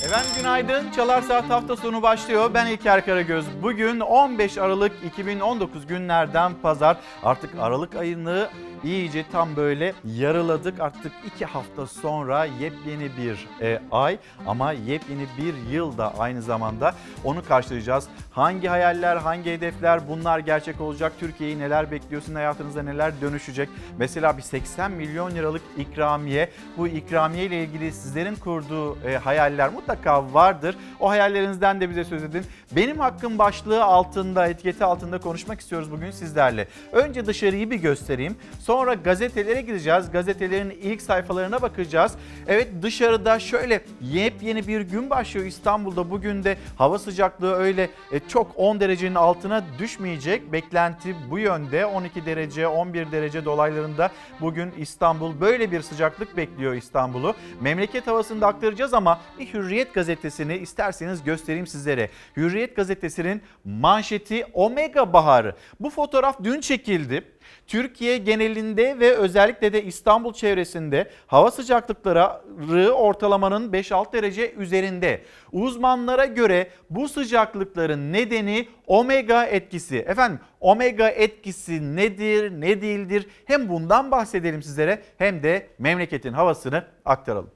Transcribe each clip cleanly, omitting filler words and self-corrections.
Efendim günaydın. Çalar Saat hafta sonu başlıyor. Ben İlker Karagöz. Bugün 15 Aralık 2019 günlerden pazar. Artık Aralık ayını iyice tam böyle yarıladık. Artık 2 hafta sonra yepyeni bir ay ama yepyeni bir yıl da aynı zamanda onu karşılayacağız. Hangi hayaller, hangi hedefler bunlar gerçek olacak? Türkiye'yi neler bekliyor? Sizin hayatınızda neler dönüşecek? Mesela bir 80 milyon liralık ikramiye. Bu ikramiye ile ilgili sizlerin kurduğu hayaller mutlaka vardır. O hayallerinizden de bize söz edin. Benim hakkım başlığı altında, etiketi altında konuşmak istiyoruz bugün sizlerle. Önce dışarıyı bir göstereyim. Sonra gazetelere gideceğiz. Gazetelerin ilk sayfalarına bakacağız. Evet, dışarıda şöyle yepyeni bir gün başlıyor İstanbul'da. Bugün de hava sıcaklığı öyle çok 10 derecenin altına düşmeyecek. Beklenti bu yönde. 12 derece, 11 derece dolaylarında bugün İstanbul, böyle bir sıcaklık bekliyor İstanbul'u. Memleket havasını da aktaracağız ama bir Hürriyet gazetesini isterseniz göstereyim sizlere. Hürriyet gazetesinin manşeti Omega Baharı. Bu fotoğraf dün çekildi. Türkiye genelinde ve özellikle de İstanbul çevresinde hava sıcaklıkları ortalamanın 5-6 derece üzerinde. Uzmanlara göre bu sıcaklıkların nedeni omega etkisi. Efendim, omega etkisi nedir, ne değildir? Hem bundan bahsedelim sizlere hem de memleketin havasını aktaralım.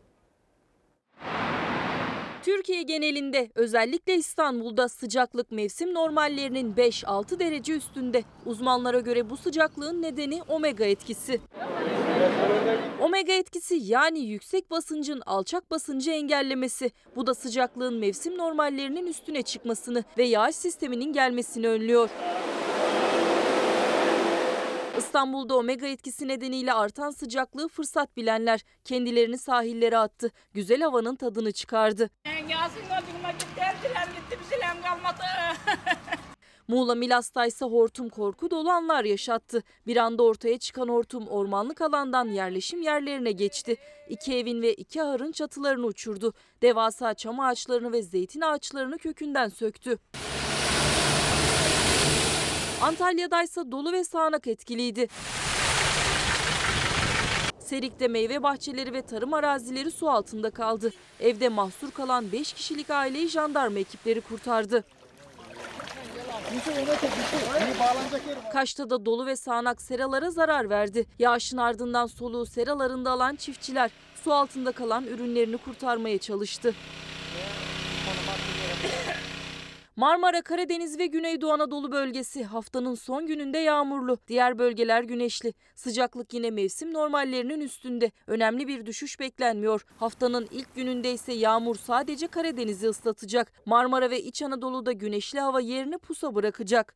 Türkiye genelinde özellikle İstanbul'da sıcaklık mevsim normallerinin 5-6 derece üstünde. Uzmanlara göre bu sıcaklığın nedeni omega etkisi. Omega etkisi yani yüksek basıncın alçak basıncı engellemesi. Bu da sıcaklığın mevsim normallerinin üstüne çıkmasını ve yağış sisteminin gelmesini önlüyor. İstanbul'da omega etkisi nedeniyle artan sıcaklığı fırsat bilenler kendilerini sahillere attı. Güzel havanın tadını çıkardı. Muğla Milas'ta ise hortum korku dolu anlar yaşattı. Bir anda ortaya çıkan hortum ormanlık alandan yerleşim yerlerine geçti. 2 evin ve 2 ahırın çatılarını uçurdu. Devasa çam ağaçlarını ve zeytin ağaçlarını kökünden söktü. Antalya'daysa dolu ve sağanak etkiliydi. Serik'te meyve bahçeleri ve tarım arazileri su altında kaldı. Evde mahsur kalan 5 kişilik aileyi jandarma ekipleri kurtardı. Kaş'ta da dolu ve sağanak seralara zarar verdi. Yağışın ardından soluğu seralarında alan çiftçiler su altında kalan ürünlerini kurtarmaya çalıştı. Marmara, Karadeniz ve Güneydoğu Anadolu bölgesi haftanın son gününde yağmurlu. Diğer bölgeler güneşli. Sıcaklık yine mevsim normallerinin üstünde. Önemli bir düşüş beklenmiyor. Haftanın ilk gününde ise yağmur sadece Karadeniz'i ıslatacak. Marmara ve İç Anadolu'da güneşli hava yerini pusa bırakacak.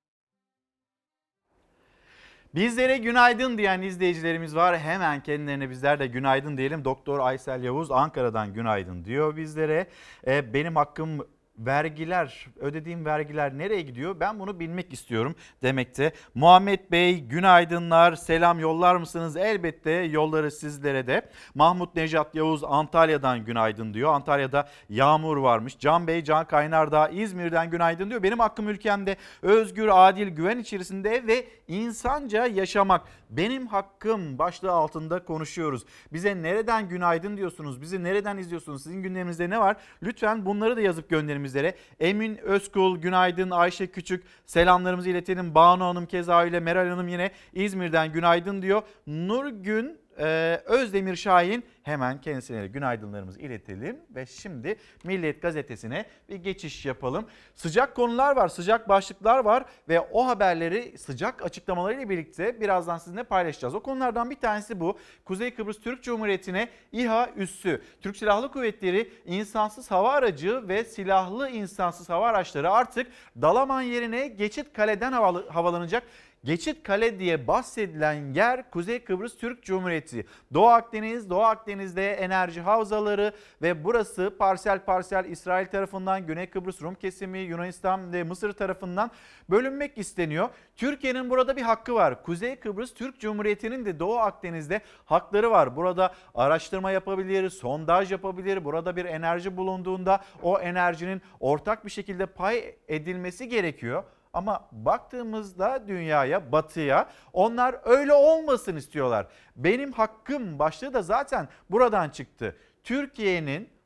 Bizlere günaydın diyen izleyicilerimiz var. Hemen kendilerine bizler de günaydın diyelim. Doktor Aysel Yavuz Ankara'dan günaydın diyor bizlere. Benim hakkım vergiler, ödediğim vergiler nereye gidiyor? Ben bunu bilmek istiyorum demekte. Muhammed Bey günaydınlar, selam yollar mısınız? Elbette yolları sizlere de. Mahmut Nejat Yavuz Antalya'dan günaydın diyor. Antalya'da yağmur varmış. Can Bey, Can Kaynardağ İzmir'den günaydın diyor. Benim hakkım ülkemde özgür, adil, güven içerisinde ve insanca yaşamak. Benim hakkım başlığı altında konuşuyoruz. Bize nereden günaydın diyorsunuz? Bizi nereden izliyorsunuz? Sizin gündeminizde ne var? Lütfen bunları da yazıp gönderin bizlere. Emin Özkul günaydın, Ayşe Küçük selamlarımızı iletelim. Banu Hanım keza öyle, Meral Hanım yine İzmir'den günaydın diyor. Nurgün Özdemir Şahin, hemen kendisine günaydınlarımızı iletelim ve şimdi Milliyet Gazetesi'ne bir geçiş yapalım. Sıcak konular var, sıcak başlıklar var ve o haberleri sıcak açıklamalarıyla birlikte birazdan sizinle paylaşacağız. O konulardan bir tanesi bu. Kuzey Kıbrıs Türk Cumhuriyeti'ne İHA üssü, Türk Silahlı Kuvvetleri insansız hava aracı ve silahlı insansız hava araçları artık Dalaman yerine Geçitkale'den havalanacak. Geçitkale diye bahsedilen yer Kuzey Kıbrıs Türk Cumhuriyeti. Doğu Akdeniz, Doğu Akdeniz'de enerji havzaları ve burası parsel parsel İsrail tarafından, Güney Kıbrıs Rum kesimi, Yunanistan ve Mısır tarafından bölünmek isteniyor. Türkiye'nin burada bir hakkı var. Kuzey Kıbrıs Türk Cumhuriyeti'nin de Doğu Akdeniz'de hakları var. Burada araştırma yapabilir, sondaj yapabilir. Burada bir enerji bulunduğunda o enerjinin ortak bir şekilde pay edilmesi gerekiyor. Ama baktığımızda dünyaya, batıya, onlar öyle olmasın istiyorlar. Benim hakkım başlığı da zaten buradan çıktı. Türkiye'nin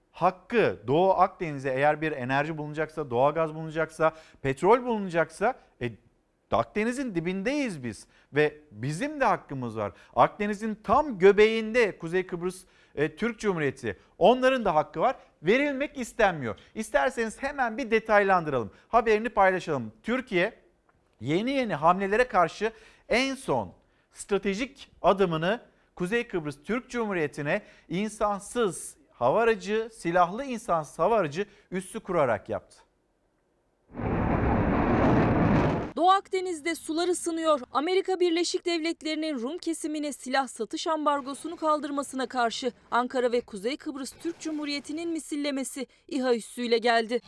hakkı Doğu Akdeniz'e eğer bir enerji bulunacaksa, doğalgaz bulunacaksa, petrol bulunacaksa Akdeniz'in dibindeyiz biz ve bizim de hakkımız var. Akdeniz'in tam göbeğinde Kuzey Kıbrıs Türk Cumhuriyeti, onların da hakkı var. Verilmek istenmiyor. İsterseniz hemen bir detaylandıralım. Haberini paylaşalım. Türkiye yeni hamlelere karşı en son stratejik adımını Kuzey Kıbrıs Türk Cumhuriyeti'ne insansız hava aracı, silahlı insansız hava aracı üssü kurarak yaptı. Doğu Akdeniz'de sular ısınıyor. Amerika Birleşik Devletleri'nin Rum kesimine silah satış ambargosunu kaldırmasına karşı Ankara ve Kuzey Kıbrıs Türk Cumhuriyeti'nin misillemesi İHA üssüyle geldi.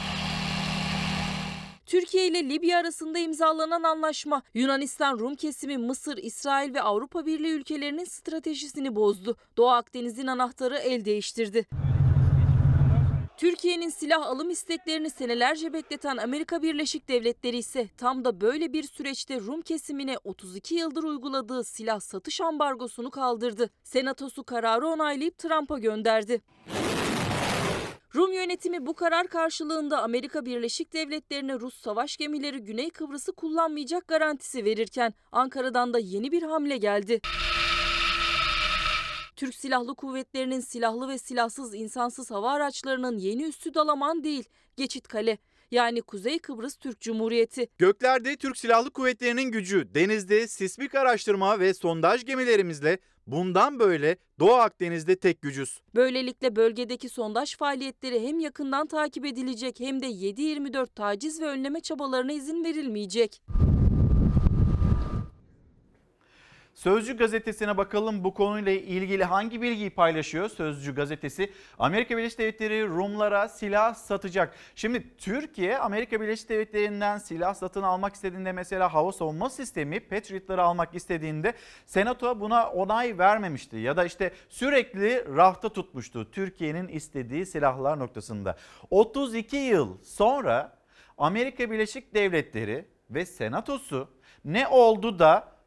Türkiye ile Libya arasında imzalanan anlaşma Yunanistan, Rum kesimi, Mısır, İsrail ve Avrupa Birliği ülkelerinin stratejisini bozdu. Doğu Akdeniz'in anahtarı el değiştirdi. Türkiye'nin silah alım isteklerini senelerce bekleten Amerika Birleşik Devletleri ise tam da böyle bir süreçte Rum kesimine 32 yıldır uyguladığı silah satış ambargosunu kaldırdı. Senatosu kararı onaylayıp Trump'a gönderdi. Rum yönetimi bu karar karşılığında Amerika Birleşik Devletleri'ne Rus savaş gemileri Güney Kıbrıs'ı kullanmayacak garantisi verirken Ankara'dan da yeni bir hamle geldi. Türk Silahlı Kuvvetleri'nin silahlı ve silahsız insansız hava araçlarının yeni üssü Dalaman değil, Geçitkale. Yani Kuzey Kıbrıs Türk Cumhuriyeti. Göklerde Türk Silahlı Kuvvetleri'nin gücü, denizde sismik araştırma ve sondaj gemilerimizle bundan böyle Doğu Akdeniz'de tek gücüz. Böylelikle bölgedeki sondaj faaliyetleri hem yakından takip edilecek hem de 7/24 taciz ve önleme çabalarına izin verilmeyecek. Sözcü gazetesine bakalım, bu konuyla ilgili hangi bilgiyi paylaşıyor Sözcü gazetesi? Amerika Birleşik Devletleri Rumlara silah satacak. Şimdi Türkiye Amerika Birleşik Devletleri'nden silah satın almak istediğinde, mesela hava savunma sistemi Patriot'ları almak istediğinde Senato buna onay vermemişti. Ya da işte sürekli rafta tutmuştu Türkiye'nin istediği silahlar noktasında. 32 yıl sonra Amerika Birleşik Devletleri ve Senatosu ne oldu da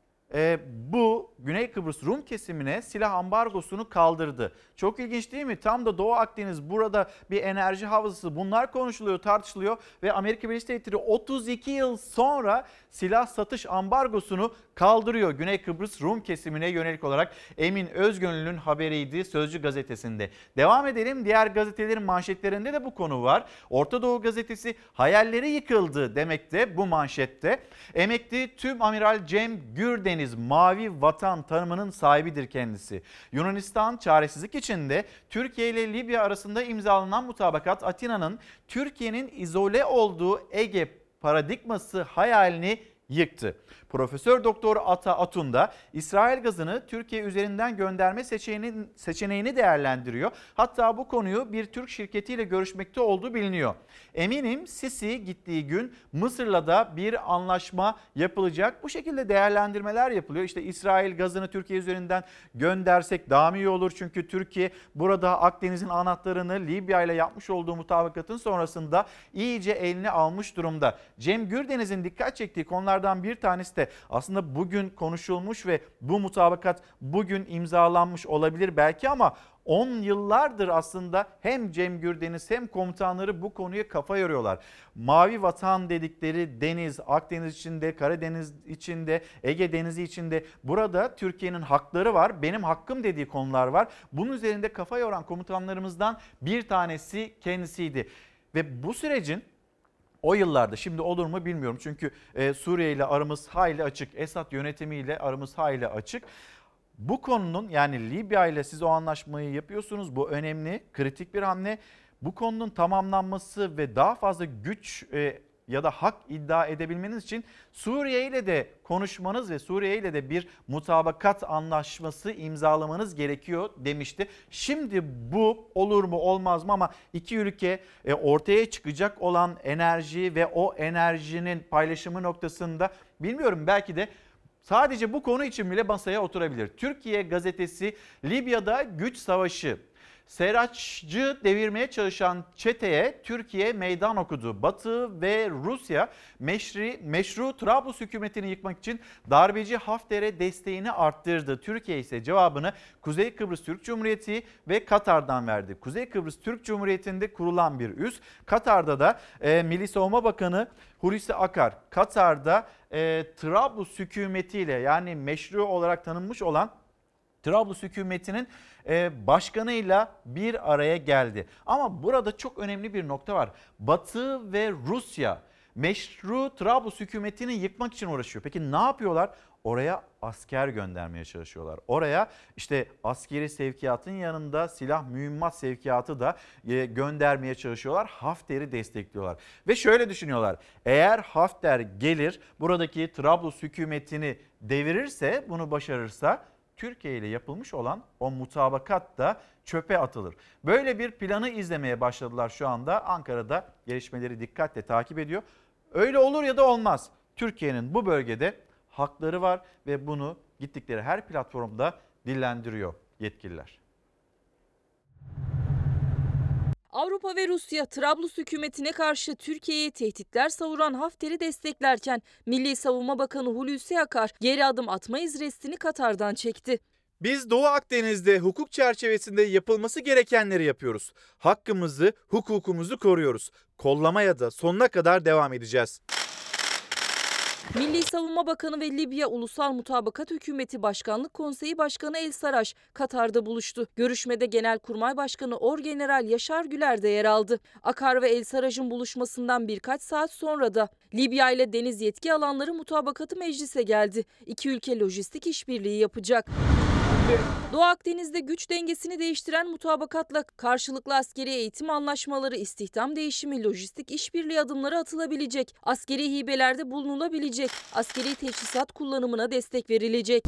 bu Güney Kıbrıs Rum kesimine silah ambargosunu kaldırdı. Çok ilginç değil mi? Tam da Doğu Akdeniz, burada bir enerji havzası, bunlar konuşuluyor, tartışılıyor ve Amerika Birleşik Devletleri 32 yıl sonra silah satış ambargosunu kaldırıyor Güney Kıbrıs Rum kesimine yönelik olarak. Emin Özgönül'ün haberiydi Sözcü gazetesinde. Devam edelim, diğer gazetelerin manşetlerinde de bu konu var. Orta Doğu gazetesi hayalleri yıkıldı demekte bu manşette. Emekli Tüm Amiral Cem Gürdeniz mavi vatan tanımının sahibidir kendisi. Yunanistan çaresizlik içinde Türkiye ile Libya arasında imzalanan mutabakat Atina'nın Türkiye'nin izole olduğu Ege paradigması hayalini yıktı. Profesör Doktor Ata Atun da İsrail gazını Türkiye üzerinden gönderme seçeneğini değerlendiriyor. Hatta bu konuyu bir Türk şirketiyle görüşmekte olduğu biliniyor. Eminim Sisi gittiği gün Mısır'la da bir anlaşma yapılacak. Bu şekilde değerlendirmeler yapılıyor. İşte İsrail gazını Türkiye üzerinden göndersek daha mı iyi olur? Çünkü Türkiye burada Akdeniz'in anahtarını Libya ile yapmış olduğu mutabakatın sonrasında iyice eline almış durumda. Cem Gürdeniz'in dikkat çektiği konulardan bir tanesi de aslında bugün konuşulmuş ve bu mutabakat bugün imzalanmış olabilir belki ama 10 yıllardır aslında hem Cem Gürdeniz hem komutanları bu konuya kafa yoruyorlar. Mavi vatan dedikleri deniz, Akdeniz içinde, Karadeniz içinde, Ege Denizi içinde, burada Türkiye'nin hakları var, benim hakkım dediği konular var. Bunun üzerinde kafa yoran komutanlarımızdan bir tanesi kendisiydi ve bu sürecin o yıllarda, şimdi olur mu bilmiyorum çünkü Suriye ile aramız hayli açık, Esad yönetimiyle aramız hayli açık. Bu konunun, yani Libya ile siz o anlaşmayı yapıyorsunuz, bu önemli, kritik bir hamle. Bu konunun tamamlanması ve daha fazla güç ya da hak iddia edebilmeniz için Suriye ile de konuşmanız ve Suriye ile de bir mutabakat anlaşması imzalamanız gerekiyor demişti. Şimdi bu olur mu olmaz mı, ama iki ülke ortaya çıkacak olan enerji ve o enerjinin paylaşımı noktasında bilmiyorum, belki de sadece bu konu için bile masaya oturabilir. Türkiye gazetesi Libya'da güç savaşı. Seraççı devirmeye çalışan çeteye Türkiye meydan okudu. Batı ve Rusya meşru Trablus hükümetini yıkmak için darbeci Hafter'e desteğini arttırdı. Türkiye ise cevabını Kuzey Kıbrıs Türk Cumhuriyeti ve Katar'dan verdi. Kuzey Kıbrıs Türk Cumhuriyeti'nde kurulan bir üs. Katar'da da Milli Savunma Bakanı Hulusi Akar, Katar'da Trablus hükümetiyle, yani meşru olarak tanınmış olan Trablus hükümetinin başkanıyla bir araya geldi. Ama burada çok önemli bir nokta var. Batı ve Rusya meşru Trablus hükümetini yıkmak için uğraşıyor. Peki ne yapıyorlar? Oraya asker göndermeye çalışıyorlar. Oraya işte askeri sevkiyatın yanında silah mühimmat sevkiyatı da göndermeye çalışıyorlar. Hafter'i destekliyorlar. Ve şöyle düşünüyorlar. Eğer Hafter gelir buradaki Trablus hükümetini devirirse, bunu başarırsa Türkiye ile yapılmış olan o mutabakat da çöpe atılır. Böyle bir planı izlemeye başladılar şu anda. Ankara'da gelişmeleri dikkatle takip ediyor. Öyle olur ya da olmaz. Türkiye'nin bu bölgede hakları var ve bunu gittikleri her platformda dillendiriyor yetkililer. Avrupa ve Rusya Trablus hükümetine karşı Türkiye'ye tehditler savuran Hafter'i desteklerken Milli Savunma Bakanı Hulusi Akar geri adım atmayız restini Katar'dan çekti. Biz Doğu Akdeniz'de hukuk çerçevesinde yapılması gerekenleri yapıyoruz. Hakkımızı, hukukumuzu koruyoruz. Kollamaya da sonuna kadar devam edeceğiz. Milli Savunma Bakanı ve Libya Ulusal Mutabakat Hükümeti Başkanlık Konseyi Başkanı El Sarraj Katar'da buluştu. Görüşmede Genelkurmay Başkanı Orgeneral Yaşar Güler de yer aldı. Akar ve El Sarraj'ın buluşmasından birkaç saat sonra da Libya ile deniz yetki alanları mutabakatı meclise geldi. İki ülke lojistik işbirliği yapacak. Doğu Akdeniz'de güç dengesini değiştiren mutabakatla karşılıklı askeri eğitim anlaşmaları, istihdam değişimi, lojistik işbirliği adımları atılabilecek, askeri hibelerde bulunulabilecek, askeri teçhizat kullanımına destek verilecek.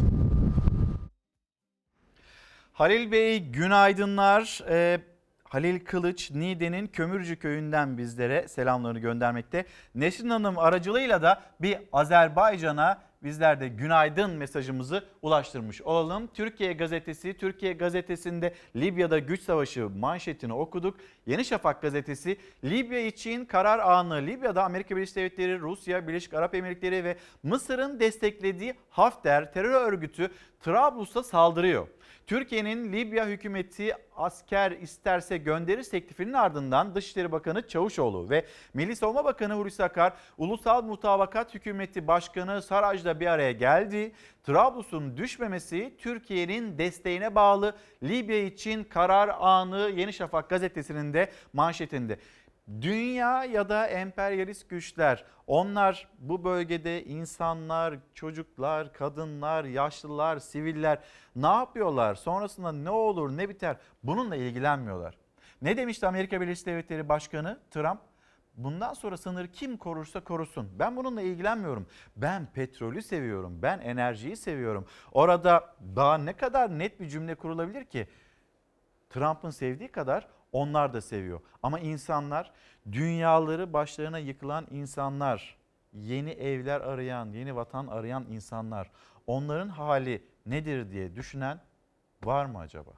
Halil Bey günaydınlar. Halil Kılıç Niğde'nin Kömürcü köyünden bizlere selamlarını göndermekte. Nesrin Hanım aracılığıyla da bir Azerbaycan'a bizler de günaydın mesajımızı ulaştırmış olalım. Türkiye Gazetesi'nde Libya'da güç savaşı manşetini okuduk. Yeni Şafak gazetesi Libya için karar anı. Libya'da Amerika Birleşik Devletleri, Rusya, Birleşik Arap Emirlikleri ve Mısır'ın desteklediği Hafter terör örgütü Trablus'a saldırıyor. Türkiye'nin Libya hükümeti asker isterse gönderir teklifinin ardından Dışişleri Bakanı Çavuşoğlu ve Milli Savunma Bakanı Hulusi Akar, Ulusal Mutabakat Hükümeti Başkanı Sarraj'la bir araya geldi. Trablus'un düşmemesi Türkiye'nin desteğine bağlı. Libya için karar anı Yeni Şafak gazetesinin de manşetinde. Dünya ya da emperyalist güçler, onlar bu bölgede insanlar, çocuklar, kadınlar, yaşlılar, siviller ne yapıyorlar? Sonrasında ne olur, ne biter? Bununla ilgilenmiyorlar. Ne demişti Amerika Birleşik Devletleri Başkanı Trump? Bundan sonra sınırı kim korursa korusun. Ben bununla ilgilenmiyorum. Ben petrolü seviyorum. Ben enerjiyi seviyorum. Orada daha ne kadar net bir cümle kurulabilir ki? Trump'ın sevdiği kadar onlar da seviyor. Ama insanlar, dünyaları başlarına yıkılan insanlar, yeni evler arayan, yeni vatan arayan insanlar, onların hali nedir diye düşünen var mı acaba?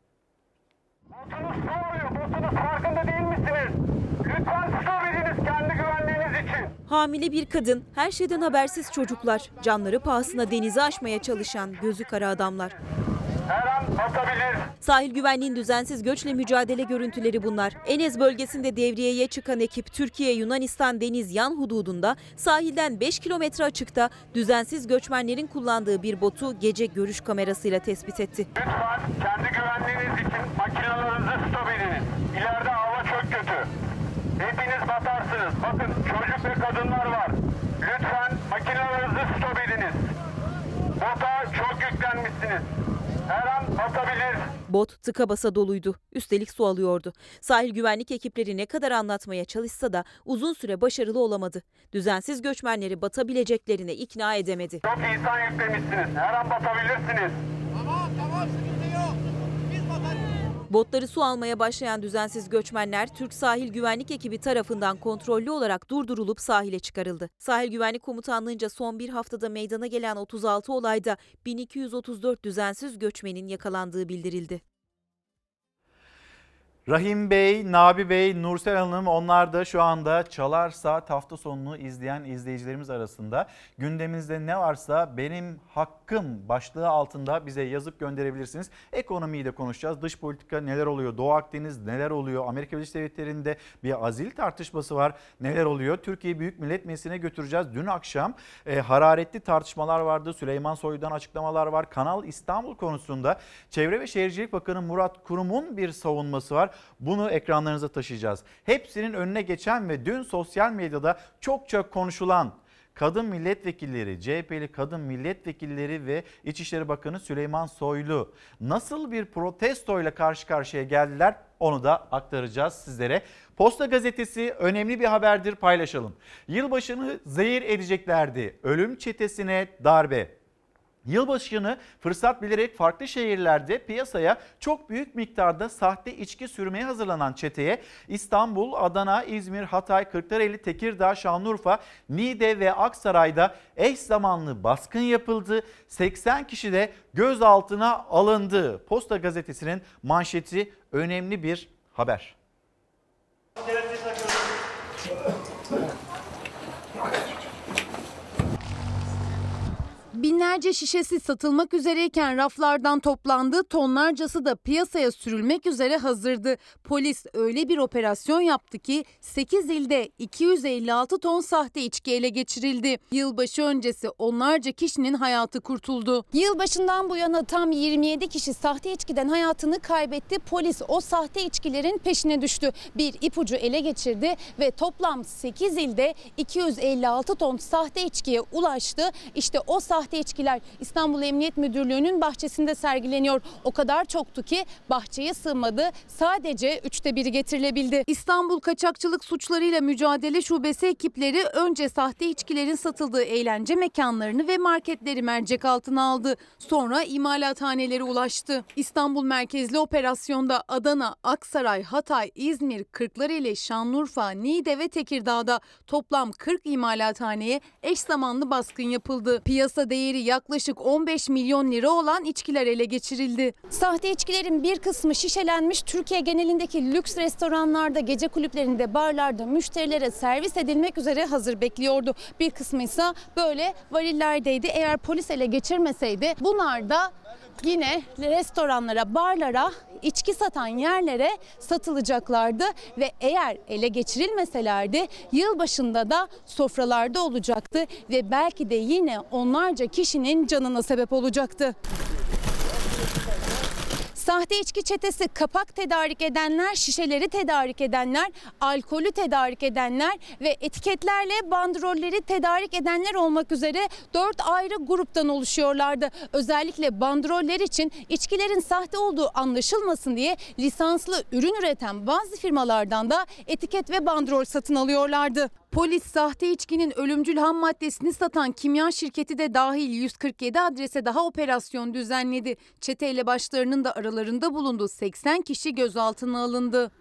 Botunuz soğuyor, botunuz farkında değil misiniz? Lütfen stop ediniz kendi güvenliğiniz için. Hamile bir kadın, her şeyden habersiz çocuklar, canları pahasına denizi aşmaya çalışan gözü kara adamlar. Her an batabilir. Sahil güvenliğin düzensiz göçle mücadele görüntüleri bunlar. Enes bölgesinde devriyeye çıkan ekip Türkiye-Yunanistan deniz-yan hududunda sahilden 5 kilometre açıkta düzensiz göçmenlerin kullandığı bir botu gece görüş kamerasıyla tespit etti. Lütfen kendi güvenliğiniz için makinelerinizi stop ediniz. İleride hava çok kötü. Hepiniz batarsınız. Bakın çocuk ve kadınlar var. Lütfen makinelerinizi stop ediniz. Bota çok yüklenmişsiniz. Her an batabilir. Bot tıka basa doluydu. Üstelik su alıyordu. Sahil güvenlik ekipleri ne kadar anlatmaya çalışsa da uzun süre başarılı olamadı. Düzensiz göçmenleri batabileceklerine ikna edemedi. Çok insan yüklemişsiniz. Her an batabilirsiniz. Tamam sıkıntı yok. Biz bakarız. Botları su almaya başlayan düzensiz göçmenler Türk Sahil Güvenlik ekibi tarafından kontrollü olarak durdurulup sahile çıkarıldı. Sahil Güvenlik Komutanlığı'nca son bir haftada meydana gelen 36 olayda 1234 düzensiz göçmenin yakalandığı bildirildi. Rahim Bey, Nabi Bey, Nursel Hanım, onlar da şu anda Çalar Saat hafta sonunu izleyen izleyicilerimiz arasında. Gündeminizde ne varsa benim hakkım başlığı altında bize yazıp gönderebilirsiniz. Ekonomiyi de konuşacağız. Dış politika neler oluyor? Doğu Akdeniz neler oluyor? Amerika Birleşik Devletleri'nde bir azil tartışması var. Neler oluyor? Türkiye Büyük Millet Meclisi'ne götüreceğiz. Dün akşam hararetli tartışmalar vardı. Süleyman Soylu'dan açıklamalar var. Kanal İstanbul konusunda Çevre ve Şehircilik Bakanı Murat Kurum'un bir savunması var. Bunu ekranlarınıza taşıyacağız. Hepsinin önüne geçen ve dün sosyal medyada çok konuşulan kadın milletvekilleri, CHP'li kadın milletvekilleri ve İçişleri Bakanı Süleyman Soylu nasıl bir protestoyla karşı karşıya geldiler, onu da aktaracağız sizlere. Posta Gazetesi önemli bir haberdir, paylaşalım. Yılbaşını zehir edeceklerdi. Ölüm çetesine darbe. Yılbaşını fırsat bilerek farklı şehirlerde piyasaya çok büyük miktarda sahte içki sürmeye hazırlanan çeteye İstanbul, Adana, İzmir, Hatay, Kırklareli, Tekirdağ, Şanlıurfa, Niğde ve Aksaray'da eş zamanlı baskın yapıldı. 80 kişi de gözaltına alındı. Posta Gazetesi'nin manşeti önemli bir haber. Binlerce şişesi satılmak üzereyken raflardan toplandı, tonlarcası da piyasaya sürülmek üzere hazırdı. Polis öyle bir operasyon yaptı ki 8 ilde 256 ton sahte içki ele geçirildi. Yılbaşı öncesi onlarca kişinin hayatı kurtuldu. Yılbaşından bu yana tam 27 kişi sahte içkiden hayatını kaybetti. Polis o sahte içkilerin peşine düştü. Bir ipucu ele geçirdi ve toplam 8 ilde 256 ton sahte içkiye ulaştı. İşte o sahte içkiler İstanbul Emniyet Müdürlüğü'nün bahçesinde sergileniyor. O kadar çoktu ki bahçeye sığmadı. Sadece 1/3'ü getirilebildi. İstanbul Kaçakçılık Suçlarıyla Mücadele Şubesi ekipleri önce sahte içkilerin satıldığı eğlence mekanlarını ve marketleri mercek altına aldı. Sonra imalathanelere ulaştı. İstanbul merkezli operasyonda Adana, Aksaray, Hatay, İzmir, Kırklareli, Şanlıurfa, Niğde ve Tekirdağ'da toplam 40 imalathaneye eş zamanlı baskın yapıldı. Piyasa değeri yaklaşık 15 milyon lira olan içkiler ele geçirildi. Sahte içkilerin bir kısmı şişelenmiş, Türkiye genelindeki lüks restoranlarda, gece kulüplerinde, barlarda müşterilere servis edilmek üzere hazır bekliyordu. Bir kısmı ise böyle varillerdeydi. Eğer polis ele geçirmeseydi bunlar da yine restoranlara, barlara, içki satan yerlere satılacaklardı ve eğer ele geçirilmeselerdi yılbaşında da sofralarda olacaktı ve belki de yine onlarca kişinin canına sebep olacaktı. Sahte içki çetesi kapak tedarik edenler, şişeleri tedarik edenler, alkolü tedarik edenler ve etiketlerle bandrolleri tedarik edenler olmak üzere 4 ayrı gruptan oluşuyorlardı. Özellikle bandroller için içkilerin sahte olduğu anlaşılmasın diye lisanslı ürün üreten bazı firmalardan da etiket ve bandrol satın alıyorlardı. Polis sahte içkinin ölümcül ham maddesini satan kimya şirketi de dahil 147 adrese daha operasyon düzenledi. Çeteyle başlarının da aralarında bulunduğu 80 kişi gözaltına alındı.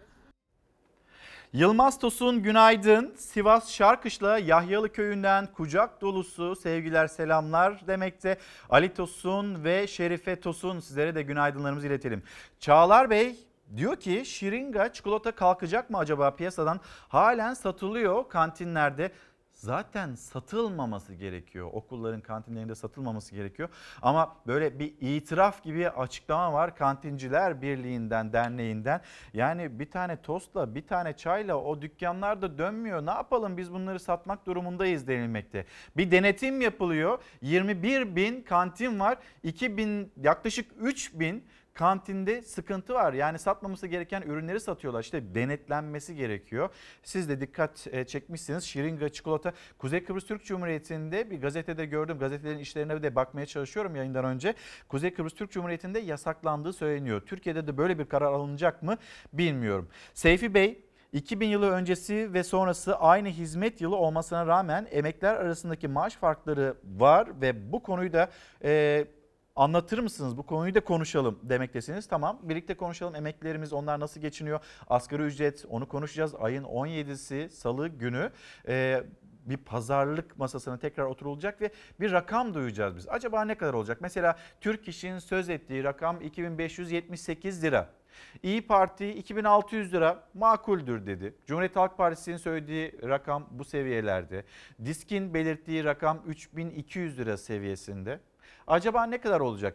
Yılmaz Tosun günaydın. Sivas Şarkışla Yahyalı köyünden kucak dolusu sevgiler, selamlar demekte. Ali Tosun ve Şerife Tosun, sizlere de günaydınlarımızı iletelim. Çağlar Bey diyor ki şiringa çikolata kalkacak mı acaba piyasadan? Halen satılıyor kantinlerde. Zaten satılmaması gerekiyor. Okulların kantinlerinde satılmaması gerekiyor. Ama böyle bir itiraf gibi açıklama var Kantinciler Birliği'nden, derneğinden. Yani bir tane tostla, bir tane çayla o dükkanlar da dönmüyor. Ne yapalım, biz bunları satmak durumundayız denilmekte. Bir denetim yapılıyor. 21 bin kantin var. Yaklaşık 3 bin kantinde sıkıntı var. Yani satmaması gereken ürünleri satıyorlar. İşte denetlenmesi gerekiyor. Siz de dikkat çekmişsiniz. Şiringa çikolata Kuzey Kıbrıs Türk Cumhuriyeti'nde bir gazetede gördüm. Gazetelerin işlerine de bakmaya çalışıyorum yayından önce. Kuzey Kıbrıs Türk Cumhuriyeti'nde yasaklandığı söyleniyor. Türkiye'de de böyle bir karar alınacak mı bilmiyorum. Seyfi Bey, 2000 yılı öncesi ve sonrası aynı hizmet yılı olmasına rağmen emekler arasındaki maaş farkları var ve bu konuyu da anlatır mısınız? Bu konuyu da konuşalım demektesiniz. Tamam, birlikte konuşalım. Emeklilerimiz, onlar nasıl geçiniyor? Asgari ücret, onu konuşacağız. Ayın 17'si Salı günü bir pazarlık masasına tekrar oturulacak ve bir rakam duyacağız biz. Acaba ne kadar olacak? Mesela Türk İş'in söz ettiği rakam 2578 lira. İyi Parti 2600 lira makuldür dedi. Cumhuriyet Halk Partisi'nin söylediği rakam bu seviyelerde. DİSK'in belirttiği rakam 3200 lira seviyesinde. Acaba ne kadar olacak?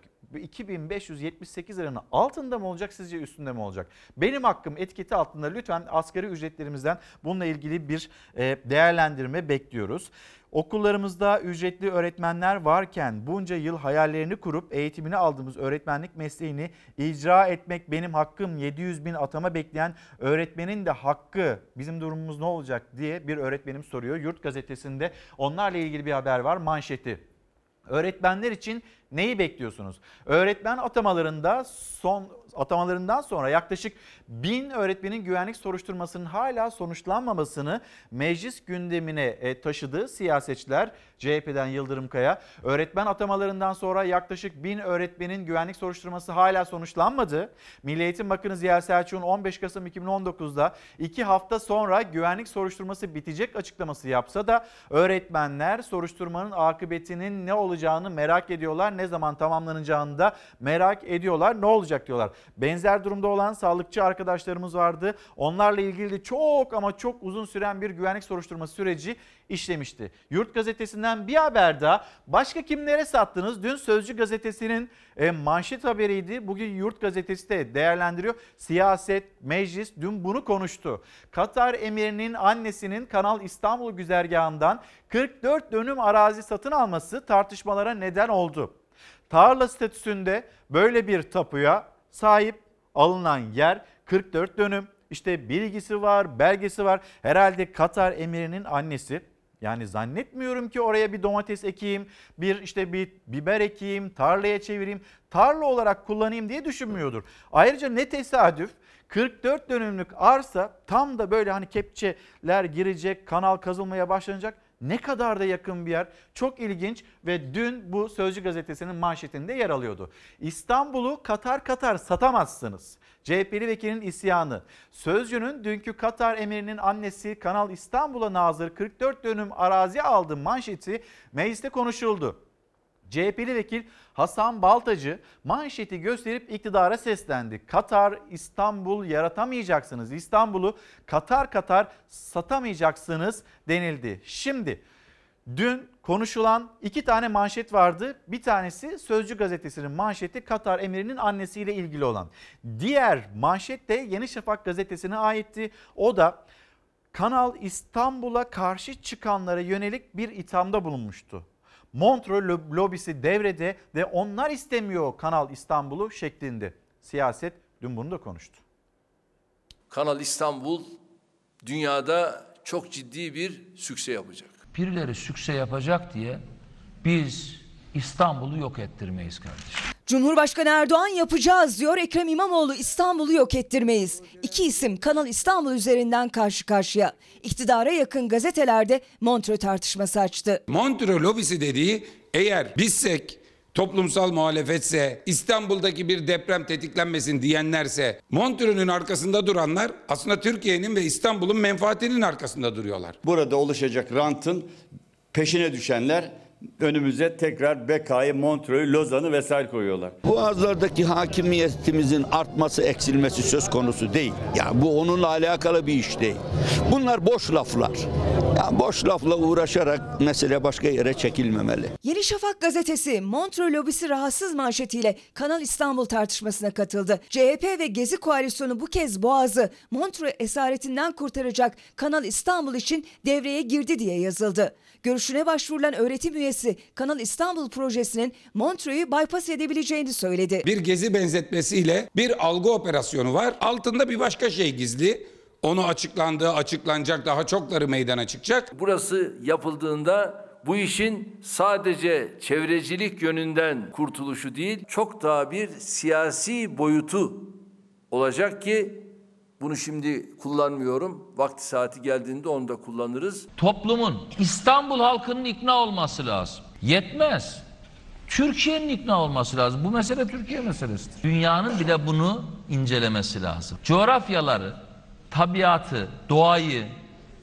2578 liranın altında mı olacak, sizce üstünde mi olacak? Benim hakkım etiketi altında lütfen asgari ücretlerimizden bununla ilgili bir değerlendirme bekliyoruz. Okullarımızda ücretli öğretmenler varken bunca yıl hayallerini kurup eğitimini aldığımız öğretmenlik mesleğini icra etmek benim hakkım. 700 bin atama bekleyen öğretmenin de hakkı. Bizim durumumuz ne olacak diye bir öğretmenim soruyor. Yurt Gazetesi'nde onlarla ilgili bir haber var, manşeti. Öğretmenler için neyi bekliyorsunuz? Öğretmen atamalarından sonra yaklaşık 1000 öğretmenin güvenlik soruşturmasının hala sonuçlanmamasını meclis gündemine taşıdı siyasetçiler. CHP'den Yıldırım Kaya, öğretmen atamalarından sonra yaklaşık 1000 öğretmenin güvenlik soruşturması hala sonuçlanmadı. Milli Eğitim Bakanı Ziya Selçuk'un 15 Kasım 2019'da 2 hafta sonra güvenlik soruşturması bitecek açıklaması yapsa da öğretmenler soruşturmanın akıbetinin ne olacağını merak ediyorlar. Ne zaman tamamlanacağını da merak ediyorlar. Ne olacak diyorlar. Benzer durumda olan sağlıkçı arkadaşlarımız vardı. Onlarla ilgili de çok ama çok uzun süren bir güvenlik soruşturması süreci işlemişti. Yurt Gazetesi'nden bir haber daha. Başka kimlere sattınız? Dün Sözcü Gazetesi'nin manşet haberiydi. Bugün Yurt Gazetesi de değerlendiriyor. Siyaset, meclis dün bunu konuştu. Katar emirinin annesinin Kanal İstanbul güzergahından 44 dönüm arazi satın alması tartışmalara neden oldu. Tarla statüsünde böyle bir tapuya sahip alınan yer 44 dönüm. İşte bilgisi var, belgesi var. Herhalde Katar emirinin annesi. Yani zannetmiyorum ki oraya bir domates ekeyim, bir biber ekeyim, tarlaya çevireyim, tarla olarak kullanayım diye düşünmüyordur. Ayrıca ne tesadüf, 44 dönümlük arsa tam da böyle hani kepçeler girecek, kanal kazılmaya başlanacak. Ne kadar da yakın bir yer. Çok ilginç ve dün bu Sözcü Gazetesi'nin manşetinde yer alıyordu. İstanbul'u Katar satamazsınız. CHP'li vekilin isyanı. Sözcü'nün dünkü Katar emirinin annesi Kanal İstanbul'a nazır 44 dönüm arazi aldı manşeti mecliste konuşuldu. CHP'li vekil Hasan Baltacı manşeti gösterip iktidara seslendi. Katar İstanbul yaratamayacaksınız. İstanbul'u Katar satamayacaksınız denildi. Şimdi dün konuşulan 2 tane manşet vardı. Bir tanesi Sözcü Gazetesi'nin manşeti Katar emirinin annesiyle ilgili olan. Diğer manşet de Yeni Şafak Gazetesi'ne aitti. O da Kanal İstanbul'a karşı çıkanlara yönelik bir ithamda bulunmuştu. Montreux lobisi devrede ve onlar istemiyor Kanal İstanbul'u şeklinde. Siyaset dün bunu da konuştu. Kanal İstanbul dünyada çok ciddi bir sükse yapacak. Birileri sükse yapacak diye biz İstanbul'u yok ettirmeyiz kardeşim. Cumhurbaşkanı Erdoğan yapacağız diyor. Ekrem İmamoğlu İstanbul'u yok ettirmeyiz. İki isim Kanal İstanbul üzerinden karşı karşıya. İktidara yakın gazetelerde Montreux tartışması açtı. Montreux lobisi dediği eğer bizsek, toplumsal muhalefetse, İstanbul'daki bir deprem tetiklenmesin diyenlerse Montreux'un arkasında duranlar aslında Türkiye'nin ve İstanbul'un menfaatinin arkasında duruyorlar. Burada oluşacak rantın peşine düşenler önümüze tekrar Beka'yı, Montreux'u, Lozan'ı vesaire koyuyorlar. Boğazlardaki hakimiyetimizin artması, eksilmesi söz konusu değil. Yani bu onunla alakalı bir iş değil. Bunlar boş laflar. Yani boş lafla uğraşarak mesele başka yere çekilmemeli. Yeni Şafak gazetesi Montreux lobisi rahatsız manşetiyle Kanal İstanbul tartışmasına katıldı. CHP ve Gezi koalisyonu bu kez Boğaz'ı Montreux esaretinden kurtaracak Kanal İstanbul için devreye girdi diye yazıldı. Görüşüne başvurulan öğretim üyesi Kanal İstanbul projesinin Montreux'u bypass edebileceğini söyledi. Bir Gezi benzetmesiyle bir algı operasyonu var. Altında bir başka şey gizli. Onu açıklanacak, daha çokları meydana çıkacak. Burası yapıldığında bu işin sadece çevrecilik yönünden kurtuluşu değil, çok daha bir siyasi boyutu olacak ki bunu şimdi kullanmıyorum. Vakti saati geldiğinde onu da kullanırız. Toplumun, İstanbul halkının ikna olması lazım. Yetmez. Türkiye'nin ikna olması lazım. Bu mesele Türkiye meselesidir. Dünyanın bile bunu incelemesi lazım. Coğrafyaları, tabiatı, doğayı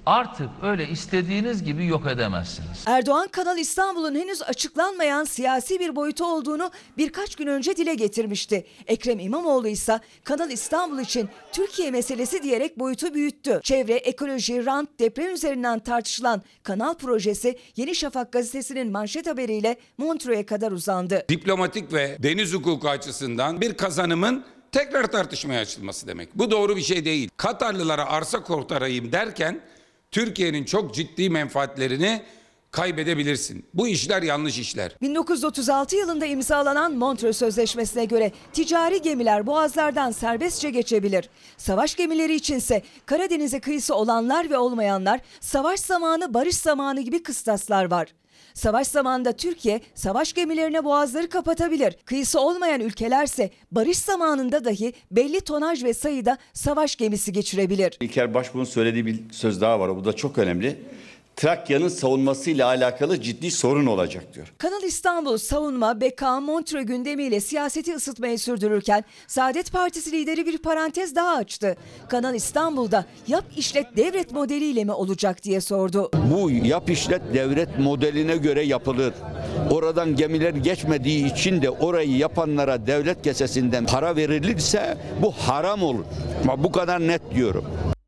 artık öyle istediğiniz gibi yok edemezsiniz. Erdoğan, Kanal İstanbul'un henüz açıklanmayan siyasi bir boyutu olduğunu birkaç gün önce dile getirmişti. Ekrem İmamoğlu ise Kanal İstanbul için Türkiye meselesi diyerek boyutu büyüttü. Çevre, ekoloji, rant, deprem üzerinden tartışılan kanal projesi Yeni Şafak gazetesinin manşet haberiyle Montreux'e kadar uzandı. Diplomatik ve deniz hukuku açısından bir kazanımın tekrar tartışmaya açılması demek. Bu doğru bir şey değil. Katarlılara arsa kurtarayım derken Türkiye'nin çok ciddi menfaatlerini kaybedebilirsin. Bu işler yanlış işler. 1936 yılında imzalanan Montreux Sözleşmesi'ne göre ticari gemiler boğazlardan serbestçe geçebilir. Savaş gemileri içinse Karadeniz'e kıyısı olanlar ve olmayanlar, savaş zamanı, barış zamanı gibi kıstaslar var. Savaş zamanında Türkiye savaş gemilerine boğazları kapatabilir. Kıyısı olmayan ülkelerse barış zamanında dahi belli tonaj ve sayıda savaş gemisi geçirebilir. İlker Başbuğ'un söylediği bir söz daha var. Bu da çok önemli. Trakya'nın savunmasıyla alakalı ciddi sorun olacak diyor. Kanal İstanbul savunma, beka, Montreux gündemiyle siyaseti ısıtmayı sürdürürken Saadet Partisi lideri bir parantez daha açtı. Kanal İstanbul'da yap işlet devret modeliyle mi olacak diye sordu. Bu yap işlet devlet modeline göre yapılır. Oradan gemiler geçmediği için de orayı yapanlara devlet kesesinden para verilirse bu haram olur. Ama bu kadar net diyorum.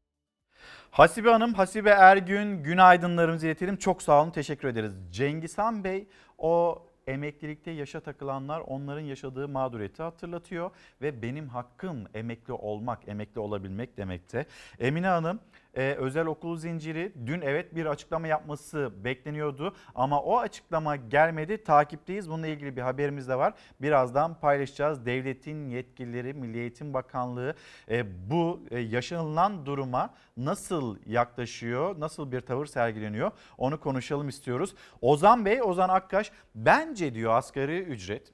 Hasibe Hanım, Hasibe Ergün, günaydınlarımızı iletelim. Çok sağ olun, teşekkür ederiz. Cengizhan Bey, o emeklilikte yaşa takılanlar, onların yaşadığı mağduriyeti hatırlatıyor. Ve benim hakkım emekli olmak, emekli olabilmek demekte. Emine Hanım, özel okul zinciri dün evet bir açıklama yapması bekleniyordu. Ama o açıklama gelmedi, takipteyiz. Bununla ilgili bir haberimiz de var. Birazdan paylaşacağız. Devletin yetkilileri, Milli Eğitim Bakanlığı bu yaşanılan duruma nasıl yaklaşıyor, nasıl bir tavır sergileniyor onu konuşalım istiyoruz. Ozan Bey, Ozan Akkaş, bence diyor asgari ücret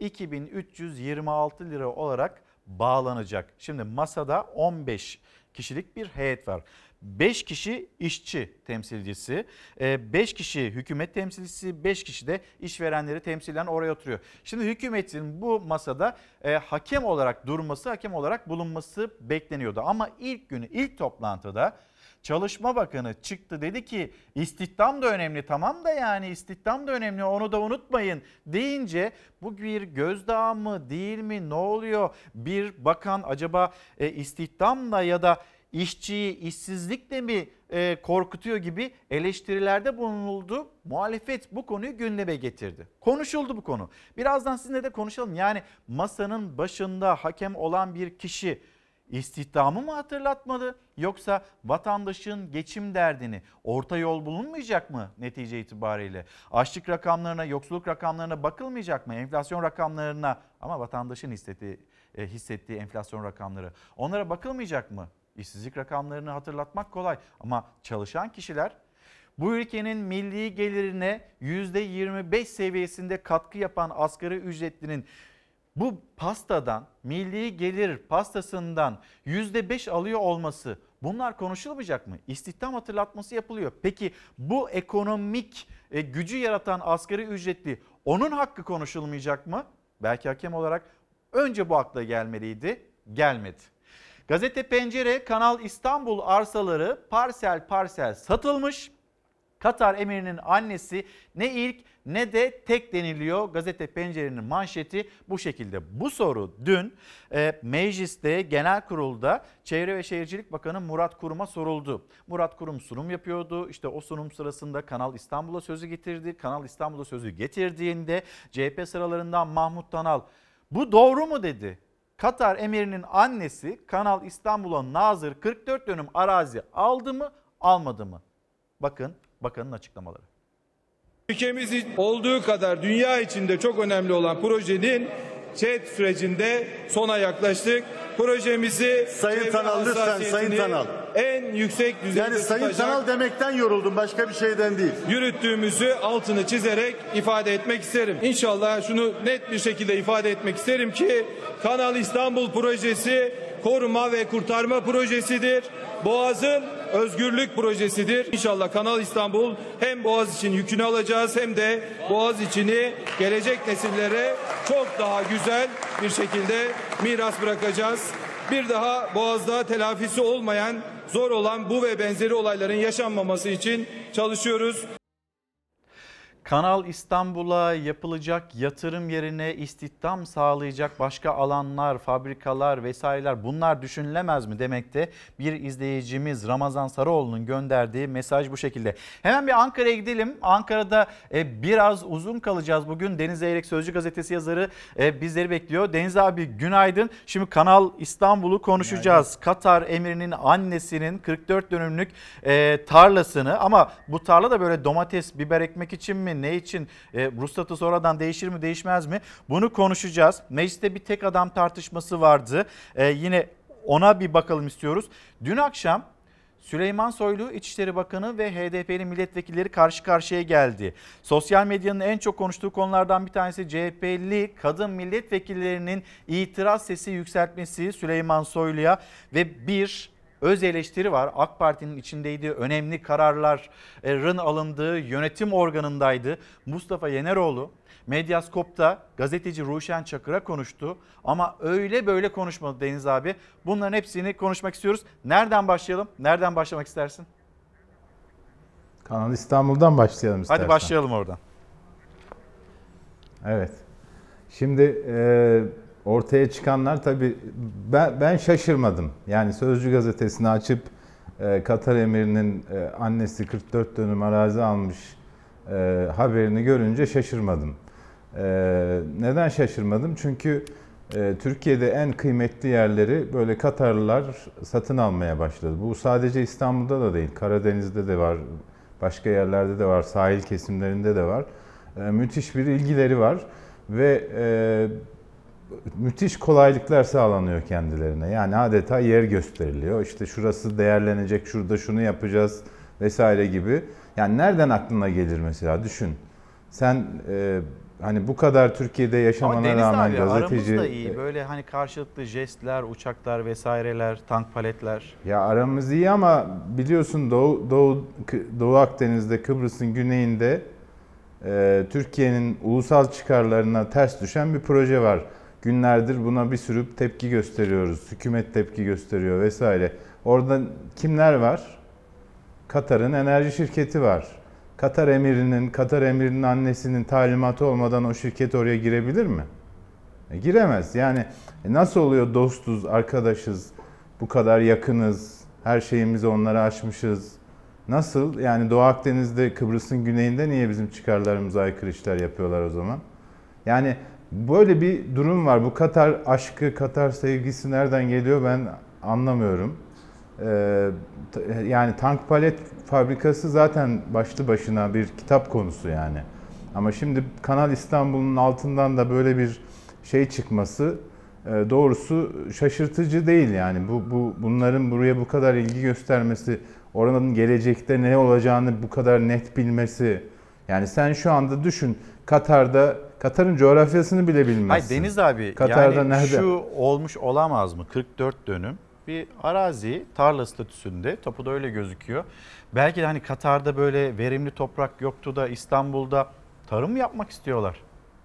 2326 lira olarak bağlanacak. Şimdi masada 15 kişilik bir heyet var. 5 kişi işçi temsilcisi, 5 kişi hükümet temsilcisi, 5 kişi de işverenleri temsilen oraya oturuyor. Şimdi hükümetin bu masada hakem olarak durması, hakem olarak bulunması bekleniyordu. Ama ilk günü, ilk toplantıda Çalışma Bakanı çıktı, dedi ki istihdam da önemli, tamam da yani istihdam da önemli, onu da unutmayın deyince bu bir gözdağı mı değil mi, ne oluyor? Bir bakan acaba istihdamla ya da işçiyi işsizlikle mi korkutuyor gibi eleştirilerde bulunuldu. Muhalefet bu konuyu gündeme getirdi. Konuşuldu bu konu. Birazdan sizinle de konuşalım. Yani masanın başında hakem olan bir kişi İstihdamı mı hatırlatmalı, yoksa vatandaşın geçim derdini, orta yol bulunmayacak mı netice itibariyle? Açlık rakamlarına, yoksulluk rakamlarına bakılmayacak mı? Enflasyon rakamlarına, ama vatandaşın hissettiği enflasyon rakamları, onlara bakılmayacak mı? İşsizlik rakamlarını hatırlatmak kolay ama çalışan kişiler, bu ülkenin milli gelirine %25 seviyesinde katkı yapan asgari ücretlinin bu pastadan, milli gelir pastasından %5 alıyor olması, bunlar konuşulmayacak mı? İstihdam hatırlatması yapılıyor. Peki bu ekonomik gücü yaratan asgari ücretli, onun hakkı konuşulmayacak mı? Belki hakem olarak önce bu akla gelmeliydi, gelmedi. Gazete Pencere, Kanal İstanbul arsaları parsel parsel satılmış. Katar emirinin annesi ne ilk ne de tek deniliyor. Gazete Pencere'nin manşeti bu şekilde. Bu soru dün mecliste, genel kurulda Çevre ve Şehircilik Bakanı Murat Kurum'a soruldu. Murat Kurum sunum yapıyordu. İşte o sunum sırasında Kanal İstanbul'a sözü getirdi. Kanal İstanbul'a sözü getirdiğinde CHP sıralarından Mahmut Tanal bu doğru mu dedi. Katar emirinin annesi Kanal İstanbul'a nazır 44 dönüm arazi aldı mı, almadı mı? Bakın bakanın açıklamaları. Ülkemiz olduğu kadar dünya içinde çok önemli olan projenin ÇED sürecinde sona yaklaştık. Projemizi Sayın Tanal, lütfen Sayın Tanal. En yüksek düzeyde yani Sayın Tanal demekten yoruldum, başka bir şeyden değil. Yürüttüğümüzü altını çizerek ifade etmek isterim. İnşallah şunu net bir şekilde ifade etmek isterim ki Kanal İstanbul projesi koruma ve kurtarma projesidir. Boğaz'ın özgürlük projesidir. İnşallah Kanal İstanbul hem Boğaz için yükünü alacağız hem de Boğaz içini gelecek nesillere çok daha güzel bir şekilde miras bırakacağız. bir daha Boğaz'da telafisi olmayan, zor olan bu ve benzeri olayların yaşanmaması için çalışıyoruz. Kanal İstanbul'a yapılacak yatırım yerine istihdam sağlayacak başka alanlar, fabrikalar vesaireler bunlar düşünülemez mi demekte. Bir izleyicimiz Ramazan Sarıoğlu'nun gönderdiği mesaj bu şekilde. Hemen bir Ankara'ya gidelim. Ankara'da biraz uzun kalacağız bugün. Deniz Zeyrek Sözcü Gazetesi yazarı bizleri bekliyor. Deniz abi günaydın. Şimdi Kanal İstanbul'u konuşacağız. Günaydın. Katar emirinin annesinin 44 dönümlük tarlasını, ama bu tarla da böyle domates, biber ekmek için mi? Ne için? Ruhsatı sonradan değişir mi değişmez mi? Bunu konuşacağız. Mecliste bir tek adam tartışması vardı. Yine ona bir bakalım istiyoruz. Dün akşam Süleyman Soylu İçişleri Bakanı ve HDP'li milletvekilleri karşı karşıya geldi. Sosyal medyanın en çok konuştuğu konulardan bir tanesi CHP'li kadın milletvekillerinin itiraz sesi yükseltmesi Süleyman Soylu'ya ve bir öz eleştiri var. AK Parti'nin içindeydi, önemli kararların alındığı yönetim organındaydı. Mustafa Yeneroğlu Medyaskop'ta gazeteci Ruşen Çakır'a konuştu ama öyle böyle konuşmadı Deniz abi. Bunların hepsini konuşmak istiyoruz. Nereden başlayalım? Nereden başlamak istersin? Kanal İstanbul'dan başlayalım istersen. Hadi başlayalım oradan. Evet. Şimdi ortaya çıkanlar tabii ben şaşırmadım. Yani Sözcü gazetesini açıp Katar emirinin annesi 44 dönüm arazi almış haberini görünce şaşırmadım. Neden şaşırmadım? Çünkü Türkiye'de en kıymetli yerleri böyle Katarlılar satın almaya başladı. Bu sadece İstanbul'da da değil, Karadeniz'de de var, başka yerlerde de var, sahil kesimlerinde de var. Müthiş bir ilgileri var ve müthiş kolaylıklar sağlanıyor kendilerine. Yani adeta yer gösteriliyor. İşte şurası değerlenecek, şurada şunu yapacağız vesaire gibi. Yani nereden aklına gelir mesela, düşün. Sen hani bu kadar Türkiye'de yaşamana rağmen abi, gazeteci... aramız da iyi. Böyle hani karşılıklı jestler, uçaklar vesaireler, tank paletler. Ya aramız iyi ama biliyorsun Doğu Akdeniz'de, Kıbrıs'ın güneyinde Türkiye'nin ulusal çıkarlarına ters düşen bir proje var. Günlerdir buna bir sürü tepki gösteriyoruz. Hükümet tepki gösteriyor vesaire. Orada kimler var? Katar'ın enerji şirketi var. Katar emirinin annesinin talimatı olmadan o şirket oraya girebilir mi? Giremez. Yani nasıl oluyor dostuz, arkadaşız, bu kadar yakınız, her şeyimizi onlara açmışız. Nasıl? Yani Doğu Akdeniz'de, Kıbrıs'ın güneyinde niye bizim çıkarlarımıza aykırı işler yapıyorlar o zaman? Yani böyle bir durum var. Bu Katar aşkı, Katar sevgisi nereden geliyor ben anlamıyorum. Yani tank palet fabrikası zaten başlı başına bir kitap konusu yani. Ama şimdi Kanal İstanbul'un altından da böyle bir şey çıkması doğrusu şaşırtıcı değil yani. Bunların buraya bu kadar ilgi göstermesi, oranın gelecekte ne olacağını bu kadar net bilmesi. Yani sen şu anda düşün, Katar'ın coğrafyasını bile bilmezsin. Hayır Deniz abi, Katar'da yani nerede? şu olmuş olamaz mı? 44 dönüm bir arazi, tarla statüsünde, tapuda öyle gözüküyor. Belki de hani Katar'da böyle verimli toprak yoktu da İstanbul'da tarım mı yapmak istiyorlar?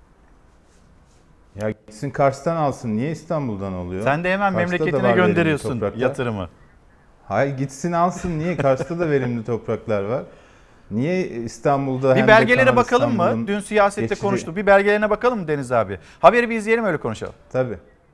Ya gitsin Kars'tan alsın. Niye İstanbul'dan oluyor? Sen de hemen Kars'ta memleketine gönderiyorsun yatırımı. Hayır, gitsin alsın. Niye? Kars'ta da verimli topraklar var. Niye İstanbul'da bir hem belgelere Kanal bakalım mı? Dün siyasette konuştuk. Bir belgelerine bakalım mı Deniz abi? Haberi bir izleyelim, öyle konuşalım. Tabii.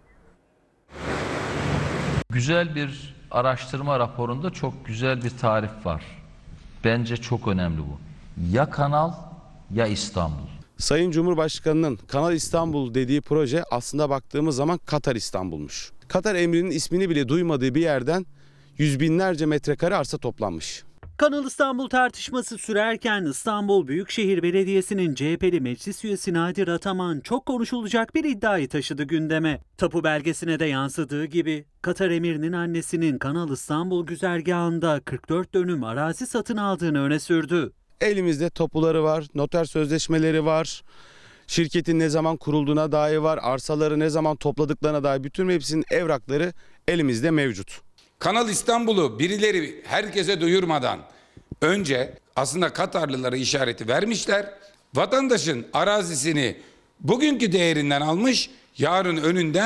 Güzel bir araştırma raporunda çok güzel bir tarif var. Bence çok önemli bu. Ya Kanal ya İstanbul. Sayın Cumhurbaşkanı'nın Kanal İstanbul dediği proje aslında baktığımız zaman Katar İstanbul'muş. Katar emrinin ismini bile duymadığı bir yerden yüz binlerce metrekare arsa toplanmış. Kanal İstanbul tartışması sürerken İstanbul Büyükşehir Belediyesi'nin CHP'li meclis üyesi Nadir Ataman çok konuşulacak bir iddiayı taşıdı gündeme. Tapu belgesine de yansıdığı gibi Katar emirinin annesinin Kanal İstanbul güzergahında 44 dönüm arazi satın aldığını öne sürdü. Elimizde tapuları var, noter sözleşmeleri var, şirketin ne zaman kurulduğuna dair var, arsaları ne zaman topladıklarına dair bütün hepsinin evrakları elimizde mevcut. Kanal İstanbul'u birileri herkese duyurmadan önce aslında Katarlılara işareti vermişler. Vatandaşın arazisini bugünkü değerinden almış, yarın önünden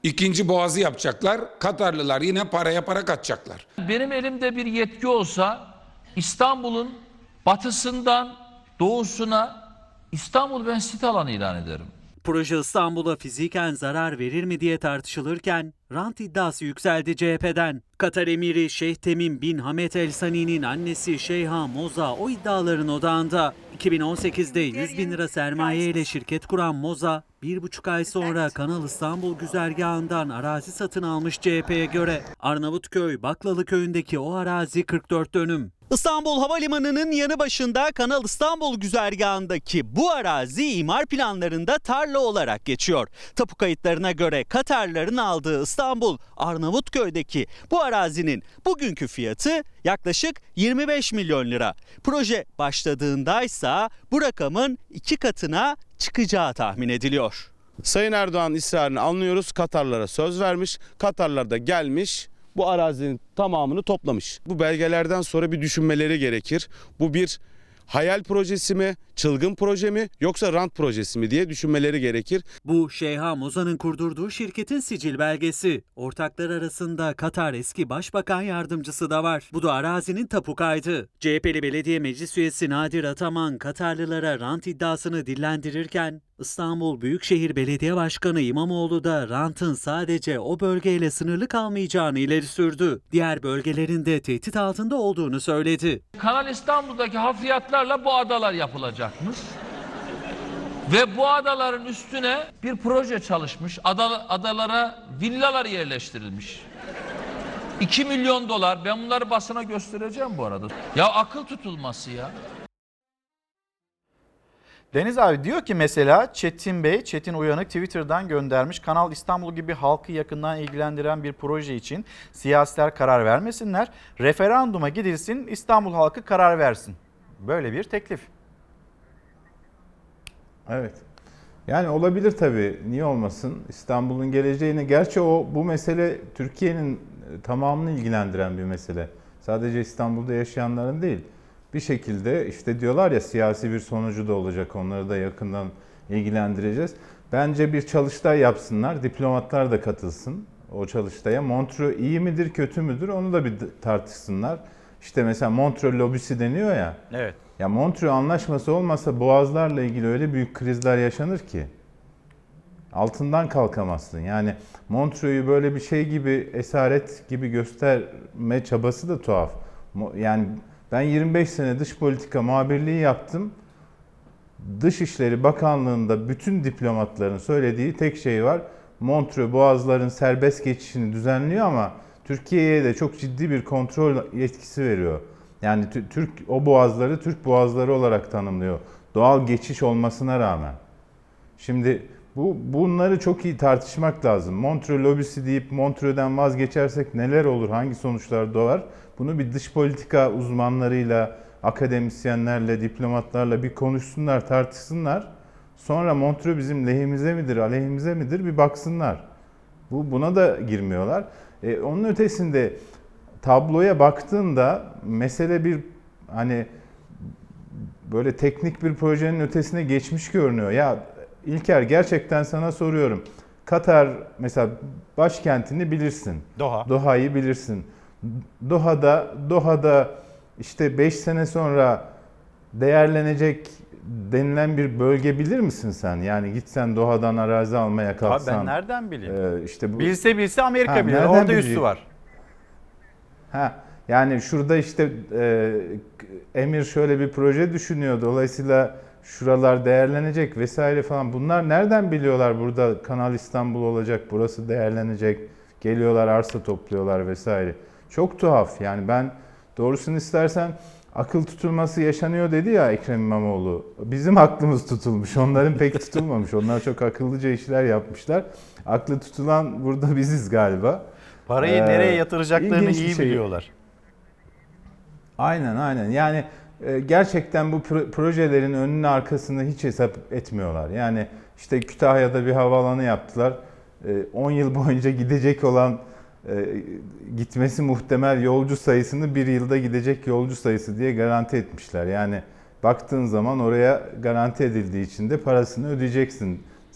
İkinci boğazı yapacaklar. Katarlılar yine paraya para katacaklar. Benim elimde bir yetki olsa İstanbul'un batısından doğusuna İstanbul ben sit alanı ilan ederim. Proje İstanbul'a fiziken zarar verir mi diye tartışılırken rant iddiası yükseldi CHP'den. Katar emiri Şeyh Temim bin Hamed El Sani'nin annesi Şeyha Moza o iddiaların odağında. 2018'de 100 bin lira sermaye ile şirket kuran Moza, 1,5 ay sonra Kanal İstanbul güzergahından arazi satın almış CHP'ye göre. Arnavutköy, Baklalı köyündeki o arazi 44 dönüm. İstanbul Havalimanı'nın yanı başında Kanal İstanbul güzergahındaki bu arazi imar planlarında tarla olarak geçiyor. Tapu kayıtlarına göre Katarlıların aldığı İstanbul Arnavutköy'deki bu arazinin bugünkü fiyatı yaklaşık 25 milyon lira. Proje başladığındaysa bu rakamın 2 katına çıkacağı tahmin ediliyor. Sayın Erdoğan ısrarını anlıyoruz. Katarlara söz vermiş. Katarlar da gelmiş. Bu arazinin tamamını toplamış. Bu belgelerden sonra bir düşünmeleri gerekir. Bu bir hayal projesi mi, çılgın proje mi yoksa rant projesi mi diye düşünmeleri gerekir. Bu Şeyha Moza'nın kurdurduğu şirketin sicil belgesi. Ortaklar arasında Katar eski başbakan yardımcısı da var. Bu da arazinin tapu kaydı. CHP'li belediye meclis üyesi Nadir Ataman Katarlılara rant iddiasını dillendirirken İstanbul Büyükşehir Belediye Başkanı İmamoğlu da rantın sadece o bölgeyle sınırlı kalmayacağını ileri sürdü. Diğer bölgelerin de tehdit altında olduğunu söyledi. Kanal İstanbul'daki hafriyatlarla bu adalar yapılacakmış. Ve bu adaların üstüne bir proje çalışmış. Adalara villalar yerleştirilmiş. 2 milyon dolar. Ben bunları basına göstereceğim bu arada. Ya akıl tutulması ya. Deniz abi diyor ki mesela Çetin Uyanık Twitter'dan göndermiş. Kanal İstanbul gibi halkı yakından ilgilendiren bir proje için siyasiler karar vermesinler. Referanduma gidilsin, İstanbul halkı karar versin. Böyle bir teklif. Evet. Yani olabilir tabii. Niye olmasın? İstanbul'un geleceğini. Gerçi bu mesele Türkiye'nin tamamını ilgilendiren bir mesele. Sadece İstanbul'da yaşayanların değil. Bir şekilde işte diyorlar ya siyasi bir sonucu da olacak. Onları da yakından ilgilendireceğiz. Bence bir çalıştay yapsınlar. Diplomatlar da katılsın o çalıştaya. Montreux iyi midir, kötü müdür? Onu da bir tartışsınlar. İşte mesela Montreux lobisi deniyor ya. Evet. Ya Montreux anlaşması olmasa boğazlarla ilgili öyle büyük krizler yaşanır ki. Altından kalkamazsın. Yani Montreux'u böyle bir şey gibi, esaret gibi gösterme çabası da tuhaf. Yani ben 25 sene dış politika muhabirliği yaptım. Dışişleri Bakanlığı'nda bütün diplomatların söylediği tek şey var. Montreux boğazların serbest geçişini düzenliyor ama Türkiye'ye de çok ciddi bir kontrol yetkisi veriyor. Yani o boğazları Türk boğazları olarak tanımlıyor. Doğal geçiş olmasına rağmen. Şimdi bunları çok iyi tartışmak lazım. Montreux lobisi deyip Montreux'den vazgeçersek neler olur, hangi sonuçlar doğar? Bunu bir dış politika uzmanlarıyla, akademisyenlerle, diplomatlarla bir konuşsunlar, tartışsınlar. Sonra Montreux bizim lehimize midir, aleyhimize midir bir baksınlar. Buna da girmiyorlar. Onun ötesinde tabloya baktığında mesele bir hani böyle teknik bir projenin ötesine geçmiş görünüyor. Ya İlker gerçekten sana soruyorum. Katar mesela başkentini bilirsin. Doha'yı bilirsin. Doha'da işte 5 sene sonra değerlenecek denilen bir bölge bilir misin sen? Yani gitsen Doha'dan arazi almaya kalksan. Abi ben nereden bileyim? İşte bilse Amerika bilir. Orada üssü var. Yani şurada işte Emir şöyle bir proje düşünüyor. Dolayısıyla şuralar değerlenecek vesaire falan. Bunlar nereden biliyorlar burada Kanal İstanbul olacak, burası değerlenecek. Geliyorlar arsa topluyorlar vesaire. Çok tuhaf. Yani ben doğrusunu istersen akıl tutulması yaşanıyor dedi ya Ekrem İmamoğlu. Bizim aklımız tutulmuş. Onların pek tutulmamış. Onlar çok akıllıca işler yapmışlar. Aklı tutulan burada biziz galiba. Parayı nereye yatıracaklarını iyi biliyorlar. Aynen. Yani gerçekten bu projelerin önünü arkasını hiç hesap etmiyorlar. Yani işte Kütahya'da bir havaalanı yaptılar. 10 yıl boyunca gidecek olan, gitmesi muhtemel yolcu sayısını bir yılda gidecek yolcu sayısı diye garanti etmişler. Yani baktığın zaman oraya garanti edildiği için de parasını ödeyeceksin.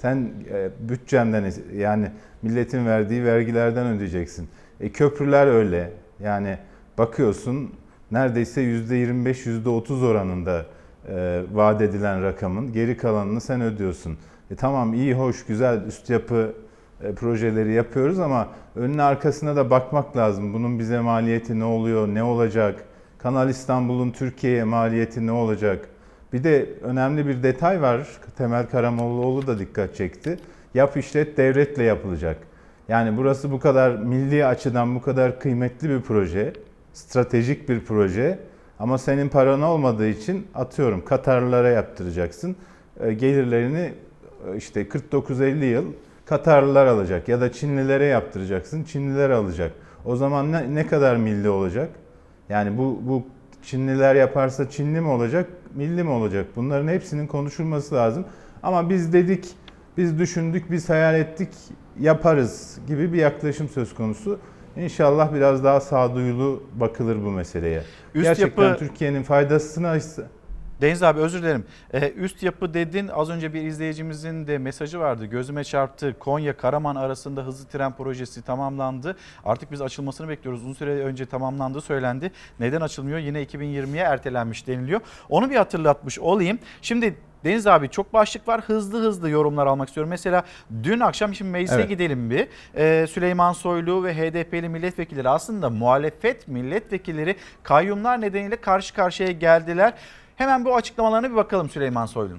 Sen bütçenden, yani milletin verdiği vergilerden ödeyeceksin. Köprüler öyle. Yani bakıyorsun neredeyse %25, %30 oranında vaat edilen rakamın geri kalanını sen ödüyorsun. Tamam, iyi, hoş, güzel üst yapı projeleri yapıyoruz ama önüne arkasına da bakmak lazım. Bunun bize maliyeti ne oluyor, ne olacak? Kanal İstanbul'un Türkiye'ye maliyeti ne olacak? Bir de önemli bir detay var. Temel Karamollaoğlu da dikkat çekti. Yap işlet devletle yapılacak. Yani burası bu kadar milli açıdan bu kadar kıymetli bir proje, stratejik bir proje. Ama senin paran olmadığı için atıyorum Katarlılara yaptıracaksın. Gelirlerini işte 49-50 yıl Katarlılar alacak ya da Çinlilere yaptıracaksın, Çinliler alacak. O zaman ne kadar milli olacak? Yani bu Çinliler yaparsa Çinli mi olacak, milli mi olacak? Bunların hepsinin konuşulması lazım. Ama biz dedik, biz düşündük, biz hayal ettik, yaparız gibi bir yaklaşım söz konusu. İnşallah biraz daha sağduyulu bakılır bu meseleye. Gerçekten Türkiye'nin faydasına... Deniz abi özür dilerim. Üst yapı dedin, az önce bir izleyicimizin de mesajı vardı. Gözüme çarptı. Konya-Karaman arasında hızlı tren projesi tamamlandı. Artık biz açılmasını bekliyoruz. Uzun süre önce tamamlandığı söylendi. Neden açılmıyor? Yine 2020'ye ertelenmiş deniliyor. Onu bir hatırlatmış olayım. Şimdi Deniz abi çok başlık var. Hızlı yorumlar almak istiyorum. Mesela dün akşam, şimdi meclise gidelim bir. Süleyman Soylu ve HDP'li milletvekilleri, aslında muhalefet milletvekilleri kayyumlar nedeniyle karşı karşıya geldiler. Hemen bu açıklamalarına bir bakalım Süleyman Soylu'nun.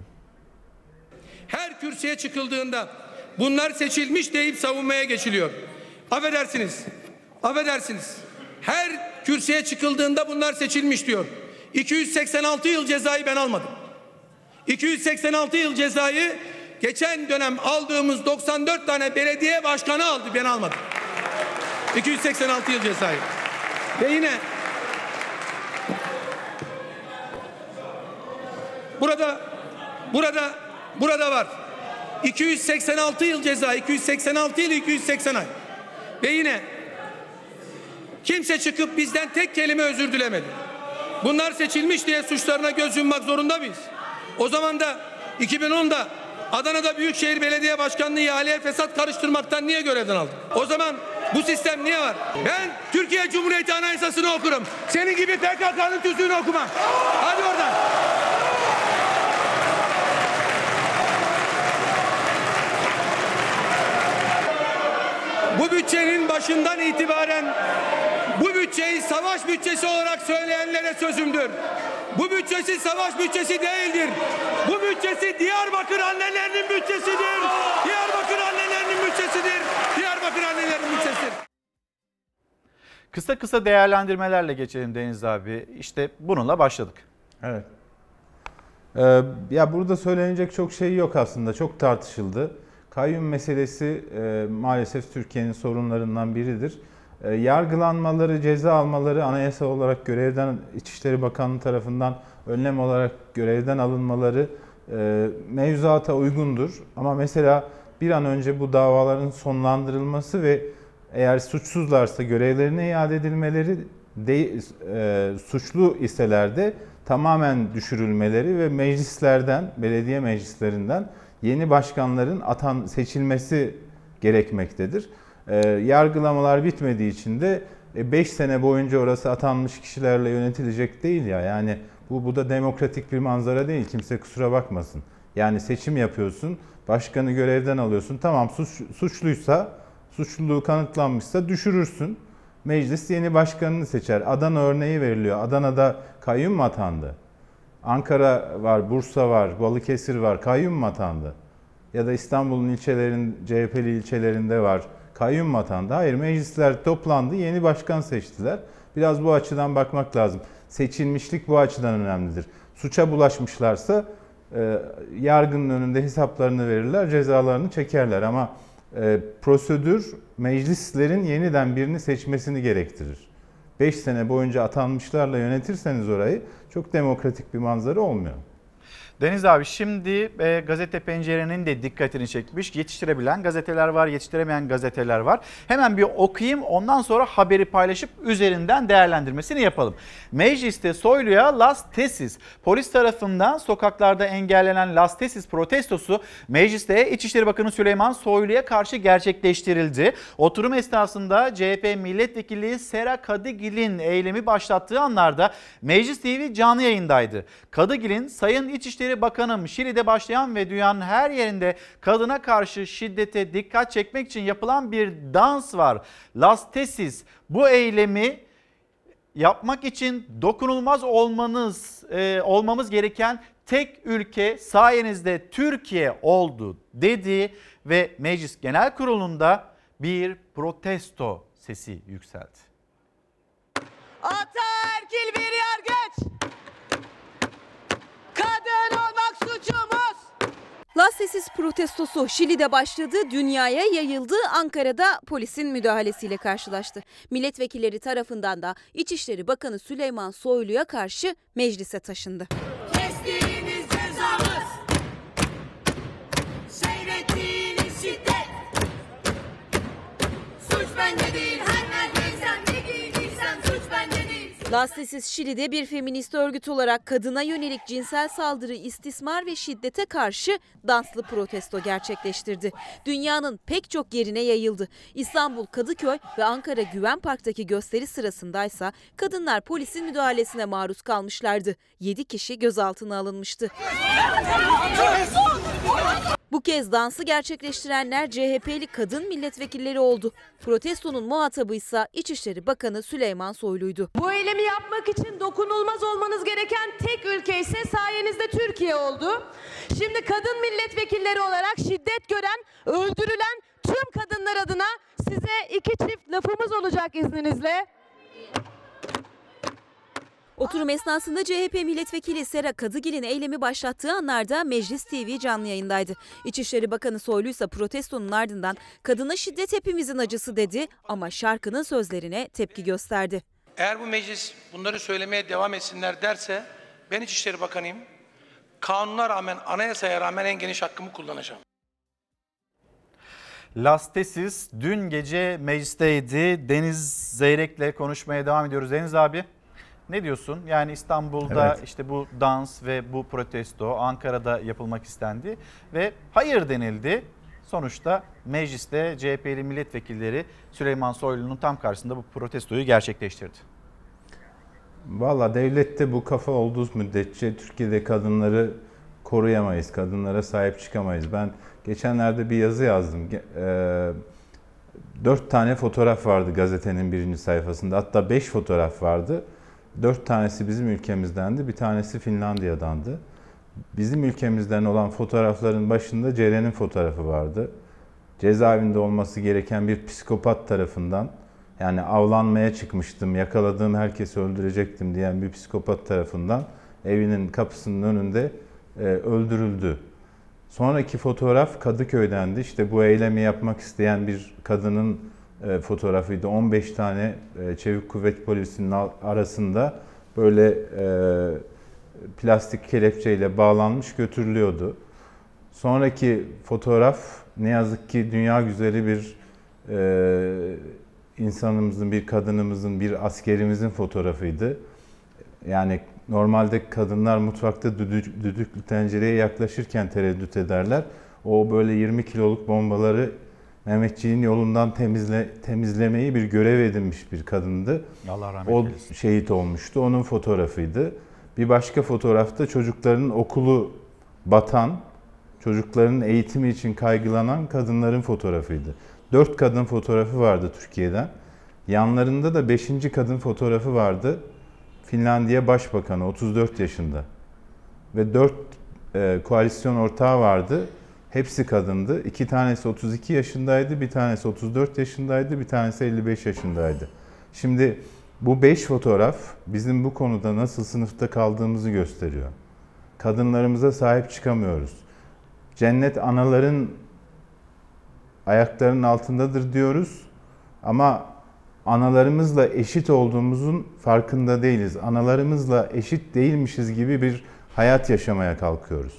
Her kürsüye çıkıldığında bunlar seçilmiş deyip savunmaya geçiliyor. Affedersiniz. Her kürsüye çıkıldığında bunlar seçilmiş diyor. 286 yıl cezayı ben almadım. 286 yıl cezayı geçen dönem aldığımız 94 tane belediye başkanı aldı, ben almadım. 286 yıl cezayı. Ve yine burada var. 286 yıl ceza, 286 yıl 280 ay. Ve yine kimse çıkıp bizden tek kelime özür dilemedi. Bunlar seçilmiş diye suçlarına göz yummak zorunda mıyız? O zaman da 2010'da Adana'da Büyükşehir Belediye Başkanlığı ihaleye fesat karıştırmaktan niye görevden aldı? O zaman bu sistem niye var? Ben Türkiye Cumhuriyeti Anayasası'nı okurum. Senin gibi PKK'nın tüzüğünü okumam. Hadi oradan. Bu bütçenin başından itibaren bu bütçeyi savaş bütçesi olarak söyleyenlere sözümdür. Bu bütçesi savaş bütçesi değildir. Bu bütçesi Diyarbakır annelerinin bütçesidir. Diyarbakır annelerinin bütçesidir. Diyarbakır annelerinin bütçesidir. Kısa değerlendirmelerle geçelim Deniz abi. İşte bununla başladık. Evet. Ya burada söylenecek çok şey yok aslında. Çok tartışıldı. Kayyum meselesi maalesef Türkiye'nin sorunlarından biridir. Yargılanmaları, ceza almaları, anayasal olarak görevden, İçişleri Bakanlığı tarafından önlem olarak görevden alınmaları mevzuata uygundur. Ama mesela bir an önce bu davaların sonlandırılması ve eğer suçsuzlarsa görevlerine iade edilmeleri, suçlu iseler de tamamen düşürülmeleri ve meclislerden, belediye meclislerinden yeni başkanların seçilmesi gerekmektedir. Yargılamalar bitmediği için de 5 sene boyunca orası atanmış kişilerle yönetilecek değil ya. Yani bu da demokratik bir manzara değil. Kimse kusura bakmasın. Yani seçim yapıyorsun, başkanı görevden alıyorsun. Tamam, suçluysa, suçluluğu kanıtlanmışsa düşürürsün. Meclis yeni başkanını seçer. Adana örneği veriliyor. Adana'da kayyum mu atandı? Ankara var, Bursa var, Balıkesir var. Kayyum mu atandı? Ya da İstanbul'un CHP'li ilçelerinde var. Kayyum mu atandı? Hayır, meclisler toplandı, yeni başkan seçtiler. Biraz bu açıdan bakmak lazım. Seçilmişlik bu açıdan önemlidir. Suça bulaşmışlarsa yargının önünde hesaplarını verirler, cezalarını çekerler. Ama prosedür meclislerin yeniden birini seçmesini gerektirir. 5 sene boyunca atanmışlarla yönetirseniz orayı çok demokratik bir manzara olmuyor. Deniz abi şimdi gazete pencerenin de dikkatini çekmiş. Yetiştirebilen gazeteler var, yetiştiremeyen gazeteler var. Hemen bir okuyayım, ondan sonra haberi paylaşıp üzerinden değerlendirmesini yapalım. Mecliste Soylu'ya Las Tesis. Polis tarafından sokaklarda engellenen Las Tesis protestosu mecliste İçişleri Bakanı Süleyman Soylu'ya karşı gerçekleştirildi. Oturum esnasında CHP milletvekili Sera Kadıgil'in eylemi başlattığı anlarda Meclis TV canlı yayındaydı. Kadıgil'in Sayın İçişleri Bakanım Şili'de başlayan ve dünyanın her yerinde kadına karşı şiddete dikkat çekmek için yapılan bir dans var. Las Tesis. Bu eylemi yapmak için dokunulmaz olmamız gereken tek ülke sayenizde Türkiye oldu dedi ve Meclis Genel Kurulu'nda bir protesto sesi yükseldi. Ataerkil bir yargıç. Kadın olmak suçumuz. Las Tesis protestosu Şili'de başladı, dünyaya yayıldı, Ankara'da polisin müdahalesiyle karşılaştı. Milletvekilleri tarafından da İçişleri Bakanı Süleyman Soylu'ya karşı meclise taşındı. Kestiğiniz cezamız. Seyrettiğiniz şiddet. Suç bende değil, her neredeysen ne giydiysen suç bende değil. Las Tesis Şili'de bir feminist örgüt olarak kadına yönelik cinsel saldırı, istismar ve şiddete karşı danslı protesto gerçekleştirdi. Dünyanın pek çok yerine yayıldı. İstanbul, Kadıköy ve Ankara Güven Park'taki gösteri sırasındaysa kadınlar polisin müdahalesine maruz kalmışlardı. 7 kişi gözaltına alınmıştı. Bu kez dansı gerçekleştirenler CHP'li kadın milletvekilleri oldu. Protestonun muhatabı ise İçişleri Bakanı Süleyman Soylu'ydu. Bu eylemi yapmak için dokunulmaz olmanız gereken tek ülke ise sayenizde Türkiye oldu. Şimdi kadın milletvekilleri olarak şiddet gören, öldürülen tüm kadınlar adına size 2 çift lafımız olacak izninizle. Oturum esnasında CHP milletvekili Sera Kadıgil'in eylemi başlattığı anlarda Meclis TV canlı yayındaydı. İçişleri Bakanı Soylu ise protestonun ardından kadına şiddet hepimizin acısı dedi ama şarkının sözlerine tepki gösterdi. Eğer bu meclis bunları söylemeye devam etsinler derse ben İçişleri Bakanıyım. Kanuna rağmen, anayasaya rağmen en geniş hakkımı kullanacağım. Las Tesis dün gece meclisteydi. Deniz Zeyrek'le konuşmaya devam ediyoruz. Deniz abi, ne diyorsun? Yani İstanbul'da Evet. işte bu dans ve bu protesto Ankara'da yapılmak istendi ve hayır denildi. Sonuçta mecliste CHP'li milletvekilleri Süleyman Soylu'nun tam karşısında bu protestoyu gerçekleştirdi. Valla devlette bu kafa olduğu müddetçe Türkiye'de kadınları koruyamayız, kadınlara sahip çıkamayız. Ben geçenlerde bir yazı yazdım. 4 tane fotoğraf vardı gazetenin birinci sayfasında. Hatta 5 fotoğraf vardı. 4 tanesi bizim ülkemizdendi, bir tanesi Finlandiya'dandı. Bizim ülkemizden olan fotoğrafların başında Ceren'in fotoğrafı vardı. Cezaevinde olması gereken bir psikopat tarafından, yani avlanmaya çıkmıştım, yakaladığım herkesi öldürecektim diyen bir psikopat tarafından evinin kapısının önünde öldürüldü. Sonraki fotoğraf Kadıköy'dendi. İşte bu eylemi yapmak isteyen bir kadının fotoğrafıydı. 15 tane Çevik Kuvvet Polisi'nin arasında böyle plastik kelepçeyle bağlanmış götürülüyordu. Sonraki fotoğraf ne yazık ki dünya güzeli bir insanımızın, bir kadınımızın, bir askerimizin fotoğrafıydı. Yani normalde kadınlar mutfakta düdüklü tencereye yaklaşırken tereddüt ederler. O böyle 20 kiloluk bombaları Mehmetçiğin yolundan temizlemeyi bir görev edinmiş bir kadındı. Allah rahmet eylesin. O şehit olmuştu. Onun fotoğrafıydı. Bir başka fotoğrafta çocukların okulu batan, çocukların eğitimi için kaygılanan kadınların fotoğrafıydı. 4 kadın fotoğrafı vardı Türkiye'den. Yanlarında da 5. kadın fotoğrafı vardı. Finlandiya Başbakanı 34 yaşında. Ve 4 koalisyon ortağı vardı. Hepsi kadındı. 2 tanesi 32 yaşındaydı, bir tanesi 34 yaşındaydı, bir tanesi 55 yaşındaydı. Şimdi bu 5 fotoğraf bizim bu konuda nasıl sınıfta kaldığımızı gösteriyor. Kadınlarımıza sahip çıkamıyoruz. Cennet anaların ayaklarının altındadır diyoruz ama analarımızla eşit olduğumuzun farkında değiliz. Analarımızla eşit değilmişiz gibi bir hayat yaşamaya kalkıyoruz.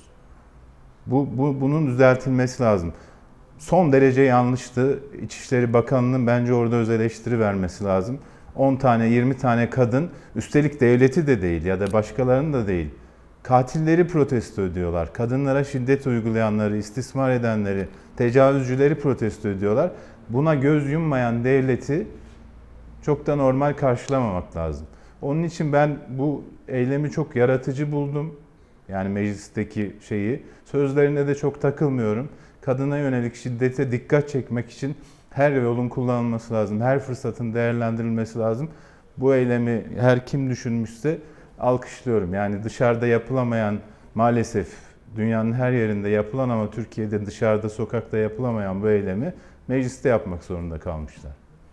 Bunun düzeltilmesi lazım. Son derece yanlıştı. İçişleri Bakanı'nın bence orada öz eleştiri vermesi lazım. 10 tane 20 tane kadın, üstelik devleti de değil ya da başkalarını da değil, katilleri protesto ediyorlar. Kadınlara şiddet uygulayanları, istismar edenleri, tecavüzcüleri protesto ediyorlar. Buna göz yummayan devleti çok da normal karşılamamak lazım. Onun için ben bu eylemi çok yaratıcı buldum. Yani meclisteki şeyi. Sözlerine de çok takılmıyorum. Kadına yönelik şiddete dikkat çekmek için her yolun kullanılması lazım. Her fırsatın değerlendirilmesi lazım. Bu eylemi her kim düşünmüşse alkışlıyorum. Yani dışarıda yapılamayan, maalesef dünyanın her yerinde yapılan ama Türkiye'de dışarıda, sokakta yapılamayan bu eylemi mecliste yapmak zorunda kalmışlar.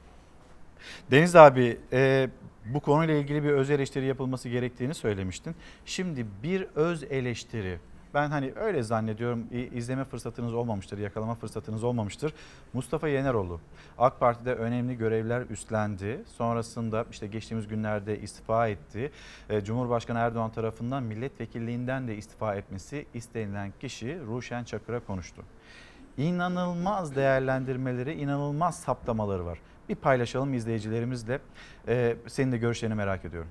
Deniz abi, bu konuyla ilgili bir öz eleştiri yapılması gerektiğini söylemiştin. Şimdi bir öz eleştiri, ben hani öyle zannediyorum, izleme fırsatınız olmamıştır, yakalama fırsatınız olmamıştır. Mustafa Yeneroğlu AK Parti'de önemli görevler üstlendi. Sonrasında işte geçtiğimiz günlerde istifa etti. Cumhurbaşkanı Erdoğan tarafından milletvekilliğinden de istifa etmesi istenilen kişi Ruşen Çakır'a konuştu. İnanılmaz değerlendirmeleri, inanılmaz saptamaları var. Bir paylaşalım izleyicilerimizle. Senin de görüşlerini merak ediyorum.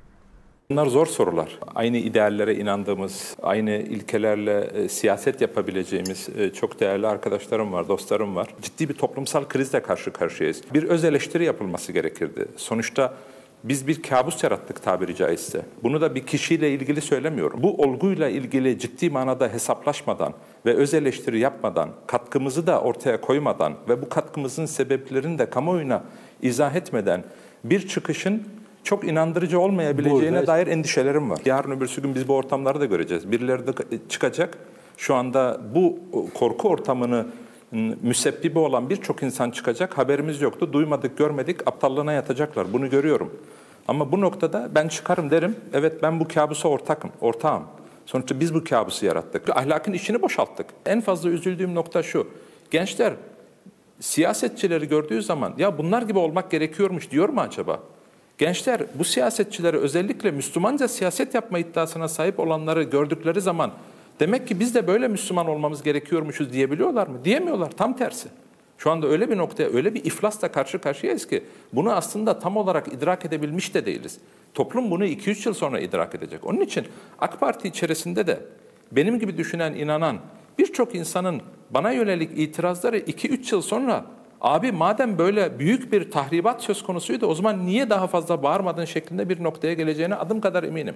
Bunlar zor sorular. Aynı ideallere inandığımız, aynı ilkelerle siyaset yapabileceğimiz çok değerli arkadaşlarım var, dostlarım var. Ciddi bir toplumsal krizle karşı karşıyayız. Bir öz eleştiri yapılması gerekirdi. Sonuçta biz bir kabus yarattık tabiri caizse. Bunu da bir kişiyle ilgili söylemiyorum. Bu olguyla ilgili ciddi manada hesaplaşmadan ve öz eleştiri yapmadan, katkımızı da ortaya koymadan ve bu katkımızın sebeplerini de kamuoyuna izah etmeden bir çıkışın çok inandırıcı olmayabileceğine dair endişelerim var. Yarın öbürsü gün biz bu ortamları da göreceğiz. Birileri de çıkacak. Şu anda bu korku ortamını müsebbibi olan birçok insan çıkacak. Haberimiz yoktu, duymadık, görmedik, aptallığına yatacaklar. Bunu görüyorum. Ama bu noktada ben çıkarım derim. Evet, ben bu kabusa ortağım. Sonuçta biz bu kabusu yarattık. Ahlakın içini boşalttık. En fazla üzüldüğüm nokta şu. Gençler siyasetçileri gördüğü zaman ya bunlar gibi olmak gerekiyormuş diyor mu acaba? Gençler bu siyasetçileri, özellikle Müslümanca siyaset yapma iddiasına sahip olanları gördükleri zaman demek ki biz de böyle Müslüman olmamız gerekiyormuşuz diyebiliyorlar mı? Diyemiyorlar, tam tersi. Şu anda öyle bir noktaya, öyle bir iflasla karşı karşıyayız ki bunu aslında tam olarak idrak edebilmiş de değiliz. Toplum bunu 2-3 yıl sonra idrak edecek. Onun için AK Parti içerisinde de benim gibi düşünen, inanan birçok insanın bana yönelik itirazları 2-3 yıl sonra abi madem böyle büyük bir tahribat söz konusuydu o zaman niye daha fazla bağırmadın şeklinde bir noktaya geleceğine adım kadar eminim.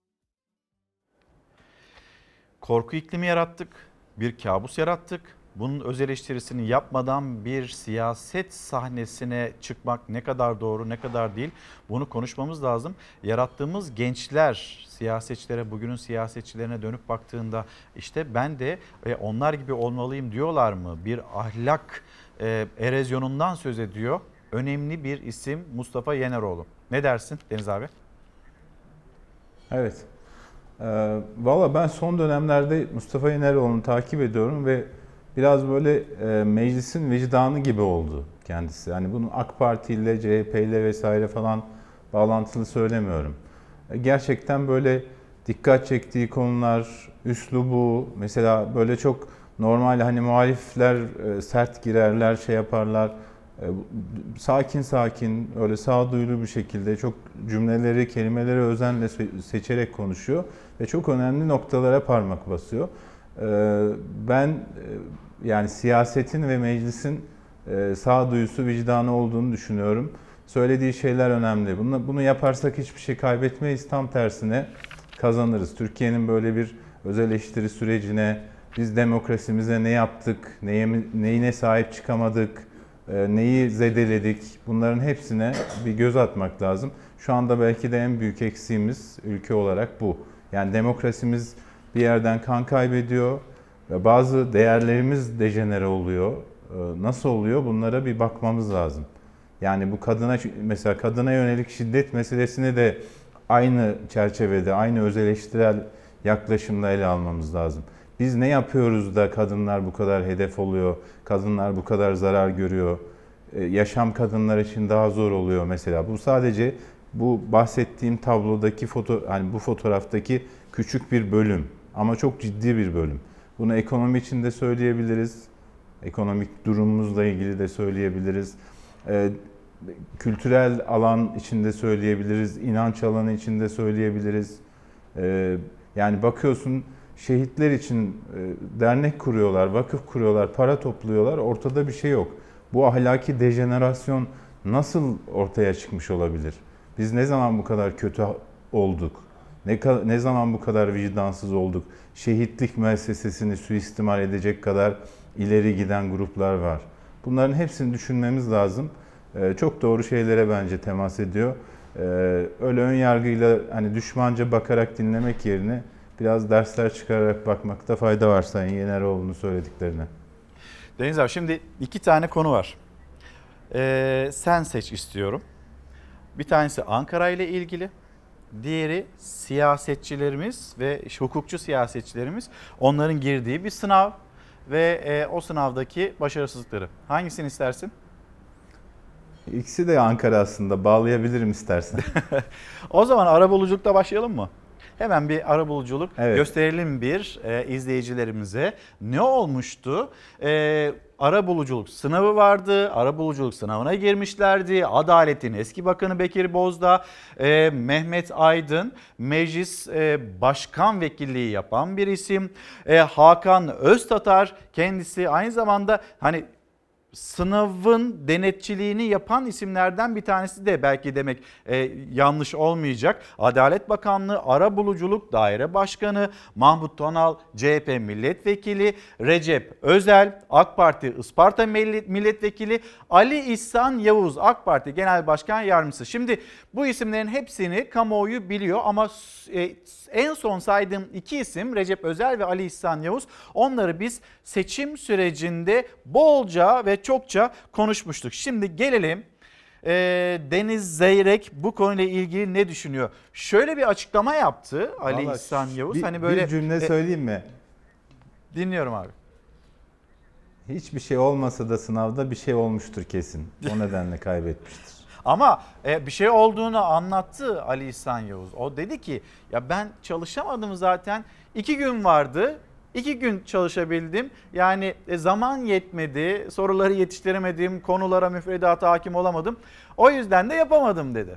Korku iklimi yarattık, bir kabus yarattık. Bunun öz eleştirisini yapmadan bir siyaset sahnesine çıkmak ne kadar doğru, ne kadar değil, bunu konuşmamız lazım. Yarattığımız gençler, siyasetçilere, bugünün siyasetçilerine dönüp baktığında işte ben de onlar gibi olmalıyım diyorlar mı? Bir ahlak erozyonundan söz ediyor. Önemli bir isim Mustafa Yeneroğlu. Ne dersin Deniz abi? Evet. Valla ben son dönemlerde Mustafa Yeneroğlu'nu takip ediyorum ve biraz böyle meclisin vicdanı gibi oldu kendisi. Yani bunu AK Parti ile, CHP ile vesaire falan bağlantılı söylemiyorum. Gerçekten böyle dikkat çektiği konular, üslubu, mesela böyle çok normal, hani muhalifler sert girerler, şey yaparlar. Sakin sakin, öyle sağduyulu bir şekilde çok cümleleri, kelimeleri özenle seçerek konuşuyor ve çok önemli noktalara parmak basıyor. Ben yani siyasetin ve meclisin sağduyusu, vicdanı olduğunu düşünüyorum. Söylediği şeyler önemli. Bunu yaparsak hiçbir şey kaybetmeyiz. Tam tersine kazanırız. Türkiye'nin böyle bir öz eleştiri sürecine, biz demokrasimize ne yaptık, neyine sahip çıkamadık, neyi zedeledik, bunların hepsine bir göz atmak lazım. Şu anda belki de en büyük eksiğimiz ülke olarak bu. Yani demokrasimiz bir yerden kan kaybediyor ve bazı değerlerimiz dejenere oluyor. Nasıl oluyor? Bunlara bir bakmamız lazım. Yani bu mesela kadına yönelik şiddet meselesini de aynı çerçevede, aynı öz eleştirel yaklaşımla ele almamız lazım. Biz ne yapıyoruz da kadınlar bu kadar hedef oluyor, kadınlar bu kadar zarar görüyor, yaşam kadınlar için daha zor oluyor mesela. Bu sadece bu bahsettiğim tablodaki bu fotoğraftaki küçük bir bölüm ama çok ciddi bir bölüm. Bunu ekonomi için de söyleyebiliriz. Ekonomik durumumuzla ilgili de söyleyebiliriz. Kültürel alan içinde söyleyebiliriz. İnanç alanı içinde söyleyebiliriz. Yani bakıyorsun şehitler için dernek kuruyorlar, vakıf kuruyorlar, para topluyorlar. Ortada bir şey yok. Bu ahlaki dejenerasyon nasıl ortaya çıkmış olabilir? Biz ne zaman bu kadar kötü olduk? Ne zaman bu kadar vicdansız olduk? Şehitlik müessesesini suistimal edecek kadar ileri giden gruplar var. Bunların hepsini düşünmemiz lazım. Çok doğru şeylere bence temas ediyor. Öyle ön yargıyla hani düşmanca bakarak dinlemek yerine biraz dersler çıkararak bakmakta fayda var Sayın Yeneroğlu'nun söylediklerine. Deniz abi şimdi 2 tane konu var. Sen seç istiyorum. Bir tanesi Ankara ile ilgili. Diğeri siyasetçilerimiz ve hukukçu siyasetçilerimiz, onların girdiği bir sınav ve o sınavdaki başarısızlıkları. Hangisini istersin? İkisi de Ankara aslında. Bağlayabilirim istersen. O zaman arabuluculukla başlayalım mı? Hemen bir arabuluculuk gösterelim izleyicilerimize. Ne olmuştu? Arabuluculuk sınavı vardı. Arabuluculuk sınavına girmişlerdi. Adalet'in eski bakanı Bekir Bozdağ, Mehmet Aydın, meclis başkan vekilliği yapan bir isim. Hakan Öztatar, kendisi aynı zamanda hani sınavın denetçiliğini yapan isimlerden bir tanesi de belki demek yanlış olmayacak. Adalet Bakanlığı Arabuluculuk Daire Başkanı Mahmut Tonal, CHP Milletvekili, Recep Özel, AK Parti Isparta Milletvekili, Ali İhsan Yavuz, AK Parti Genel Başkan Yardımcısı. Şimdi bu isimlerin hepsini kamuoyu biliyor ama en son saydığım 2 isim Recep Özel ve Ali İhsan Yavuz, onları biz seçim sürecinde bolca ve çokça konuşmuştuk. Şimdi gelelim Deniz Zeyrek bu konuyla ilgili ne düşünüyor? Şöyle bir açıklama yaptı Ali İhsan Yavuz. Hani böyle bir cümle söyleyeyim mi? Dinliyorum abi. Hiçbir şey olmasa da sınavda bir şey olmuştur kesin. O nedenle kaybetmiştir. Ama bir şey olduğunu anlattı Ali İhsan Yavuz. O dedi ki ya ben çalışamadım zaten. 2 gün vardı. 2 gün çalışabildim. Yani zaman yetmedi. Soruları yetiştiremedim. Konulara, müfredata hakim olamadım. O yüzden de yapamadım dedi.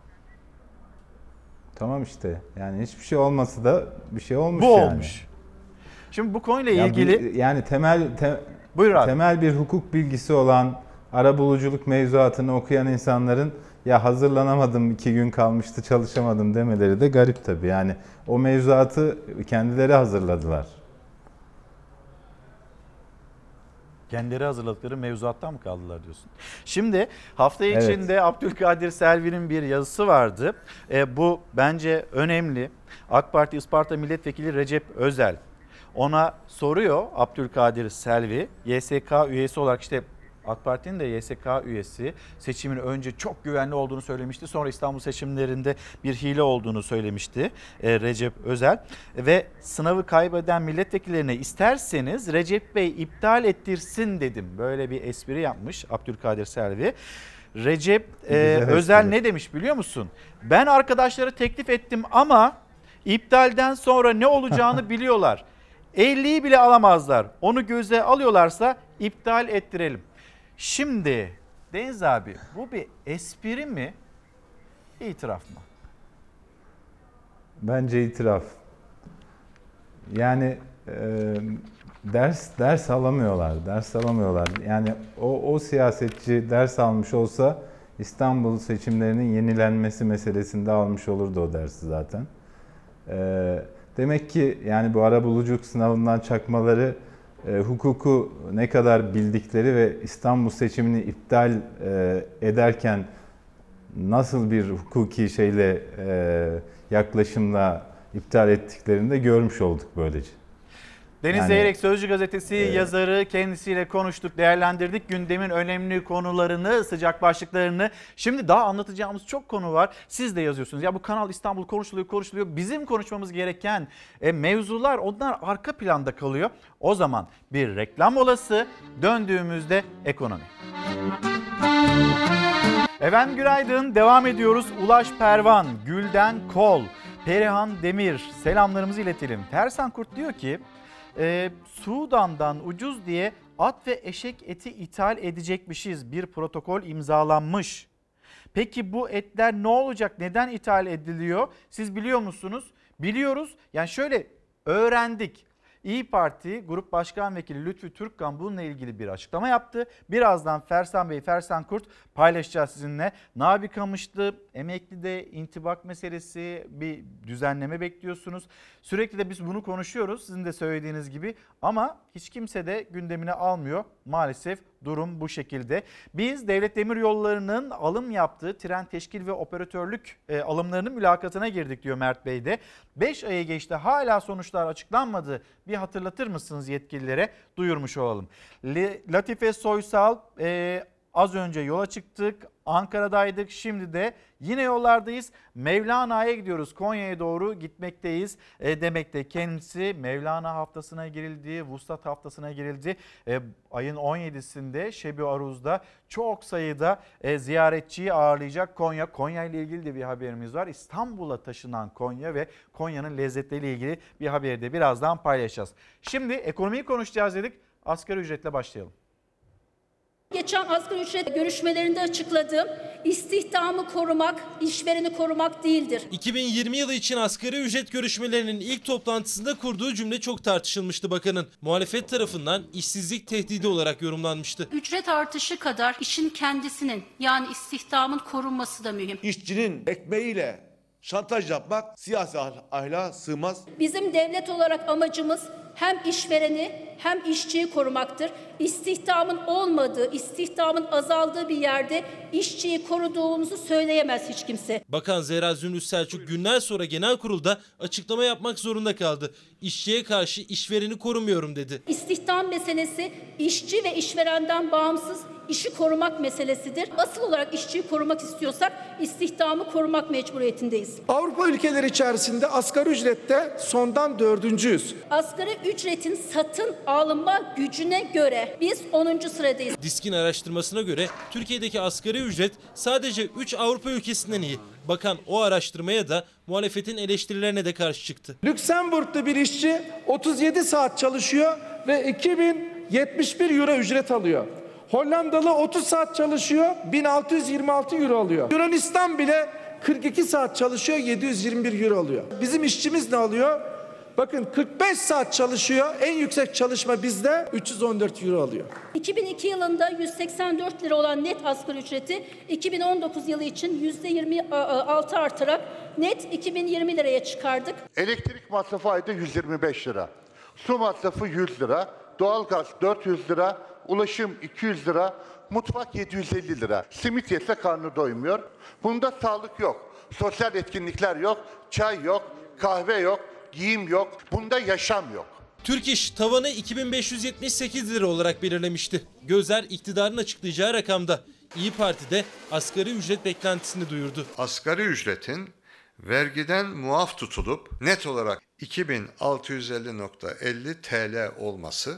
Tamam işte. Yani hiçbir şey olmasa da bir şey olmuş bu yani. Olmuş. Şimdi bu konuyla ilgili yani temel bir hukuk bilgisi olan arabuluculuk mevzuatını okuyan insanların ya hazırlanamadım 2 gün kalmıştı çalışamadım demeleri de garip tabii. Yani o mevzuatı kendileri hazırladılar. Kendileri hazırladıkları mevzuattan mı kaldılar diyorsun? Şimdi hafta içinde Abdülkadir Selvi'nin bir yazısı vardı. Bu bence önemli. AK Parti Isparta Milletvekili Recep Özel ona soruyor, Abdülkadir Selvi YSK üyesi olarak, işte AK Parti'nin de YSK üyesi, seçimin önce çok güvenli olduğunu söylemişti. Sonra İstanbul seçimlerinde bir hile olduğunu söylemişti Recep Özel. Ve sınavı kaybeden milletvekillerine isterseniz Recep Bey iptal ettirsin dedim. Böyle bir espri yapmış Abdülkadir Selvi. Recep Özel ne demiş biliyor musun? Ben arkadaşları teklif ettim ama iptalden sonra ne olacağını biliyorlar. 50'yi bile alamazlar. Onu göze alıyorlarsa iptal ettirelim. Şimdi Deniz abi, bu bir espri mi, itiraf mı? Bence itiraf. Yani ders alamıyorlar. Yani o siyasetçi ders almış olsa İstanbul seçimlerinin yenilenmesi meselesinde almış olurdu o dersi zaten. Demek ki yani bu arabuluculuk sınavından çakmaları hukuku ne kadar bildikleri ve İstanbul seçimini iptal ederken nasıl bir hukuki yaklaşımla iptal ettiklerini de görmüş olduk böylece. Deniz Zeyrek Sözcü Gazetesi yazarı, kendisiyle konuştuk, değerlendirdik gündemin önemli konularını, sıcak başlıklarını. Şimdi daha anlatacağımız çok konu var. Siz de yazıyorsunuz. Ya bu Kanal İstanbul konuşuluyor. Bizim konuşmamız gereken mevzular, onlar arka planda kalıyor. O zaman bir reklam molası, döndüğümüzde ekonomi. Efendim günaydın, devam ediyoruz. Ulaş Pervan, Gülden Kol, Perihan Demir, selamlarımızı iletelim. Fersan Kurt diyor ki Sudan'dan ucuz diye at ve eşek eti ithal edecekmişiz. Bir protokol imzalanmış. Peki bu etler ne olacak? Neden ithal ediliyor? Siz biliyor musunuz? Biliyoruz. Yani şöyle öğrendik. İYİ Parti Grup Başkan Vekili Lütfü Türkkan bununla ilgili bir açıklama yaptı. Birazdan Fersan Bey, Fersan Kurt paylaşacağız sizinle. Nabi Kamışlı, emeklide intibak meselesi, bir düzenleme bekliyorsunuz. Sürekli de biz bunu konuşuyoruz sizin de söylediğiniz gibi ama hiç kimse de gündemine almıyor. Maalesef durum bu şekilde. Biz Devlet Demiryolları'nın alım yaptığı tren teşkil ve operatörlük alımlarının mülakatına girdik diyor Mert Bey de. 5 ayı geçti, hala sonuçlar açıklanmadı. Bir hatırlatır mısınız yetkililere? Duyurmuş olalım. Latife Soysal, az önce yola çıktık. Ankara'daydık. Şimdi de yine yollardayız. Mevlana'ya gidiyoruz. Konya'ya doğru gitmekteyiz demekte. Kendisi Mevlana haftasına girildi. Vuslat haftasına girildi. Ayın 17'sinde Şebi Aruz'da çok sayıda ziyaretçiyi ağırlayacak Konya. Konya ile ilgili de bir haberimiz var. İstanbul'a taşınan Konya ve Konya'nın lezzetleriyle ilgili bir haberi de birazdan paylaşacağız. Şimdi ekonomiyi konuşacağız dedik. Asgari ücretle başlayalım. Geçen asgari ücret görüşmelerinde açıkladığım istihdamı korumak, işvereni korumak değildir. 2020 yılı için asgari ücret görüşmelerinin ilk toplantısında kurduğu cümle çok tartışılmıştı bakanın. Muhalefet tarafından işsizlik tehdidi olarak yorumlanmıştı. Ücret artışı kadar işin kendisinin yani istihdamın korunması da mühim. İşçinin ekmeğiyle şantaj yapmak siyasi ahlaka sığmaz. Bizim devlet olarak amacımız hem işvereni hem işçiyi korumaktır. İstihdamın olmadığı, istihdamın azaldığı bir yerde işçiyi koruduğumuzu söyleyemez hiç kimse. Bakan Zehra Zümrüt Selçuk günler sonra genel kurulda açıklama yapmak zorunda kaldı. İşçiye karşı işvereni korumuyorum dedi. İstihdam meselesi işçi ve işverenden bağımsız işi korumak meselesidir. Asıl olarak işçiyi korumak istiyorsak istihdamı korumak mecburiyetindeyiz. Avrupa ülkeleri içerisinde asgari ücrette sondan 4.'yüz. Asgari ücretin satın alma gücüne göre biz 10. sıradayız. Disk'in araştırmasına göre Türkiye'deki asgari ücret sadece 3 Avrupa ülkesinden iyi. Bakan o araştırmaya da muhalefetin eleştirilerine de karşı çıktı. Lüksemburg'da bir işçi 37 saat çalışıyor ve 2071 euro ücret alıyor. Hollandalı 30 saat çalışıyor, 1626 euro alıyor. Yunanistan bile 42 saat çalışıyor, 721 euro alıyor. Bizim işçimiz ne alıyor? Bakın 45 saat çalışıyor, en yüksek çalışma bizde 314 euro alıyor. 2002 yılında 184 lira olan net asgari ücreti 2019 yılı için %26 artarak net 2020 liraya çıkardık. Elektrik masrafı ayda 125 lira, su masrafı 100 lira, doğalgaz 400 lira, ulaşım 200 lira, mutfak 750 lira. Simit yese karnı doymuyor. Bunda sağlık yok, sosyal etkinlikler yok, çay yok, kahve yok, giyim yok. Bunda yaşam yok. Türk İş tavanı 2578 lira olarak belirlemişti. Gözler iktidarın açıklayacağı rakamda. İYİ Parti de asgari ücret beklentisini duyurdu. Asgari ücretin vergiden muaf tutulup net olarak 2650.50 TL olması.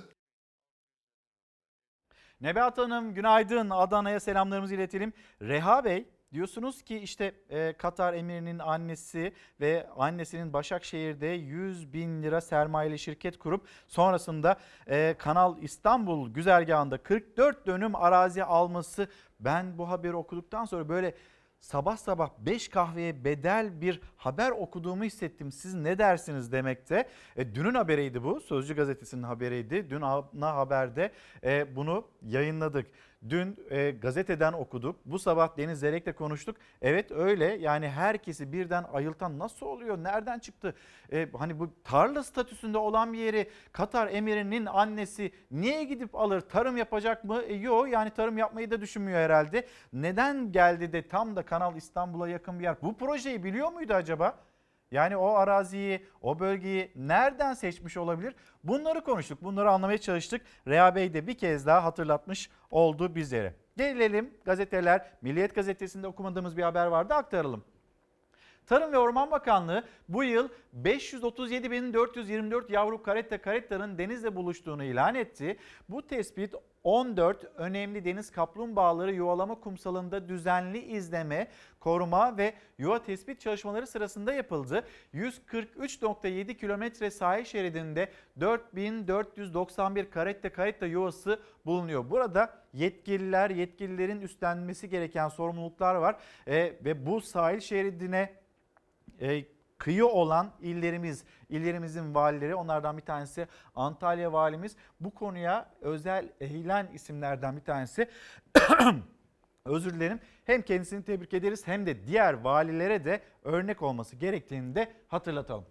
Nebahat Hanım günaydın. Adana'ya selamlarımızı iletelim. Reha Bey, diyorsunuz ki işte Katar emirinin annesi ve annesinin Başakşehir'de 100 bin lira sermayeli şirket kurup sonrasında Kanal İstanbul güzergahında 44 dönüm arazi alması. Ben bu haberi okuduktan sonra böyle sabah sabah 5 kahveye bedel bir haber okuduğumu hissettim. Siz ne dersiniz demekte. Dünün haberiydi bu. Sözcü gazetesinin haberiydi. Dün ana haberde bunu yayınladık. Dün gazeteden okuduk. Bu sabah Deniz Zerek'le konuştuk. Evet öyle, yani herkesi birden ayıltan nasıl oluyor? Nereden çıktı? Hani bu tarla statüsünde olan bir yeri Katar emirinin annesi niye gidip alır? Tarım yapacak mı? Yok, yani tarım yapmayı da düşünmüyor herhalde. Neden geldi de tam da Kanal İstanbul'a yakın bir yer? Bu projeyi biliyor muydu acaba? Yani o araziyi, o bölgeyi nereden seçmiş olabilir? Bunları konuştuk, bunları anlamaya çalıştık. Reha Bey de bir kez daha hatırlatmış oldu bizlere. Gelelim gazeteler. Milliyet Gazetesi'nde okumadığımız bir haber vardı, aktaralım. Tarım ve Orman Bakanlığı bu yıl 537.424 yavru karettanın denizle buluştuğunu ilan etti. Bu tespit 14 önemli deniz kaplumbağaları yuvalama kumsalında düzenli izleme, koruma ve yuva tespit çalışmaları sırasında yapıldı. 143.7 kilometre sahil şeridinde 4491 karetta yuvası bulunuyor. Burada yetkililerin üstlenmesi gereken sorumluluklar var ve bu sahil şeridine kıyı olan illerimizin valileri, onlardan bir tanesi Antalya valimiz, bu konuya özel eğilen isimlerden bir tanesi. Özür dilerim. Hem kendisini tebrik ederiz hem de diğer valilere de örnek olması gerektiğini de hatırlatalım.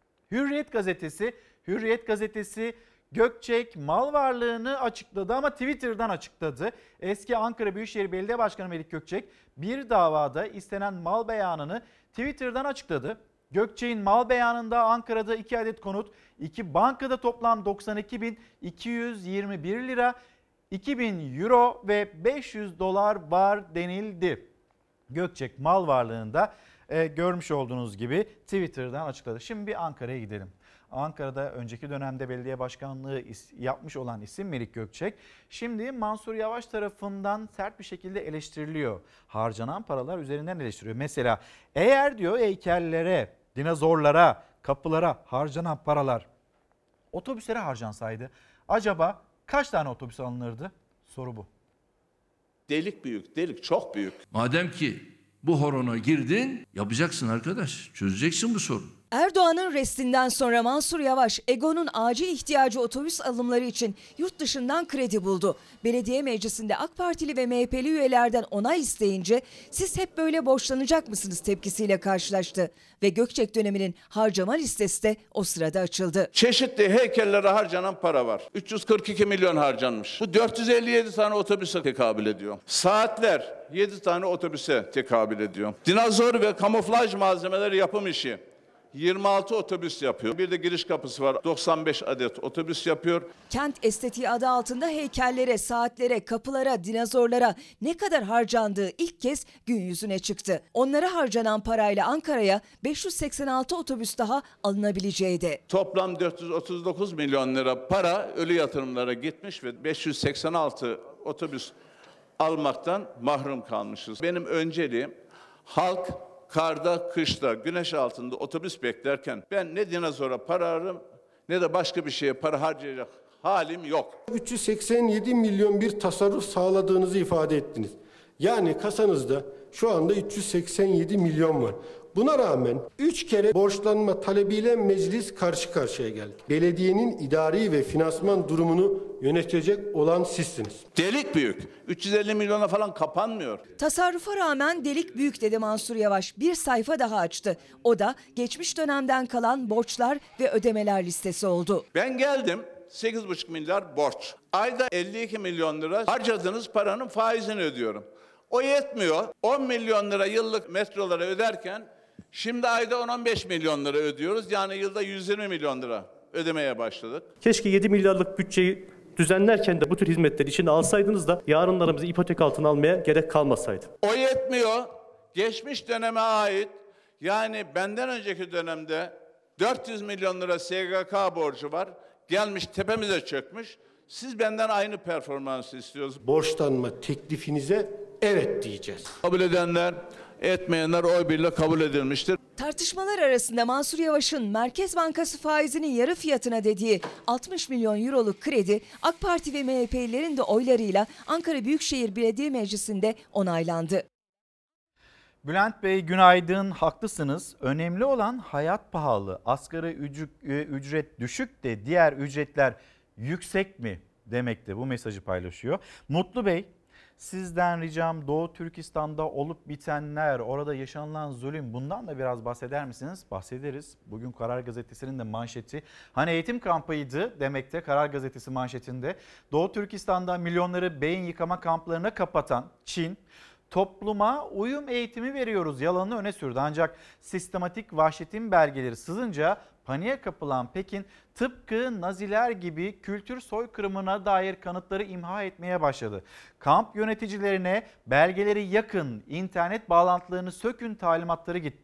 Hürriyet gazetesi Gökçek mal varlığını açıkladı ama Twitter'dan açıkladı. Eski Ankara Büyükşehir Belediye Başkanı Melik Gökçek bir davada istenen mal beyanını Twitter'dan açıkladı. Gökçek'in mal beyanında Ankara'da 2 adet konut, 2 bankada toplam 92.221 lira, 2.000 euro ve 500 dolar var denildi. Gökçek mal varlığında görmüş olduğunuz gibi Twitter'dan açıkladı. Şimdi bir Ankara'ya gidelim. Ankara'da önceki dönemde belediye başkanlığı yapmış olan isim Melik Gökçek. Şimdi Mansur Yavaş tarafından sert bir şekilde eleştiriliyor. Harcanan paralar üzerinden eleştiriyor. Mesela eğer diyor heykellere, dinozorlara, kapılara harcanan paralar otobüslere harcansaydı acaba kaç tane otobüs alınırdı? Soru bu. Delik büyük, delik çok büyük. Madem ki bu horona girdin, yapacaksın arkadaş. Çözeceksin bu sorunu. Erdoğan'ın restinden sonra Mansur Yavaş, EGO'nun acil ihtiyacı otobüs alımları için yurt dışından kredi buldu. Belediye meclisinde AK Partili ve MHP'li üyelerden onay isteyince siz hep böyle borçlanacak mısınız tepkisiyle karşılaştı. Ve Gökçek döneminin harcama listesi de o sırada açıldı. Çeşitli heykellere harcanan para var. 342 milyon harcanmış. Bu 457 tane otobüse tekabül ediyor. Saatler 7 tane otobüse tekabül ediyor. Dinozor ve kamuflaj malzemeleri yapım işi 26 otobüs yapıyor. Bir de giriş kapısı var. 95 adet otobüs yapıyor. Kent estetiği adı altında heykellere, saatlere, kapılara, dinozorlara ne kadar harcandığı ilk kez gün yüzüne çıktı. Onlara harcanan parayla Ankara'ya 586 otobüs daha alınabileceği de. Toplam 439 milyon lira para ölü yatırımlara gitmiş ve 586 otobüs almaktan mahrum kalmışız. Benim önceliğim halk karda, kışta, güneş altında otobüs beklerken ben ne dinozora para ararım ne de başka bir şeye para harcayacak halim yok. 387 milyon bir tasarruf sağladığınızı ifade ettiniz. Yani kasanızda şu anda 387 milyon var. Buna rağmen 3 kere borçlanma talebiyle meclis karşı karşıya geldi. Belediyenin idari ve finansman durumunu yönetecek olan sizsiniz. Delik büyük. 350 milyona falan kapanmıyor. Tasarrufa rağmen delik büyük dedi Mansur Yavaş. Bir sayfa daha açtı. O da geçmiş dönemden kalan borçlar ve ödemeler listesi oldu. Ben geldim 8,5 milyar borç. Ayda 52 milyon lira harcadığınız paranın faizini ödüyorum. O yetmiyor. 10 milyon lira yıllık metrolara öderken şimdi ayda 10-15 milyon lira ödüyoruz. Yani yılda 120 milyon lira ödemeye başladık. Keşke 7 milyarlık bütçeyi düzenlerken de bu tür hizmetleri içine alsaydınız da yarınlarımızı ipotek altına almaya gerek kalmasaydı. O yetmiyor. Geçmiş döneme ait yani benden önceki dönemde 400 milyon lira SGK borcu var. Gelmiş tepemize çökmüş. Siz benden aynı performansı istiyorsunuz. Borçlanma teklifinize evet diyeceğiz. Kabul edenler, etmeyenler oy birliğiyle kabul edilmiştir. Tartışmalar arasında Mansur Yavaş'ın Merkez Bankası faizinin yarı fiyatına dediği 60 milyon euroluk kredi AK Parti ve MHP'lilerin de oylarıyla Ankara Büyükşehir Belediye Meclisi'nde onaylandı. Bülent Bey günaydın, haklısınız. Önemli olan hayat pahalı. Asgari ücret düşük de diğer ücretler yüksek mi demekte, bu mesajı paylaşıyor. Mutlu Bey, sizden ricam Doğu Türkistan'da olup bitenler, orada yaşanılan zulüm, bundan da biraz bahseder misiniz? Bahsederiz. Bugün Karar Gazetesi'nin de manşeti. Hani eğitim kampıydı demekte Karar Gazetesi manşetinde. Doğu Türkistan'da milyonları beyin yıkama kamplarına kapatan Çin, topluma uyum eğitimi veriyoruz yalanını öne sürdü. Ancak sistematik vahşetin belgeleri sızınca paniğe kapılan Pekin tıpkı Naziler gibi kültür soykırımına dair kanıtları imha etmeye başladı. Kamp yöneticilerine belgeleri yakın, internet bağlantılarını sökün talimatları gitti.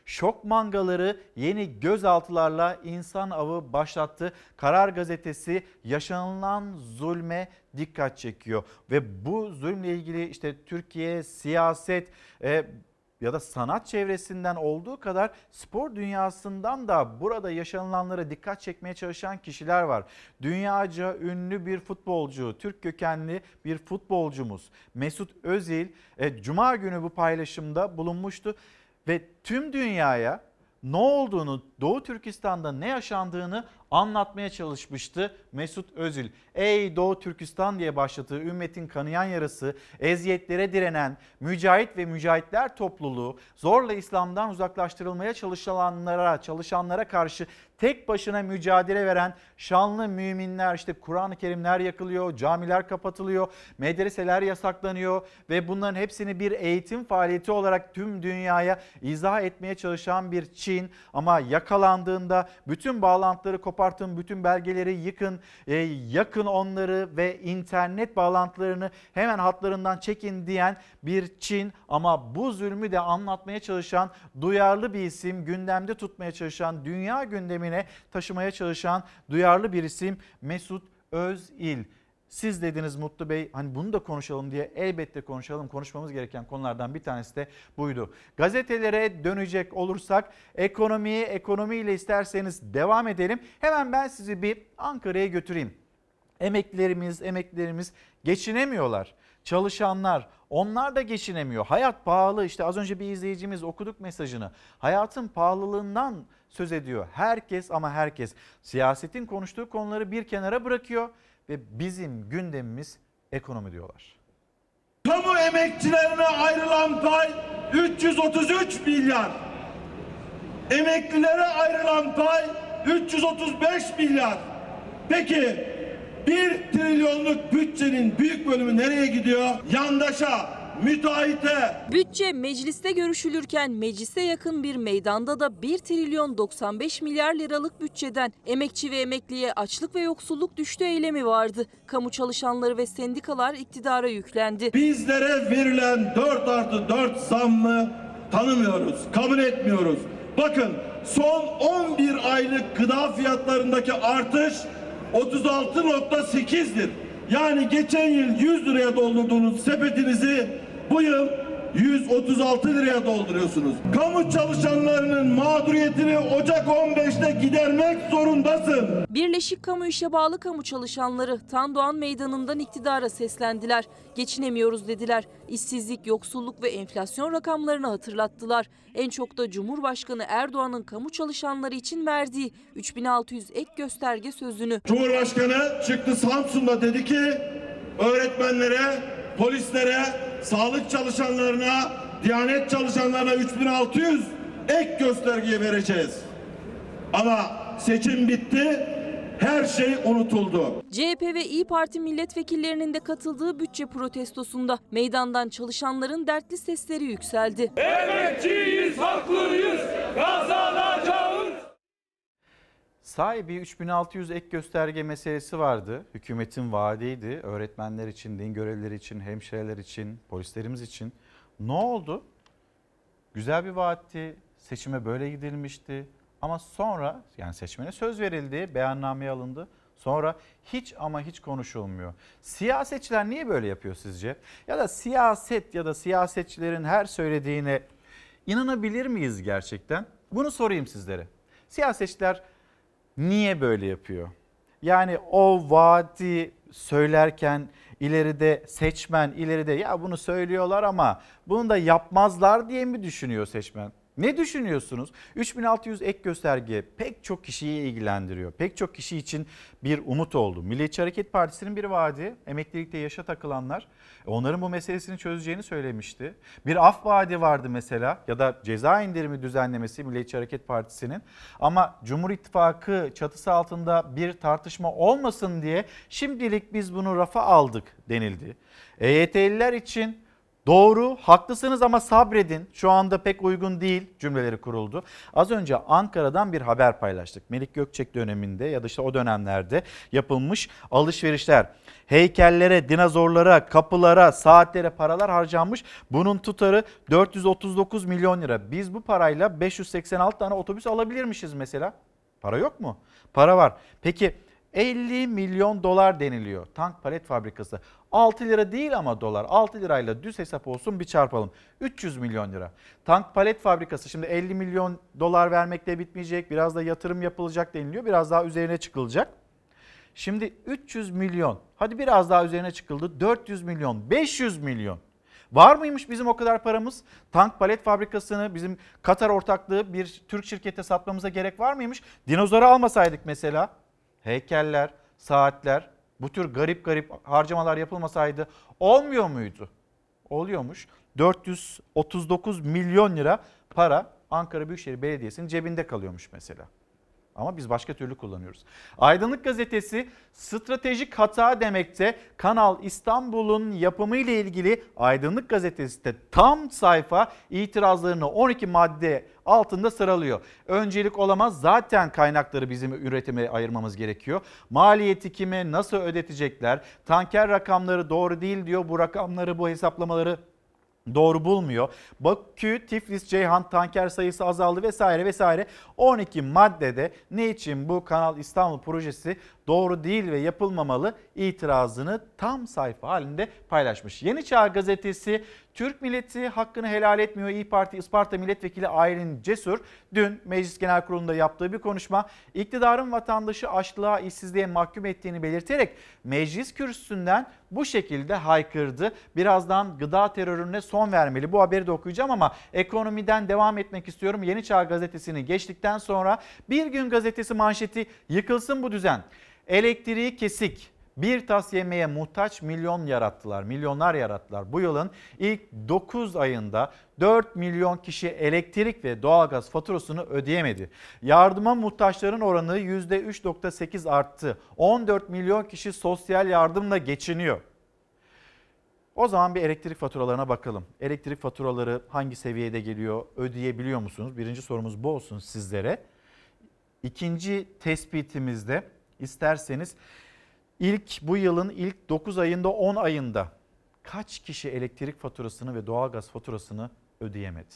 Şok mangaları yeni gözaltılarla insan avı başlattı. Karar Gazetesi yaşanılan zulme dikkat çekiyor ve bu zulmle ilgili işte Türkiye siyaset ya da sanat çevresinden olduğu kadar spor dünyasından da burada yaşanılanlara dikkat çekmeye çalışan kişiler var. Dünyaca ünlü bir futbolcu, Türk kökenli bir futbolcumuz Mesut Özil Cuma günü bu paylaşımda bulunmuştu ve tüm dünyaya ne olduğunu, Doğu Türkistan'da ne yaşandığını anlatmaya çalışmıştı Mesut Özil. Ey Doğu Türkistan diye başladığı ümmetin kanayan yarası, eziyetlere direnen mücahit ve mücahitler topluluğu, zorla İslam'dan uzaklaştırılmaya çalışanlara karşı tek başına mücadele veren şanlı müminler, işte Kur'an-ı Kerimler yakılıyor, camiler kapatılıyor, medreseler yasaklanıyor ve bunların hepsini bir eğitim faaliyeti olarak tüm dünyaya izah etmeye çalışan bir Çin, ama yakalandığında bütün bağlantıları kopartın, bütün belgeleri yıkın, yakın onları ve internet bağlantılarını hemen hatlarından çekin diyen bir Çin, ama bu zulmü de anlatmaya çalışan duyarlı bir isim, gündemde tutmaya çalışan, dünya gündemine taşımaya çalışan duyarlı bir isim Mesut Özil. Siz dediniz Mutlu Bey, hani bunu da konuşalım diye, elbette konuşalım. Konuşmamız gereken konulardan bir tanesi de buydu. Gazetelere dönecek olursak ekonomiyle isterseniz devam edelim. Hemen ben sizi bir Ankara'ya götüreyim. Emeklilerimiz geçinemiyorlar. Çalışanlar, onlar da geçinemiyor. Hayat pahalı. İşte az önce bir izleyicimiz okuduk mesajını. Hayatın pahalılığından söz ediyor. Herkes, ama herkes siyasetin konuştuğu konuları bir kenara bırakıyor ve bizim gündemimiz ekonomi diyorlar. Kamu emekçilerine ayrılan pay 333 milyar. Emeklilere ayrılan pay 335 milyar. Peki 1 trilyonluk bütçenin büyük bölümü nereye gidiyor? Yandaşa, müteahhite. Bütçe mecliste görüşülürken meclise yakın bir meydanda da 1 trilyon 95 milyar liralık bütçeden emekçi ve emekliye açlık ve yoksulluk düştü eylemi vardı. Kamu çalışanları ve sendikalar iktidara yüklendi. Bizlere verilen 4+4 zammı tanımıyoruz, kabul etmiyoruz. Bakın son 11 aylık gıda fiyatlarındaki artış 36.8'dir. Yani geçen yıl 100 liraya doldurduğunuz sepetinizi bu yıl 136 liraya dolduruyorsunuz. Kamu çalışanlarının mağduriyetini Ocak 15'te gidermek zorundasın. Birleşik Kamu İşe Bağlı Kamu Çalışanları Tandoğan Meydanı'ndan iktidara seslendiler. Geçinemiyoruz dediler. İşsizlik, yoksulluk ve enflasyon rakamlarını hatırlattılar. En çok da Cumhurbaşkanı Erdoğan'ın kamu çalışanları için verdiği 3600 ek gösterge sözünü. Cumhurbaşkanı çıktı Samsun'da dedi ki öğretmenlere, polislere, sağlık çalışanlarına, Diyanet çalışanlarına 3600 ek gösterge vereceğiz. Ama seçim bitti, her şey unutuldu. CHP ve İYİ Parti milletvekillerinin de katıldığı bütçe protestosunda meydandan çalışanların dertli sesleri yükseldi. Emekçiyiz, haklıyız, kazanacağız. Sahibi 3600 ek gösterge meselesi vardı. Hükümetin vaadiydi. Öğretmenler için, din görevlileri için, hemşireler için, polislerimiz için. Ne oldu? Güzel bir vaatti. Seçime böyle gidilmişti. Ama sonra, yani seçmene söz verildi, beyannameye alındı. Sonra hiç ama hiç konuşulmuyor. Siyasetçiler niye böyle yapıyor sizce? Ya da siyaset ya da siyasetçilerin her söylediğine inanabilir miyiz gerçekten? Bunu sorayım sizlere. Siyasetçiler niye böyle yapıyor? Yani o vaati söylerken ileride seçmen ya bunu söylüyorlar ama bunu da yapmazlar diye mi düşünüyor seçmen? Ne düşünüyorsunuz? 3600 ek gösterge pek çok kişiyi ilgilendiriyor. Pek çok kişi için bir umut oldu. Milliyetçi Hareket Partisi'nin bir vaadi, emeklilikte yaşa takılanlar, onların bu meselesini çözeceğini söylemişti. Bir af vaadi vardı mesela, ya da ceza indirimi düzenlemesi Milliyetçi Hareket Partisi'nin. Ama Cumhur İttifakı çatısı altında bir tartışma olmasın diye şimdilik biz bunu rafa aldık denildi. EYT'liler için Doğru, haklısınız ama sabredin. Şu anda pek uygun değil cümleleri kuruldu. Az önce Ankara'dan bir haber paylaştık. Melik Gökçek döneminde ya da işte o dönemlerde yapılmış alışverişler. Heykellere, dinozorlara, kapılara, saatlere paralar harcanmış. Bunun tutarı 439 milyon lira. Biz bu parayla 586 tane otobüs alabilirmişiz mesela. Para yok mu? Para var. Peki 50 milyon dolar deniliyor tank palet fabrikası. 6 lira değil ama dolar. 6 lirayla düz hesap olsun bir çarpalım. 300 milyon lira. Tank palet fabrikası şimdi 50 milyon dolar vermekle bitmeyecek. Biraz da yatırım yapılacak deniliyor. Biraz daha üzerine çıkılacak. Şimdi 300 milyon. Hadi biraz daha üzerine çıkıldı. 400 milyon, 500 milyon. Var mıymış bizim o kadar paramız? Tank palet fabrikasını bizim Katar ortaklığı bir Türk şirkete satmamıza gerek var mıymış? Dinozoru almasaydık mesela. Heykeller, saatler, bu tür garip harcamalar yapılmasaydı olmuyor muydu? Oluyormuş. 439 milyon lira para Ankara Büyükşehir Belediyesi'nin cebinde kalıyormuş mesela. Ama biz başka türlü kullanıyoruz. Aydınlık Gazetesi stratejik hata demekte. Kanal İstanbul'un yapımı ile ilgili Aydınlık Gazetesi de tam sayfa itirazlarını 12 madde altında sıralıyor. Öncelik olamaz, zaten kaynakları bizim üretime ayırmamız gerekiyor. Maliyeti kime nasıl ödetecekler? Tanker rakamları doğru değil diyor. Bu rakamları, bu hesaplamaları doğru bulmuyor. Bakü, Tiflis, Ceyhan tanker sayısı azaldı vesaire vesaire. 12 maddede ne için bu Kanal İstanbul projesi doğru değil ve yapılmamalı itirazını tam sayfa halinde paylaşmış. Yeni Çağ Gazetesi Türk milleti hakkını helal etmiyor. İYİ Parti Isparta Milletvekili Aylin Cesur dün Meclis Genel Kurulu'nda yaptığı bir konuşma iktidarın vatandaşı açlığa, işsizliğe mahkum ettiğini belirterek meclis kürsüsünden bu şekilde haykırdı. Birazdan gıda terörüne son vermeli. Bu haberi de okuyacağım ama ekonomiden devam etmek istiyorum. Yeni Çağ Gazetesi'ni geçtikten sonra Bir Gün Gazetesi manşeti yıkılsın bu düzen. Elektriği kesik. Bir tas yemeğe muhtaç milyonlar yarattılar. Bu yılın ilk 9 ayında 4 milyon kişi elektrik ve doğalgaz faturasını ödeyemedi. Yardıma muhtaçların oranı %3.8 arttı. 14 milyon kişi sosyal yardımla geçiniyor. O zaman bir elektrik faturalarına bakalım. Elektrik faturaları hangi seviyede geliyor, ödeyebiliyor musunuz? Birinci sorumuz bu olsun sizlere. İkinci tespitimizde isterseniz bu yılın ilk 9 ayında 10 ayında kaç kişi elektrik faturasını ve doğalgaz faturasını ödeyemedi?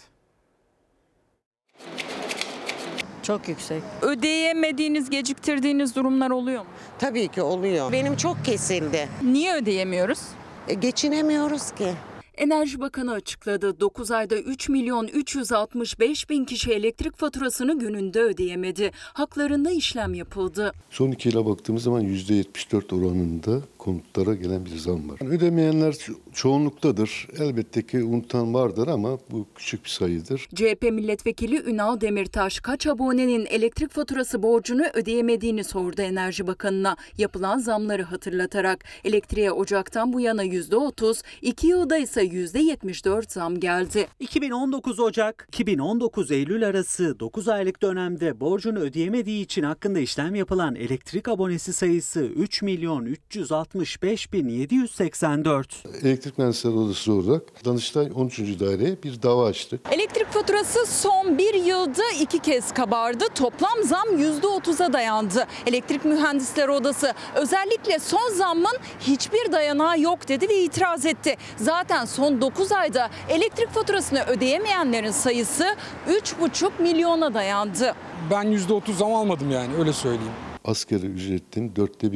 Çok yüksek. Ödeyemediğiniz, geciktirdiğiniz durumlar oluyor mu? Tabii ki oluyor. Benim çok kesildi. Niye ödeyemiyoruz? Geçinemiyoruz ki. Enerji Bakanı açıkladı. 9 ayda 3 milyon 365 bin kişi elektrik faturasını gününde ödeyemedi. Haklarında işlem yapıldı. Son 2 yıla baktığımız zaman %74 oranında konutlara gelen bir zam var. Ödemeyenler çoğunluktadır. Elbette ki unutan vardır ama bu küçük bir sayıdır. CHP milletvekili Ünal Demirtaş kaç abonenin elektrik faturası borcunu ödeyemediğini sordu Enerji Bakanı'na. Yapılan zamları hatırlatarak elektriğe Ocak'tan bu yana %30, 2 yılda ise %74 zam geldi. 2019 Ocak, 2019 Eylül arası 9 aylık dönemde borcunu ödeyemediği için hakkında işlem yapılan elektrik abonesi sayısı 3 milyon 365 bin 784. Elektrik Mühendisleri Odası olarak Danıştay 13. daireye bir dava açtık. Elektrik faturası son bir yılda 2 kez kabardı. Toplam zam %30'a dayandı. Elektrik Mühendisleri Odası özellikle son zammın hiçbir dayanağı yok dedi ve itiraz etti. Zaten son 9 ayda elektrik faturasını ödeyemeyenlerin sayısı 3,5 milyona dayandı. Ben %30 zam almadım yani öyle söyleyeyim. Asgari ücretin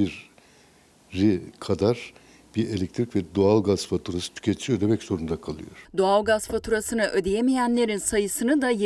1/4 kadar bir elektrik ve doğalgaz faturası tüketici ödemek zorunda kalıyor. Doğalgaz faturasını ödeyemeyenlerin sayısını da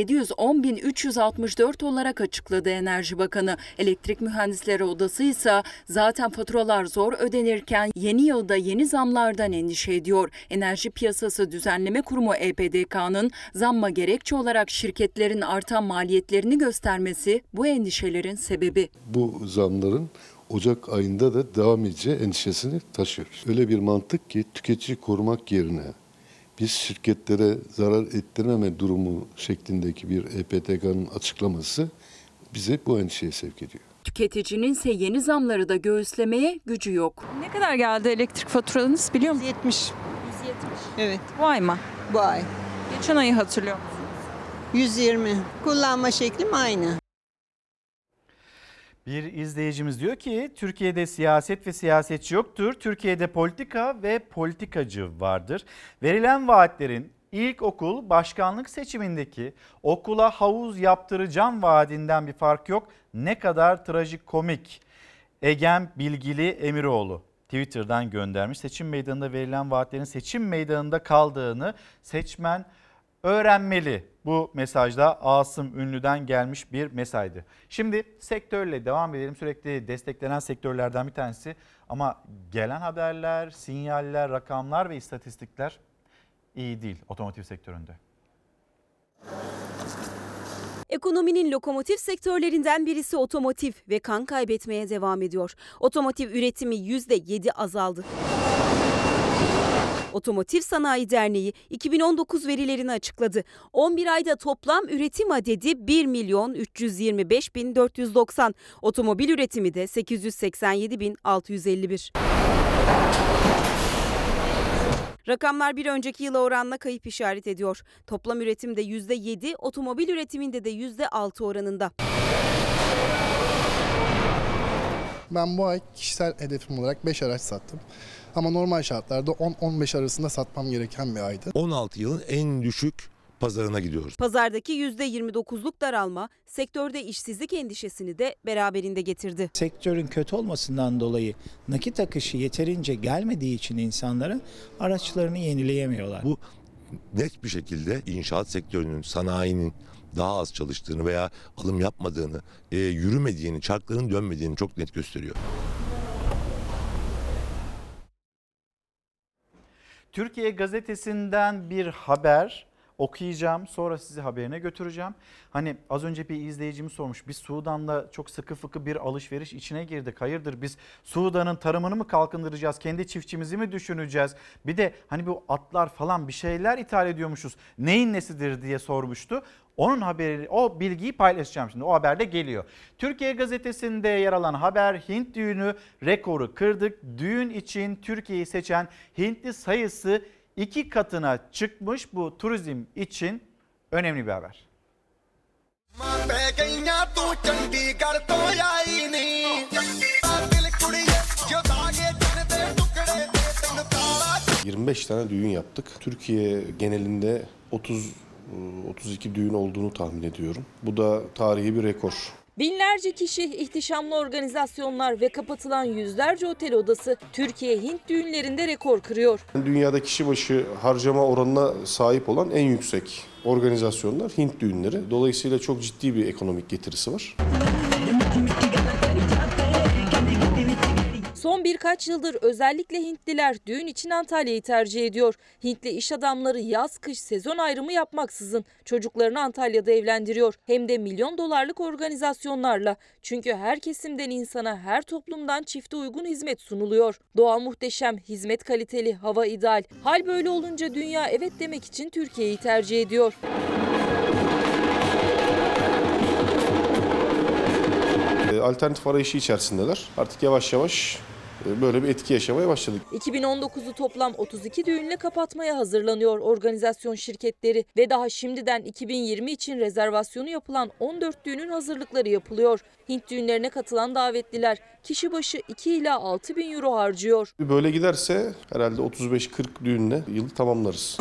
710.364 olarak açıkladı Enerji Bakanı. Elektrik Mühendisleri Odası ise zaten faturalar zor ödenirken yeni yılda yeni zamlardan endişe ediyor. Enerji Piyasası Düzenleme Kurumu EPDK'nın zamma gerekçe olarak şirketlerin artan maliyetlerini göstermesi bu endişelerin sebebi. Bu zamların Ocak ayında da devam edeceği endişesini taşıyoruz. Öyle bir mantık ki tüketiciyi korumak yerine biz şirketlere zarar ettirmeme durumu şeklindeki bir EPDK'nın açıklaması bizi bu endişeye sevk ediyor. Tüketicinin ise yeni zamları da göğüslemeye gücü yok. Ne kadar geldi elektrik faturanız biliyor musunuz? 170. Evet. Bu ay mı? Bu ay. Geçen ayı hatırlıyor musunuz? 120. Kullanma şeklim aynı. Bir izleyicimiz diyor ki Türkiye'de siyaset ve siyasetçi yoktur. Türkiye'de politika ve politikacı vardır. Verilen vaatlerin ilkokul başkanlık seçimindeki okula havuz yaptıracağım vaadinden bir fark yok. Ne kadar trajikomik. Egem Bilgili Emiroğlu Twitter'dan göndermiş. Seçim meydanında verilen vaatlerin seçim meydanında kaldığını seçmen öğrenmeli. Bu mesajda Asım Ünlü'den gelmiş bir mesajdı. Şimdi sektörle devam edelim. Sürekli desteklenen sektörlerden bir tanesi. Ama gelen haberler, sinyaller, rakamlar ve istatistikler iyi değil otomotiv sektöründe. Ekonominin lokomotif sektörlerinden birisi otomotiv ve kan kaybetmeye devam ediyor. Otomotiv üretimi %7 azaldı. Otomotiv Sanayi Derneği 2019 verilerini açıkladı. 11 ayda toplam üretim adedi 1.325.490. Otomobil üretimi de 887.651. Rakamlar bir önceki yıla oranla kayıp işaret ediyor. Toplam üretimde %7, otomobil üretiminde de %6 oranında. Ben bu ay kişisel hedefim olarak 5 araç sattım. Ama normal şartlarda 10-15 arasında satmam gereken bir aydı. 16 yılın en düşük pazarına gidiyoruz. Pazardaki %29'luk daralma sektörde işsizlik endişesini de beraberinde getirdi. Sektörün kötü olmasından dolayı nakit akışı yeterince gelmediği için insanlara araçlarını yenileyemiyorlar. Bu net bir şekilde inşaat sektörünün, sanayinin daha az çalıştığını veya alım yapmadığını, yürümediğini, çarkların dönmediğini çok net gösteriyor. Türkiye Gazetesi'nden bir haber okuyacağım. Sonra sizi haberine götüreceğim. Hani az önce bir izleyicimiz sormuş. Biz Sudan'la çok sıkı fıkı bir alışveriş içine girdik. Hayırdır biz Sudan'ın tarımını mı kalkındıracağız? Kendi çiftçimizi mi düşüneceğiz? Bir de hani bu atlar falan bir şeyler ithal ediyormuşuz. Neyin nesidir diye sormuştu. Onun haberi, o bilgiyi paylaşacağım şimdi. O haber de geliyor. Türkiye Gazetesi'nde yer alan haber Hint düğünü rekoru kırdık. Düğün için Türkiye'yi seçen Hintli sayısı 2 katına çıkmış. Bu turizm için önemli bir haber. 25 tane düğün yaptık. Türkiye genelinde 32 düğün olduğunu tahmin ediyorum. Bu da tarihi bir rekor. Binlerce kişi, ihtişamlı organizasyonlar ve kapatılan yüzlerce otel odası Türkiye-Hint düğünlerinde rekor kırıyor. Dünyada kişi başı harcama oranına sahip olan en yüksek organizasyonlar Hint düğünleri. Dolayısıyla çok ciddi bir ekonomik getirisi var. Son birkaç yıldır özellikle Hintliler düğün için Antalya'yı tercih ediyor. Hintli iş adamları yaz-kış sezon ayrımı yapmaksızın çocuklarını Antalya'da evlendiriyor. Hem de milyon dolarlık organizasyonlarla. Çünkü her kesimden insana, her toplumdan çifte uygun hizmet sunuluyor. Doğa muhteşem, hizmet kaliteli, hava ideal. Hal böyle olunca dünya evet demek için Türkiye'yi tercih ediyor. Alternatif arayışı içerisindeler. Artık yavaş yavaş böyle bir etki yaşamaya başladık. 2019'u toplam 32 düğünle kapatmaya hazırlanıyor organizasyon şirketleri ve daha şimdiden 2020 için rezervasyonu yapılan 14 düğünün hazırlıkları yapılıyor. Hint düğünlerine katılan davetliler kişi başı 2 ila 6 bin euro harcıyor. Böyle giderse herhalde 35-40 düğünle yılı tamamlarız.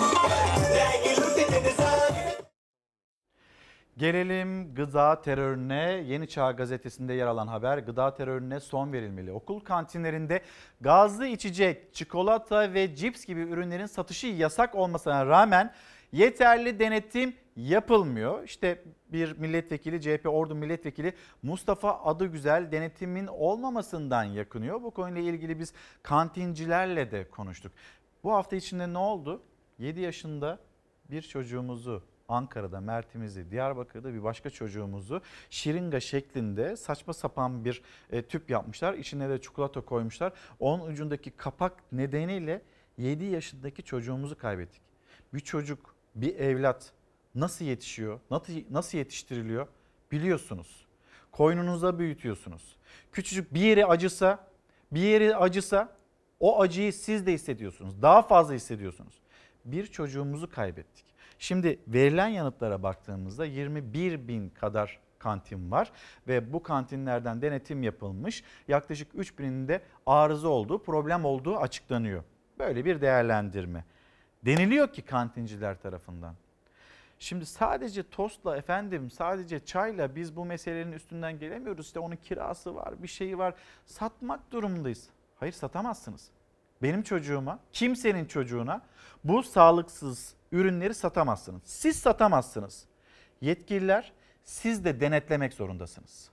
Gelelim gıda terörüne. Yeni Çağ Gazetesi'nde yer alan haber, gıda terörüne son verilmeli. Okul kantinlerinde gazlı içecek, çikolata ve cips gibi ürünlerin satışı yasak olmasına rağmen yeterli denetim yapılmıyor. İşte bir milletvekili, CHP Ordu milletvekili Mustafa Adıgüzel denetimin olmamasından yakınıyor. Bu konuyla ilgili biz kantincilerle de konuştuk. Bu hafta içinde ne oldu? 7 yaşında bir çocuğumuzu Ankara'da, Mert'imizi, Diyarbakır'da bir başka çocuğumuzu şiringa şeklinde saçma sapan bir tüp yapmışlar. İçine de çikolata koymuşlar. Onun ucundaki kapak nedeniyle 7 yaşındaki çocuğumuzu kaybettik. Bir çocuk, bir evlat nasıl yetişiyor, nasıl yetiştiriliyor biliyorsunuz. Koynunuza büyütüyorsunuz. Küçücük bir yeri acısa o acıyı siz de hissediyorsunuz. Daha fazla hissediyorsunuz. bir çocuğumuzu kaybettik. Şimdi verilen yanıtlara baktığımızda 21 bin kadar kantin var ve bu kantinlerden denetim yapılmış. Yaklaşık 3 bininde arıza olduğu, problem olduğu açıklanıyor. Böyle bir değerlendirme. Deniliyor ki kantinciler tarafından. Şimdi sadece tostla efendim, sadece çayla biz bu meselenin üstünden gelemiyoruz. İşte onun kirası var, bir şeyi var. Satmak durumundayız. Hayır, satamazsınız. Benim çocuğuma, kimsenin çocuğuna bu sağlıksız ürünleri satamazsınız. Siz satamazsınız. Yetkililer, siz de denetlemek zorundasınız.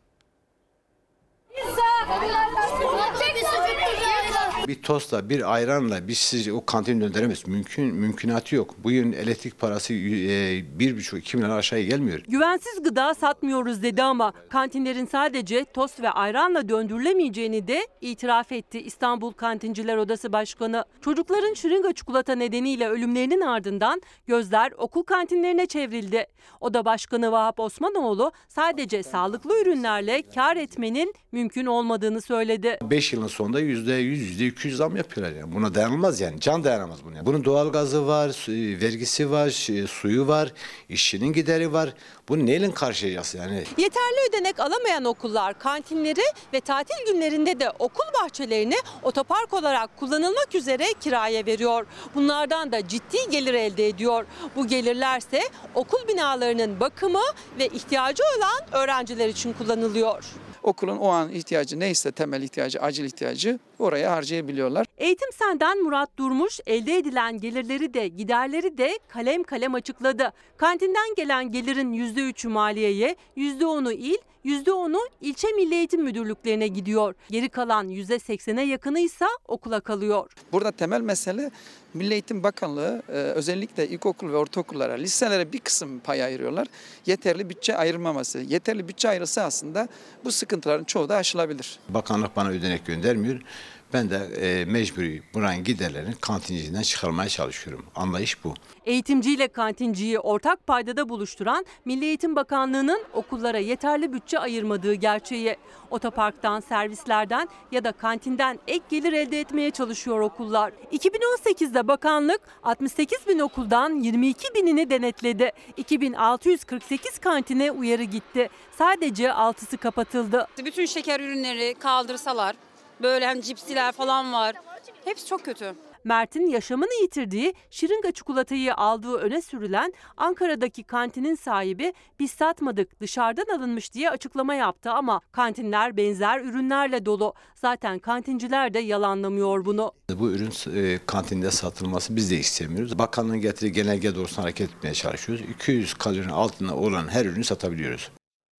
Bir tostla, bir ayranla biz sizi o kantini döndüremez. Mümkünatı yok. Bu yılın elektrik parası 1,5-2 milyar aşağıya gelmiyor. Güvensiz gıda satmıyoruz dedi ama kantinlerin sadece tost ve ayranla döndürülemeyeceğini de itiraf etti İstanbul Kantinciler Odası Başkanı. Çocukların şırınga çikolata nedeniyle ölümlerinin ardından gözler okul kantinlerine çevrildi. Oda Başkanı Vahap Osmanoğlu sadece sağlıklı ürünlerle kar etmenin mümkün olmadığını söyledi. 5 yılın sonunda %100, %200 zam yapıyorlar yani. Buna dayanılmaz yani. Can dayanamaz buna. Bunun doğalgazı var, vergisi var, suyu var, işçinin gideri var. Bunu neyle karşılayacağız yani? Yeterli ödenek alamayan okullar kantinleri ve tatil günlerinde de okul bahçelerini otopark olarak kullanılmak üzere kiraya veriyor. Bunlardan da ciddi gelir elde ediyor. Bu gelirlerse okul binalarının bakımı ve ihtiyacı olan öğrenciler için kullanılıyor. Okulun o an ihtiyacı neyse, temel ihtiyacı, acil ihtiyacı oraya harcayabiliyorlar. Eğitim Sen'den Murat Durmuş elde edilen gelirleri de giderleri de kalem kalem açıkladı. Kantinden gelen gelirin %3'ü maliyeye, %10'u il, %10'u ilçe Milli Eğitim Müdürlüklerine gidiyor. Geri kalan %80'e yakını ise okula kalıyor. Burada temel mesele Milli Eğitim Bakanlığı özellikle ilkokul ve ortaokullara, liselere bir kısım pay ayırıyorlar. Yeterli bütçe ayırmaması. Yeterli bütçe ayrılsa aslında bu sıkıntıların çoğu da aşılabilir. Bakanlık bana ödenek göndermiyor. Ben de mecburi buranın giderlerini kantinciden çıkarmaya çalışıyorum. Anlayış bu. Eğitimciyle kantinciyi ortak paydada buluşturan Milli Eğitim Bakanlığı'nın okullara yeterli bütçe ayırmadığı gerçeği. Otoparktan, servislerden ya da kantinden ek gelir elde etmeye çalışıyor okullar. 2018'de bakanlık 68 bin okuldan 22 binini denetledi. 2648 kantine uyarı gitti. Sadece 6'sı kapatıldı. Bütün şeker ürünleri kaldırsalar, böyle hani cipsiler falan var. Hepsi çok kötü. Mert'in yaşamını yitirdiği şırınga çikolatayı aldığı öne sürülen Ankara'daki kantinin sahibi biz satmadık dışarıdan alınmış diye açıklama yaptı ama kantinler benzer ürünlerle dolu. Zaten kantinciler de yalanlamıyor bunu. Bu ürün kantinde satılması biz de istemiyoruz. Bakanlığın getirdiği genelge doğrultusunda hareket etmeye çalışıyoruz. 200 kalorinin altında olan her ürünü satabiliyoruz.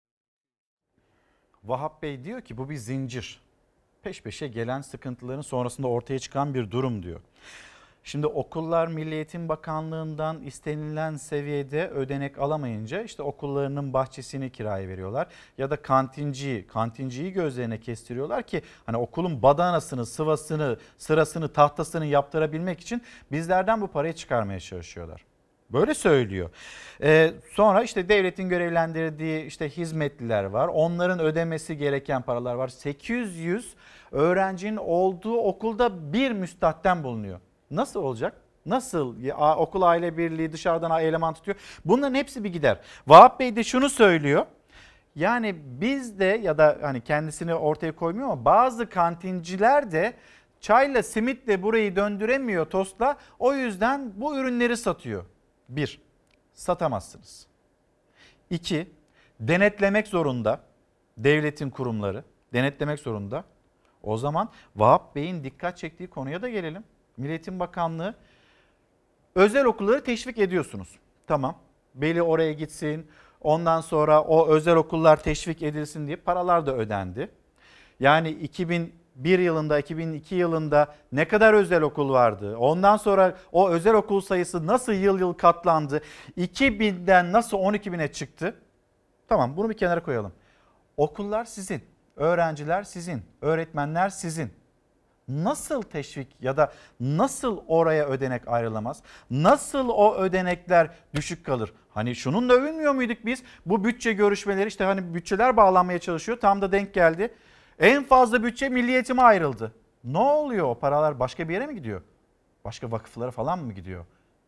Vahap Bey diyor ki bu bir zincir. Peş peşe gelen sıkıntıların sonrasında ortaya çıkan bir durum diyor. Şimdi okullar Milli Eğitim Bakanlığı'ndan istenilen seviyede ödenek alamayınca işte okullarının bahçesini kiraya veriyorlar. Ya da kantinciyi gözlerine kestiriyorlar ki hani okulun badanasını, sıvasını, sırasını, tahtasını yaptırabilmek için bizlerden bu parayı çıkarmaya çalışıyorlar. Böyle söylüyor. Sonra işte devletin görevlendirdiği işte hizmetliler var. Onların ödemesi gereken paralar var. 800 öğrencinin olduğu okulda bir müstahden bulunuyor. Nasıl olacak? Nasıl? Okul aile birliği dışarıdan eleman tutuyor. Bunların hepsi bir gider. Vahap Bey de şunu söylüyor. Yani biz de ya da hani kendisini ortaya koymuyor ama bazı kantinciler de çayla simitle burayı döndüremiyor tostla. O yüzden bu ürünleri satıyor. 1. Satamazsınız. 2. Denetlemek zorunda. Devletin kurumları denetlemek zorunda. O zaman Vahap Bey'in dikkat çektiği konuya da gelelim. Milli Eğitim Bakanlığı özel okulları teşvik ediyorsunuz. Tamam. Beli oraya gitsin. Ondan sonra o özel okullar teşvik edilsin diye paralar da ödendi. Yani 2001 yılında, 2002 yılında ne kadar özel okul vardı? Ondan sonra o özel okul sayısı nasıl yıl katlandı? 2000'den nasıl 12.000'e çıktı? Tamam, bunu bir kenara koyalım. Okullar sizin, öğrenciler sizin, öğretmenler sizin. Nasıl teşvik ya da nasıl oraya ödenek ayrılamaz? Nasıl o ödenekler düşük kalır? Hani şununla övünmüyor muyduk biz? Bu bütçe görüşmeleri işte hani bütçeler bağlanmaya çalışıyor. Tam da denk geldi. En fazla bütçe Milli Eğitim'e ayrıldı. Ne oluyor? O paralar başka bir yere mi gidiyor? Başka vakıflara falan mı gidiyor?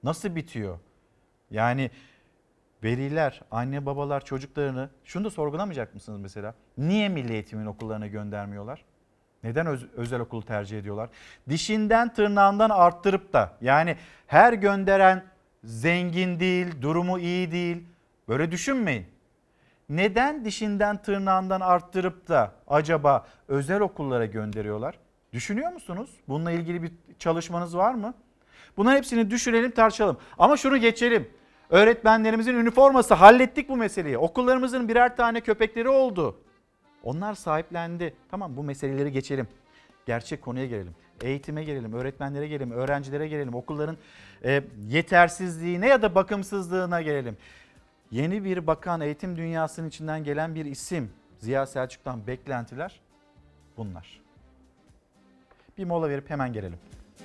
Nasıl bitiyor? Yani veliler, anne babalar çocuklarını şunu da sorgulamayacak mısınız mesela? Niye milli eğitimin okullarına göndermiyorlar? Neden özel okulu tercih ediyorlar? Dişinden tırnağından arttırıp da yani her gönderen zengin değil, durumu iyi değil. Böyle düşünmeyin. Neden dişinden tırnağından arttırıp da acaba özel okullara gönderiyorlar? Düşünüyor musunuz? Bununla ilgili bir çalışmanız var mı? Bunların hepsini düşünelim, tartışalım. Ama şunu geçelim. Öğretmenlerimizin üniforması, hallettik bu meseleyi. Okullarımızın birer tane köpekleri oldu. Onlar sahiplendi. Tamam, bu meseleleri geçelim. Gerçek konuya gelelim. Eğitime gelelim, öğretmenlere gelelim, öğrencilere gelelim. Okulların yetersizliğine ya da bakımsızlığına gelelim. Yeni bir bakan, eğitim dünyasının içinden gelen bir isim. Ziya Selçuk'tan beklentiler bunlar. Bir mola verip hemen gelelim.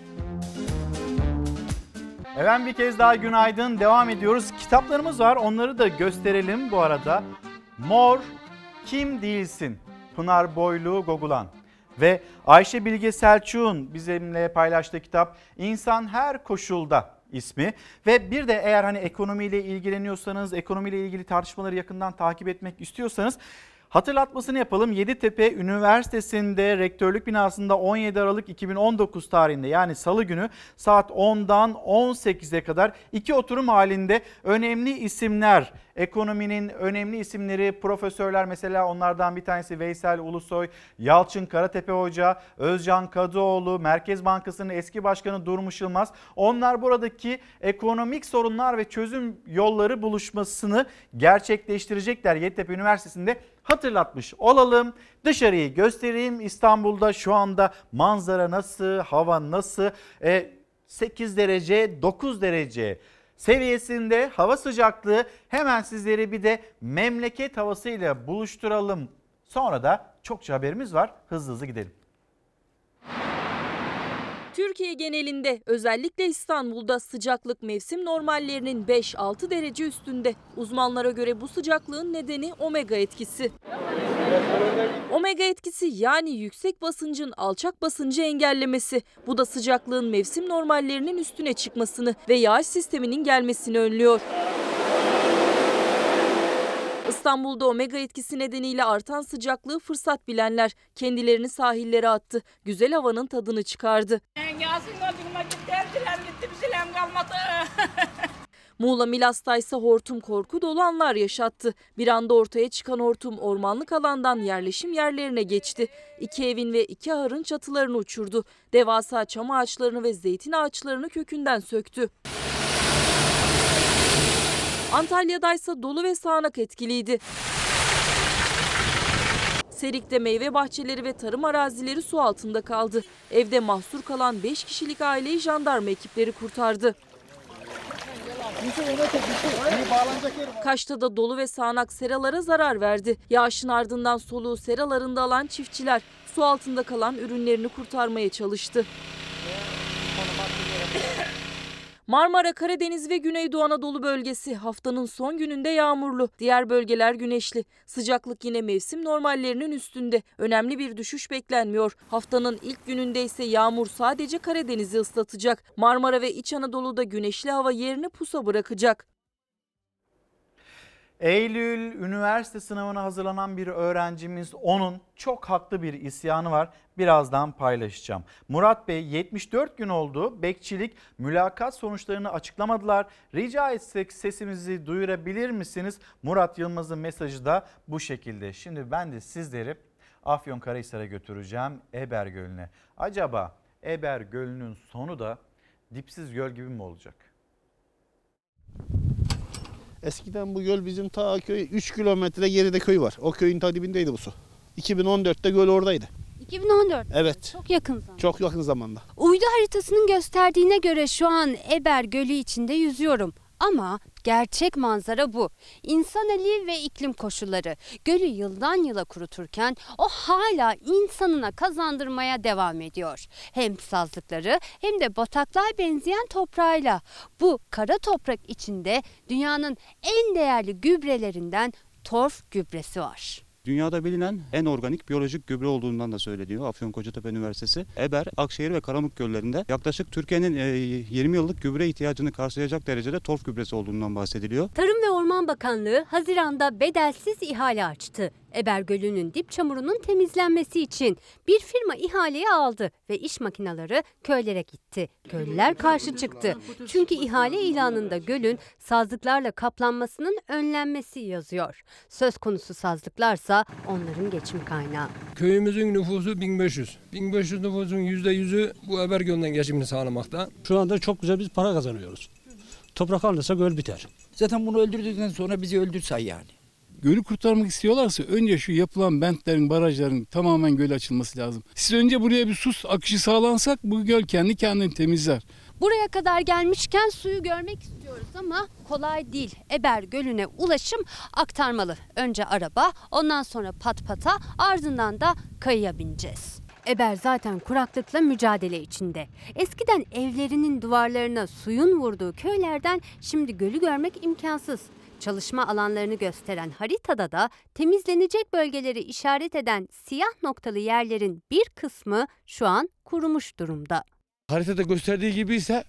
Efendim bir kez daha günaydın. Devam ediyoruz. Kitaplarımız var. Onları da gösterelim bu arada. Mor, Kim Değilsin? Pınar Boylu Gogulan. Ve Ayşe Bilge Selçuk'un bizimle paylaştığı kitap İnsan Her Koşulda ismi. Ve bir de eğer hani ekonomiyle ilgileniyorsanız, ekonomiyle ilgili tartışmaları yakından takip etmek istiyorsanız hatırlatmasını yapalım. Yeditepe Üniversitesi'nde rektörlük binasında 17 Aralık 2019 tarihinde yani salı günü saat 10'dan 18'e kadar 2 oturum halinde önemli isimler, ekonominin önemli isimleri, profesörler, mesela onlardan bir tanesi Veysel Ulusoy, Yalçın Karatepe Hoca, Özcan Kadıoğlu, Merkez Bankası'nın eski başkanı Durmuş Yılmaz. Onlar buradaki ekonomik sorunlar ve çözüm yolları buluşmasını gerçekleştirecekler Yeditepe Üniversitesi'nde. Hatırlatmış olalım. Dışarıyı göstereyim. İstanbul'da şu anda manzara nasıl, hava nasıl? 8 derece, 9 derece seviyesinde hava sıcaklığı. Hemen sizleri bir de memleket havasıyla buluşturalım. Sonra da çokça haberimiz var. Hızlı hızlı gidelim. Türkiye genelinde özellikle İstanbul'da sıcaklık mevsim normallerinin 5-6 derece üstünde. Uzmanlara göre bu sıcaklığın nedeni omega etkisi. Omega etkisi yani yüksek basıncın alçak basıncı engellemesi. Bu da sıcaklığın mevsim normallerinin üstüne çıkmasını ve yağış sisteminin gelmesini önlüyor. İstanbul'da omega etkisi nedeniyle artan sıcaklığı fırsat bilenler kendilerini sahillere attı. Güzel havanın tadını çıkardı. Muğla Milas'ta ise hortum korku dolu anlar yaşattı. Bir anda ortaya çıkan hortum ormanlık alandan yerleşim yerlerine geçti. 2 evin ve 2 ahırın çatılarını uçurdu. Devasa çam ağaçlarını ve zeytin ağaçlarını kökünden söktü. Antalya'daysa dolu ve sağanak etkiliydi. Serik'te meyve bahçeleri ve tarım arazileri su altında kaldı. Evde mahsur kalan 5 kişilik aileyi jandarma ekipleri kurtardı. Kaş'ta da dolu ve sağanak seralara zarar verdi. Yağışın ardından soluğu seralarında alan çiftçiler su altında kalan ürünlerini kurtarmaya çalıştı. Marmara, Karadeniz ve Güneydoğu Anadolu bölgesi haftanın son gününde yağmurlu. Diğer bölgeler güneşli. Sıcaklık yine mevsim normallerinin üstünde. Önemli bir düşüş beklenmiyor. Haftanın ilk gününde ise yağmur sadece Karadeniz'i ıslatacak. Marmara ve İç Anadolu'da güneşli hava yerini pusa bırakacak. Eylül üniversite sınavına hazırlanan bir öğrencimiz, onun çok haklı bir isyanı var. Birazdan paylaşacağım. Murat Bey 74 gün oldu. Bekçilik mülakat sonuçlarını açıklamadılar. Rica etsek sesimizi duyurabilir misiniz? Murat Yılmaz'ın mesajı da bu şekilde. Şimdi ben de sizleri Afyonkarahisar'a götüreceğim, Eber Gölü'ne. Acaba Eber Gölü'nün sonu da dipsiz göl gibi mi olacak? Eskiden bu göl bizim ta köy 3 kilometre geride köy var. O köyün ta dibindeydi bu su. 2014'te göl oradaydı. 2014. Evet. Çok yakın zamanda. Çok yakın zamanda. Uydu haritasının gösterdiğine göre şu an Eber Gölü içinde yüzüyorum. Ama gerçek manzara bu. İnsan eli ve iklim koşulları gölü yıldan yıla kuruturken o hala insanına kazandırmaya devam ediyor. Hem sazlıkları hem de bataklığa benzeyen toprağıyla. Bu kara toprak içinde dünyanın en değerli gübrelerinden torf gübresi var. Dünyada bilinen en organik biyolojik gübre olduğundan da söyleniyor Afyonkarahisar Üniversitesi. Eber, Akşehir ve Karamuk göllerinde yaklaşık Türkiye'nin 20 yıllık gübre ihtiyacını karşılayacak derecede torf gübresi olduğundan bahsediliyor. Tarım ve Orman Bakanlığı Haziran'da bedelsiz ihale açtı. Eber Gölü'nün dip çamurunun temizlenmesi için bir firma ihaleyi aldı ve iş makineleri köylere gitti. Köylüler karşı çıktı. Çünkü ihale ilanında gölün sazlıklarla kaplanmasının önlenmesi yazıyor. Söz konusu sazlıklarsa onların geçim kaynağı. Köyümüzün nüfusu 1500. 1500 nüfusun %100'ü bu Eber Gölü'nden geçimini sağlamakta. Şu anda çok güzel biz para kazanıyoruz. Toprak alırsa göl biter. Zaten bunu öldürdükten sonra bizi öldürsay yani. Gölü kurtarmak istiyorlarsa önce şu yapılan bentlerin, barajların tamamen göl açılması lazım. Siz önce buraya bir su akışı sağlansak bu göl kendi kendini temizler. Buraya kadar gelmişken suyu görmek istiyoruz ama kolay değil. Eber Gölü'ne ulaşım aktarmalı. Önce araba, ondan sonra pat-pata, ardından da kayaya bineceğiz. Eber zaten kuraklıkla mücadele içinde. Eskiden evlerinin duvarlarına suyun vurduğu köylerden şimdi gölü görmek imkansız. Çalışma alanlarını gösteren haritada da temizlenecek bölgeleri işaret eden siyah noktalı yerlerin bir kısmı şu an kurumuş durumda. Haritada gösterdiği gibi ise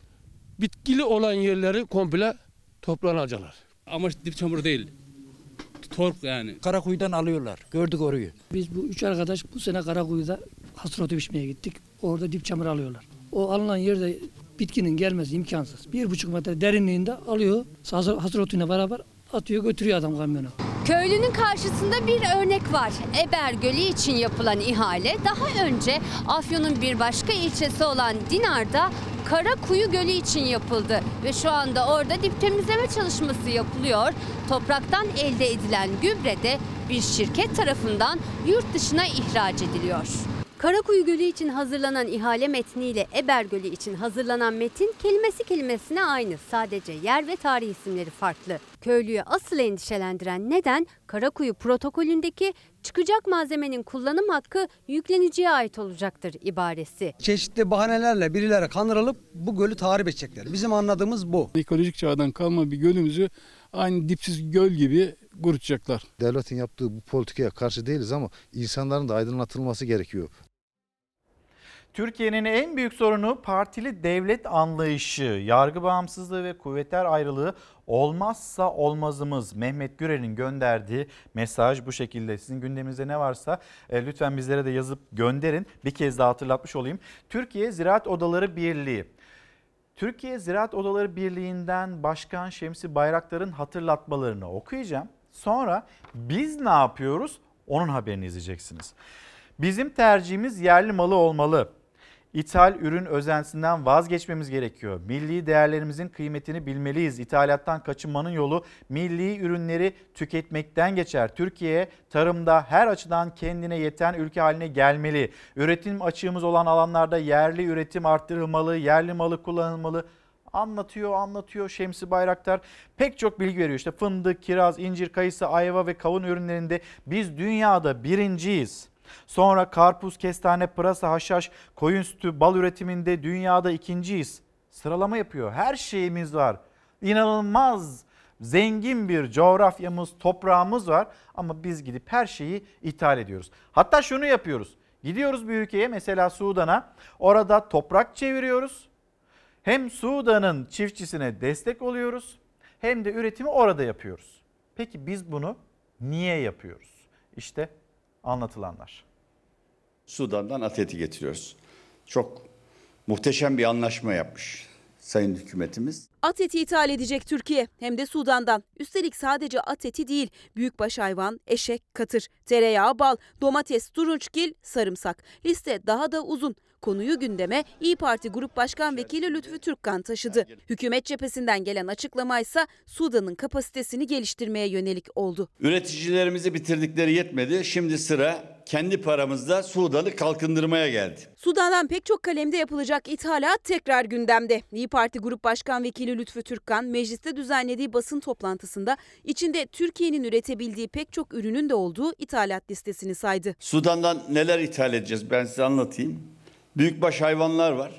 bitkili olan yerleri komple toplanacaklar. Amaç dip çamur değil. Torf yani. Karakuyu'dan alıyorlar. Gördük orayı. Biz bu 3 arkadaş bu sene Karakuyu'da hasır otu biçmeye gittik. Orada dip çamur alıyorlar. O alınan yerde bitkinin gelmesi imkansız. 1,5 metre derinliğinde alıyor. Hasır otuyla beraber atıyor götürüyor adam kamyona. Köylünün karşısında bir örnek var. Eber Gölü için yapılan ihale daha önce Afyon'un bir başka ilçesi olan Dinar'da Karakuyu Gölü için yapıldı. Ve şu anda orada dip temizleme çalışması yapılıyor. Topraktan elde edilen gübre de bir şirket tarafından yurt dışına ihraç ediliyor. Karakuyu Gölü için hazırlanan ihale metniyle Eber Gölü için hazırlanan metin kelimesi kelimesine aynı. Sadece yer ve tarih isimleri farklı. Köylüyü asıl endişelendiren neden Karakuyu protokolündeki çıkacak malzemenin kullanım hakkı yükleniciye ait olacaktır ibaresi. Çeşitli bahanelerle birileri kandırılıp bu gölü tahrip edecekler. Bizim anladığımız bu. Ekolojik çağdan kalma bir gölümüzü aynı dipsiz göl gibi kurutacaklar. Devletin yaptığı bu politikaya karşı değiliz ama insanların da aydınlatılması gerekiyor. Türkiye'nin en büyük sorunu partili devlet anlayışı, yargı bağımsızlığı ve kuvvetler ayrılığı olmazsa olmazımız. Mehmet Gürel'in gönderdiği mesaj bu şekilde. Sizin gündeminizde ne varsa lütfen bizlere de yazıp gönderin. Bir kez daha hatırlatmış olayım. Türkiye Ziraat Odaları Birliği. Türkiye Ziraat Odaları Birliği'nden Başkan Şemsi Bayraktar'ın hatırlatmalarını okuyacağım. Sonra biz ne yapıyoruz? Onun haberini izleyeceksiniz. Bizim tercihimiz yerli malı olmalı. İthal ürün özentisinden vazgeçmemiz gerekiyor. Milli değerlerimizin kıymetini bilmeliyiz. İthalattan kaçınmanın yolu milli ürünleri tüketmekten geçer. Türkiye tarımda her açıdan kendine yeten ülke haline gelmeli. Üretim açığımız olan alanlarda yerli üretim arttırılmalı, yerli malı kullanılmalı. Anlatıyor Şemsi Bayraktar. Pek çok bilgi veriyor. İşte fındık, kiraz, incir, kayısı, ayva ve kavun ürünlerinde biz dünyada birinciyiz. Sonra karpuz, kestane, pırasa, haşhaş, koyun sütü, bal üretiminde dünyada ikinciyiz. Sıralama yapıyor. Her şeyimiz var. İnanılmaz zengin bir coğrafyamız, toprağımız var ama biz gidip her şeyi ithal ediyoruz. Hatta şunu yapıyoruz. Gidiyoruz bir ülkeye, mesela Sudan'a. Orada toprak çeviriyoruz. Hem Sudan'ın çiftçisine destek oluyoruz hem de üretimi orada yapıyoruz. Peki biz bunu niye yapıyoruz? İşte anlatılanlar. Sudan'dan at eti getiriyoruz. Çok muhteşem bir anlaşma yapmış sayın hükümetimiz. At eti ithal edecek Türkiye, hem de Sudan'dan. Üstelik sadece at eti değil, büyükbaş hayvan, eşek, katır, tereyağı, bal, domates, turunçgil, sarımsak. Liste daha da uzun. Konuyu gündeme İYİ Parti Grup Başkan Vekili Lütfü Türkkan taşıdı. Hükümet cephesinden gelen açıklamaysa Sudan'ın kapasitesini geliştirmeye yönelik oldu. Üreticilerimizi bitirdikleri yetmedi. Şimdi sıra kendi paramızda Sudan'ı kalkındırmaya geldi. Sudan'dan pek çok kalemde yapılacak ithalat tekrar gündemde. İYİ Parti Grup Başkan Vekili Lütfü Türkkan mecliste düzenlediği basın toplantısında içinde Türkiye'nin üretebildiği pek çok ürünün de olduğu ithalat listesini saydı. Sudan'dan neler ithal edeceğiz ben size anlatayım. Büyükbaş hayvanlar var,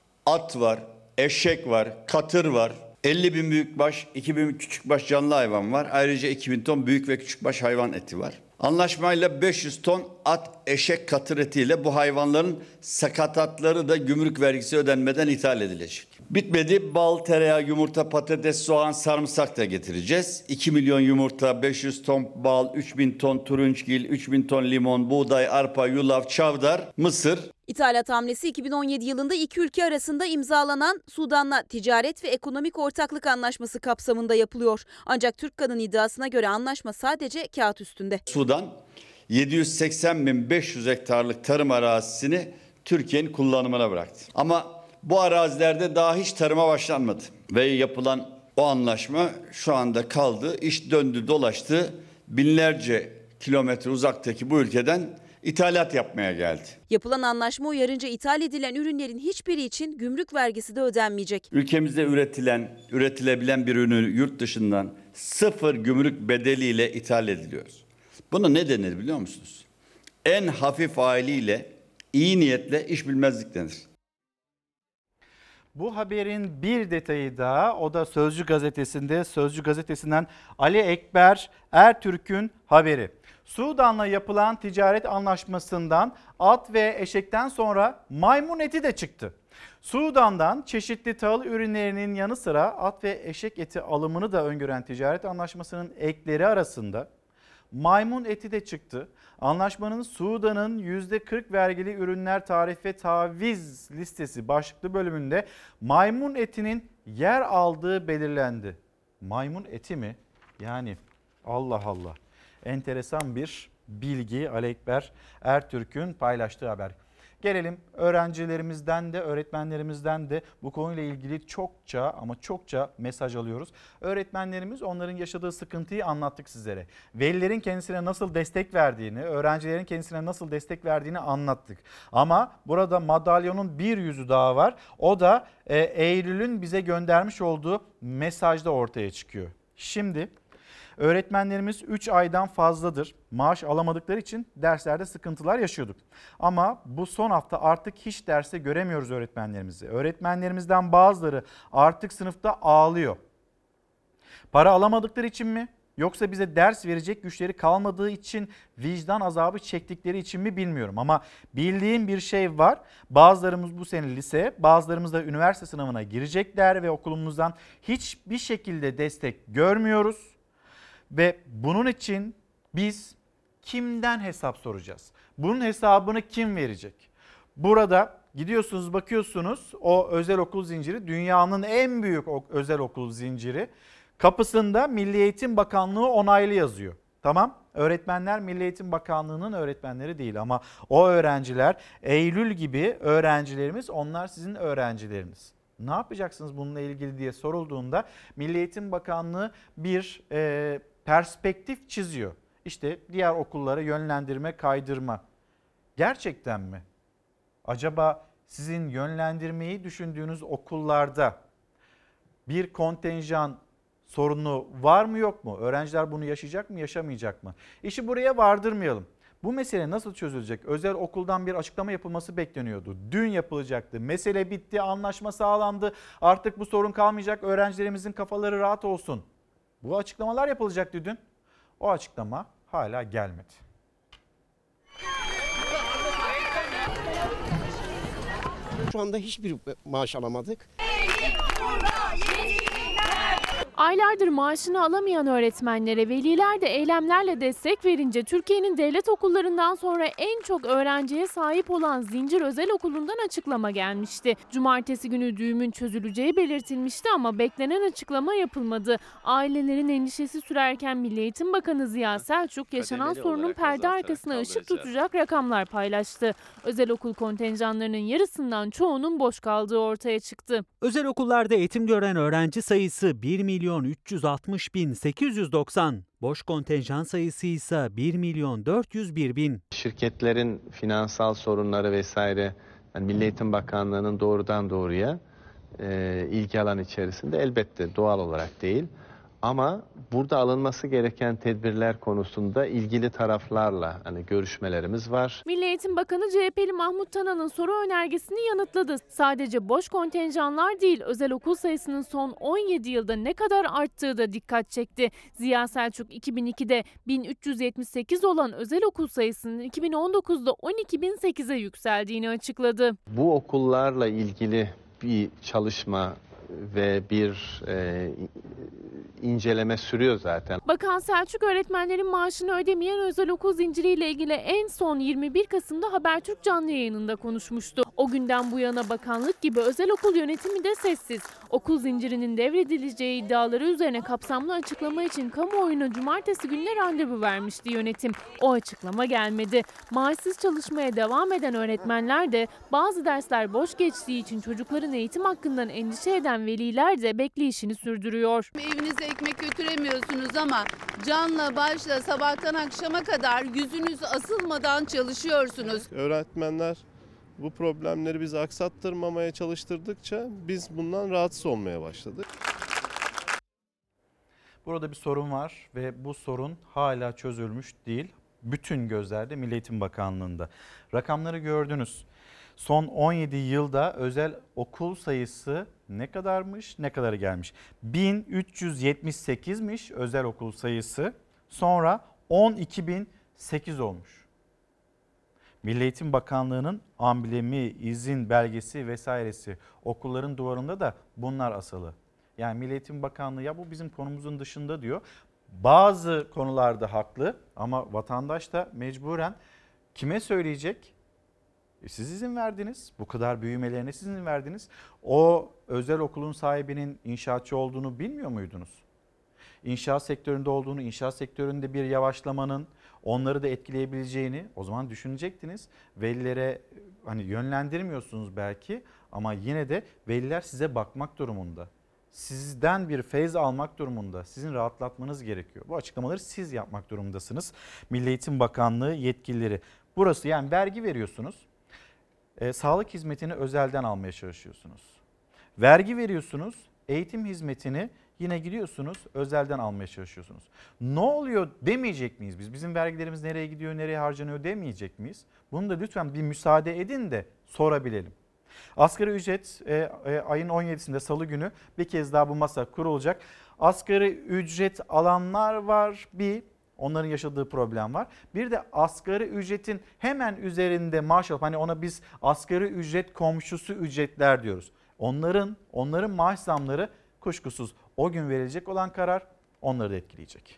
at var, eşek var, katır var, 50 bin büyükbaş, 2 bin küçükbaş canlı hayvan var. Ayrıca 2 bin ton büyük ve küçükbaş hayvan eti var. Anlaşmayla 500 ton at, eşek, katır etiyle bu hayvanların sakatatları da gümrük vergisi ödenmeden ithal edilecek. Bitmedi. Bal, tereyağı, yumurta, patates, soğan, sarımsak da getireceğiz. 2 milyon yumurta, 500 ton bal, 3000 ton turunçgil, 3000 ton limon, buğday, arpa, yulaf, çavdar, mısır. İthalat hamlesi 2017 yılında iki ülke arasında imzalanan Sudan'la ticaret ve ekonomik ortaklık anlaşması kapsamında yapılıyor. Ancak Türkka'nın iddiasına göre anlaşma sadece kağıt üstünde. Sudan 780.500 hektarlık tarım arazisini Türkiye'nin kullanımına bıraktı. Ama bu arazilerde daha hiç tarıma başlanmadı. Ve yapılan o anlaşma şu anda kaldı. İş döndü dolaştı. Binlerce kilometre uzaktaki bu ülkeden ithalat yapmaya geldi. Yapılan anlaşma uyarınca ithal edilen ürünlerin hiçbiri için gümrük vergisi de ödenmeyecek. Ülkemizde üretilebilen bir ürünü yurt dışından sıfır gümrük bedeliyle ithal ediliyoruz. Buna ne denir biliyor musunuz? En hafif haliyle iyi niyetle iş bilmezlik denir. Bu haberin bir detayı daha, o da Sözcü gazetesinde, Sözcü gazetesinden Ali Ekber Ertürk'ün haberi. Sudan'la yapılan ticaret anlaşmasından at ve eşekten sonra maymun eti de çıktı. Sudan'dan çeşitli tahıl ürünlerinin yanı sıra at ve eşek eti alımını da öngören ticaret anlaşmasının ekleri arasında maymun eti de çıktı. Anlaşmanın Sudan'ın %40 vergili ürünler tarif ve taviz listesi başlıklı bölümünde maymun etinin yer aldığı belirlendi. Maymun eti mi? Yani Allah Allah. Enteresan bir bilgi Ali Ekber Ertürk'ün paylaştığı haber. Gelelim öğrencilerimizden de öğretmenlerimizden de bu konuyla ilgili çokça mesaj alıyoruz. Öğretmenlerimiz onların yaşadığı sıkıntıyı anlattık sizlere. Velilerin kendisine nasıl destek verdiğini, öğrencilerin kendisine nasıl destek verdiğini anlattık. Ama burada madalyonun bir yüzü daha var. O da Eylül'ün bize göndermiş olduğu mesajda ortaya çıkıyor. Şimdi öğretmenlerimiz 3 aydan fazladır maaş alamadıkları için derslerde sıkıntılar yaşıyorduk. Ama bu son hafta artık hiç derste göremiyoruz öğretmenlerimizi. Öğretmenlerimizden bazıları artık sınıfta ağlıyor. Para alamadıkları için mi? Yoksa bize ders verecek güçleri kalmadığı için, vicdan azabı çektikleri için mi bilmiyorum. Ama bildiğim bir şey var. Bazılarımız bu sene lise, bazılarımız da üniversite sınavına girecekler ve okulumuzdan hiçbir şekilde destek görmüyoruz. Ve bunun için biz kimden hesap soracağız? Bunun hesabını kim verecek? Burada gidiyorsunuz, bakıyorsunuz, o özel okul zinciri dünyanın en büyük özel okul zinciri. Kapısında Milli Eğitim Bakanlığı onaylı yazıyor. Tamam, öğretmenler Milli Eğitim Bakanlığı'nın öğretmenleri değil ama o öğrenciler, Eylül gibi öğrencilerimiz, onlar sizin öğrencileriniz. Ne yapacaksınız bununla ilgili diye sorulduğunda Milli Eğitim Bakanlığı bir perspektif çiziyor. İşte diğer okullara yönlendirme, kaydırma. Gerçekten mi? Acaba sizin yönlendirmeyi düşündüğünüz okullarda bir kontenjan sorunu var mı yok mu? Öğrenciler bunu yaşayacak mı, yaşamayacak mı? İşi buraya vardırmayalım. Bu mesele nasıl çözülecek? Özel okuldan bir açıklama yapılması bekleniyordu. Dün yapılacaktı. Mesele bitti, anlaşma sağlandı. Artık bu sorun kalmayacak. Öğrencilerimizin kafaları rahat olsun. Bu açıklamalar yapılacaktı dün. O açıklama hala gelmedi. Şu anda hiçbir maaş alamadık. Aylardır maaşını alamayan öğretmenlere veliler de eylemlerle destek verince Türkiye'nin devlet okullarından sonra en çok öğrenciye sahip olan Zincir Özel Okulu'ndan açıklama gelmişti. Cumartesi günü düğümün çözüleceği belirtilmişti ama beklenen açıklama yapılmadı. Ailelerin endişesi sürerken Milli Eğitim Bakanı Ziya Selçuk yaşanan sorunun perde arkasına ışık tutacak rakamlar paylaştı. Özel okul kontenjanlarının yarısından çoğunun boş kaldığı ortaya çıktı. Özel okullarda eğitim gören öğrenci sayısı 1.360.890. Boş kontenjan sayısı ise 1.401.000. Şirketlerin finansal sorunları vesaire, yani Milli Eğitim Bakanlığı'nın doğrudan doğruya ilgi alan içerisinde elbette doğal olarak değil. Ama burada alınması gereken tedbirler konusunda ilgili taraflarla görüşmelerimiz var. Milli Eğitim Bakanı CHP'li Mahmut Tanan'ın soru önergesini yanıtladı. Sadece boş kontenjanlar değil, özel okul sayısının son 17 yılda ne kadar arttığı da dikkat çekti. Ziya Selçuk 2002'de 1378 olan özel okul sayısının 2019'da 12.008'e yükseldiğini açıkladı. Bu okullarla ilgili bir çalışma ve bir inceleme sürüyor zaten. Bakan Selçuk öğretmenlerin maaşını ödemeyen özel okul zinciriyle ilgili en son 21 Kasım'da Habertürk canlı yayınında konuşmuştu. O günden bu yana bakanlık gibi özel okul yönetimi de sessiz. Okul zincirinin devredileceği iddiaları üzerine kapsamlı açıklama için kamuoyuna cumartesi gününe randevu vermişti yönetim. O açıklama gelmedi. Maaşsız çalışmaya devam eden öğretmenler de bazı dersler boş geçtiği için çocukların eğitim hakkından endişe eden veliler de bekleyişini sürdürüyor. Evinize ekmek götüremiyorsunuz ama canla başla sabahtan akşama kadar yüzünüz asılmadan çalışıyorsunuz. Öğretmenler bu problemleri bizi aksattırmamaya çalıştırdıkça biz bundan rahatsız olmaya başladık. Burada bir sorun var ve bu sorun hala çözülmüş değil. Bütün gözlerde Milli Eğitim Bakanlığı'nda. Rakamları gördünüz. Son 17 yılda özel okul sayısı ne kadarmış, ne kadara gelmiş? 1378'miş özel okul sayısı. Sonra 12.008 olmuş. Milli Eğitim Bakanlığı'nın amblemi, izin belgesi vesairesi okulların duvarında da bunlar asılı. Yani Milli Eğitim Bakanlığı ya bu bizim konumuzun dışında diyor. Bazı konularda haklı ama vatandaş da mecburen kime söyleyecek? Siz izin verdiniz. Bu kadar büyümelerine siz izin verdiniz. O özel okulun sahibinin inşaatçı olduğunu bilmiyor muydunuz? İnşaat sektöründe olduğunu, inşaat sektöründe bir yavaşlamanın onları da etkileyebileceğini o zaman düşünecektiniz. Velilere yönlendirmiyorsunuz belki ama yine de veliler size bakmak durumunda. Sizden bir feyz almak durumunda. Sizin rahatlatmanız gerekiyor. Bu açıklamaları siz yapmak durumundasınız. Milli Eğitim Bakanlığı yetkilileri. Burası yani vergi veriyorsunuz. Sağlık hizmetini özelden almaya çalışıyorsunuz. Vergi veriyorsunuz, eğitim hizmetini yine gidiyorsunuz özelden almaya çalışıyorsunuz. Ne oluyor demeyecek miyiz biz? Bizim vergilerimiz nereye gidiyor, nereye harcanıyor demeyecek miyiz? Bunu da lütfen bir müsaade edin de sorabilelim. Asgari ücret ayın 17'sinde Salı günü bir kez daha bu masa kurulacak. Asgari ücret alanlar var onların yaşadığı problem var. Bir de asgari ücretin hemen üzerinde maaş alıp ona biz asgari ücret komşusu ücretler diyoruz. Onların maaş zamları kuşkusuz o gün verilecek olan karar onları da etkileyecek.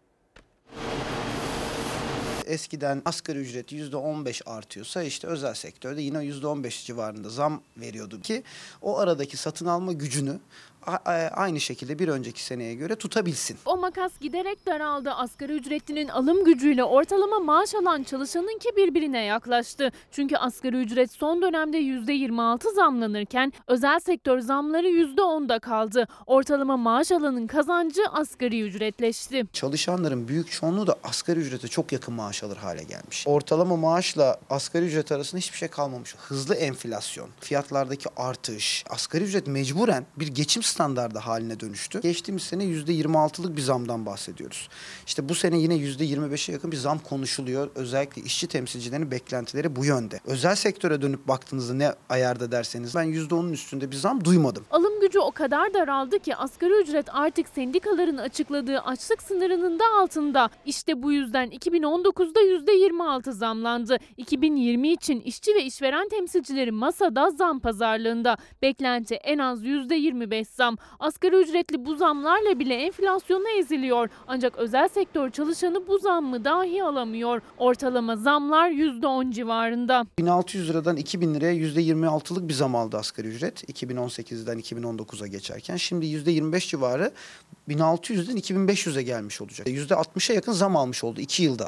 Eskiden asgari ücret %15 artıyorsa işte özel sektörde yine %15 civarında zam veriyordu ki o aradaki satın alma gücünü aynı şekilde bir önceki seneye göre tutabilsin. O makas giderek daraldı. Asgari ücretlinin alım gücüyle ortalama maaş alan çalışanınki birbirine yaklaştı. Çünkü asgari ücret son dönemde %26 zamlanırken özel sektör zamları %10'da kaldı. Ortalama maaş alanın kazancı asgari ücretleşti. Çalışanların büyük çoğunluğu da asgari ücrete çok yakın maaş alır hale gelmiş. Ortalama maaşla asgari ücret arasında hiçbir şey kalmamış. Hızlı enflasyon, fiyatlardaki artış, asgari ücret mecburen bir geçim standardı haline dönüştü. Geçtiğimiz sene %26'lık bir zamdan bahsediyoruz. İşte bu sene yine %25'e yakın bir zam konuşuluyor. Özellikle işçi temsilcilerinin beklentileri bu yönde. Özel sektöre dönüp baktığınızda ne ayarda derseniz ben %10'un üstünde bir zam duymadım. Alım gücü o kadar daraldı ki asgari ücret artık sendikaların açıkladığı açlık sınırının da altında. İşte bu yüzden 2019'da %26 zamlandı. 2020 için işçi ve işveren temsilcileri masada zam pazarlığında. Beklenti en az %25 zam. Asgari ücretli bu zamlarla bile enflasyona eziliyor. Ancak özel sektör çalışanı bu zammı dahi alamıyor. Ortalama zamlar %10 civarında. 1600 liradan 2000 liraya %26'lık bir zam aldı asgari ücret. 2018'den 2019'a geçerken. Şimdi %25 civarı 1600'den 2500'e gelmiş olacak. %60'a yakın zam almış oldu 2 yılda asgari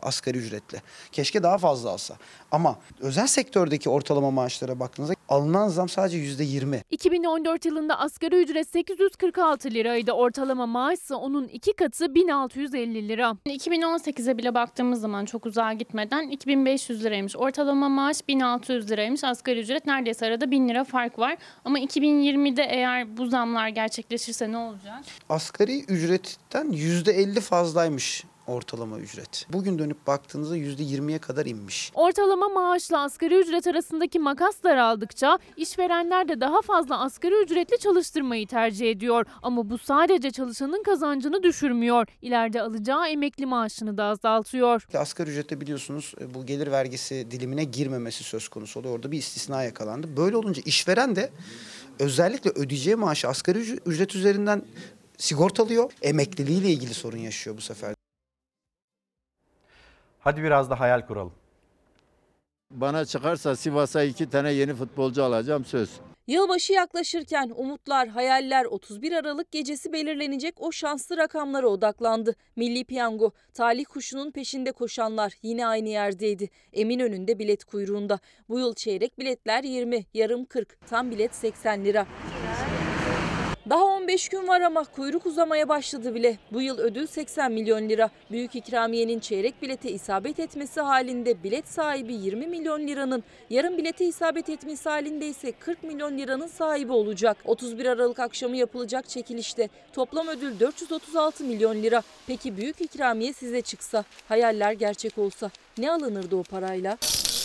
ücretli. Keşke daha fazla alsa. Ama özel sektördeki ortalama maaşlara baktığınızda alınan zam sadece %20. 2014 yılında asgari ücret 846 liraydı. Ortalama maaşsa onun 2 katı 1650 lira. 2018'e bile baktığımız zaman çok uzağa gitmeden 2500 liraymış. Ortalama maaş 1600 liraymış. Asgari ücret neredeyse arada 1000 lira fark var. Ama 2020'de eğer bu zamlar gerçekleşirse ne olacak? Asgari ücretten %50 fazlaymış ortalama ücret. Bugün dönüp baktığınızda %20'ye kadar inmiş. Ortalama maaşla asgari ücret arasındaki makas daraldıkça işverenler de daha fazla asgari ücretli çalıştırmayı tercih ediyor. Ama bu sadece çalışanın kazancını düşürmüyor. İleride alacağı emekli maaşını da azaltıyor. Asgari ücrette biliyorsunuz bu gelir vergisi dilimine girmemesi söz konusu oluyor. Orada bir istisna yakalandı. Böyle olunca işveren de özellikle ödeyeceği maaşı asgari ücret üzerinden sigortalıyor. Emekliliğiyle ilgili sorun yaşıyor bu sefer. Hadi biraz da hayal kuralım. Bana çıkarsa Sivas'a 2 tane yeni futbolcu alacağım söz. Yılbaşı yaklaşırken umutlar, hayaller 31 Aralık gecesi belirlenecek o şanslı rakamlara odaklandı. Milli Piyango, talih kuşunun peşinde koşanlar yine aynı yerdeydi. Eminönü'nde bilet kuyruğunda. Bu yıl çeyrek biletler 20, yarım 40, tam bilet 80 lira. Daha 15 gün var ama kuyruk uzamaya başladı bile. Bu yıl ödül 80 milyon lira. Büyük ikramiyenin çeyrek bilete isabet etmesi halinde bilet sahibi 20 milyon liranın, yarım bilete isabet etmesi halinde ise 40 milyon liranın sahibi olacak. 31 Aralık akşamı yapılacak çekilişte toplam ödül 436 milyon lira. Peki büyük ikramiye size çıksa, hayaller gerçek olsa ne alınırdı o parayla?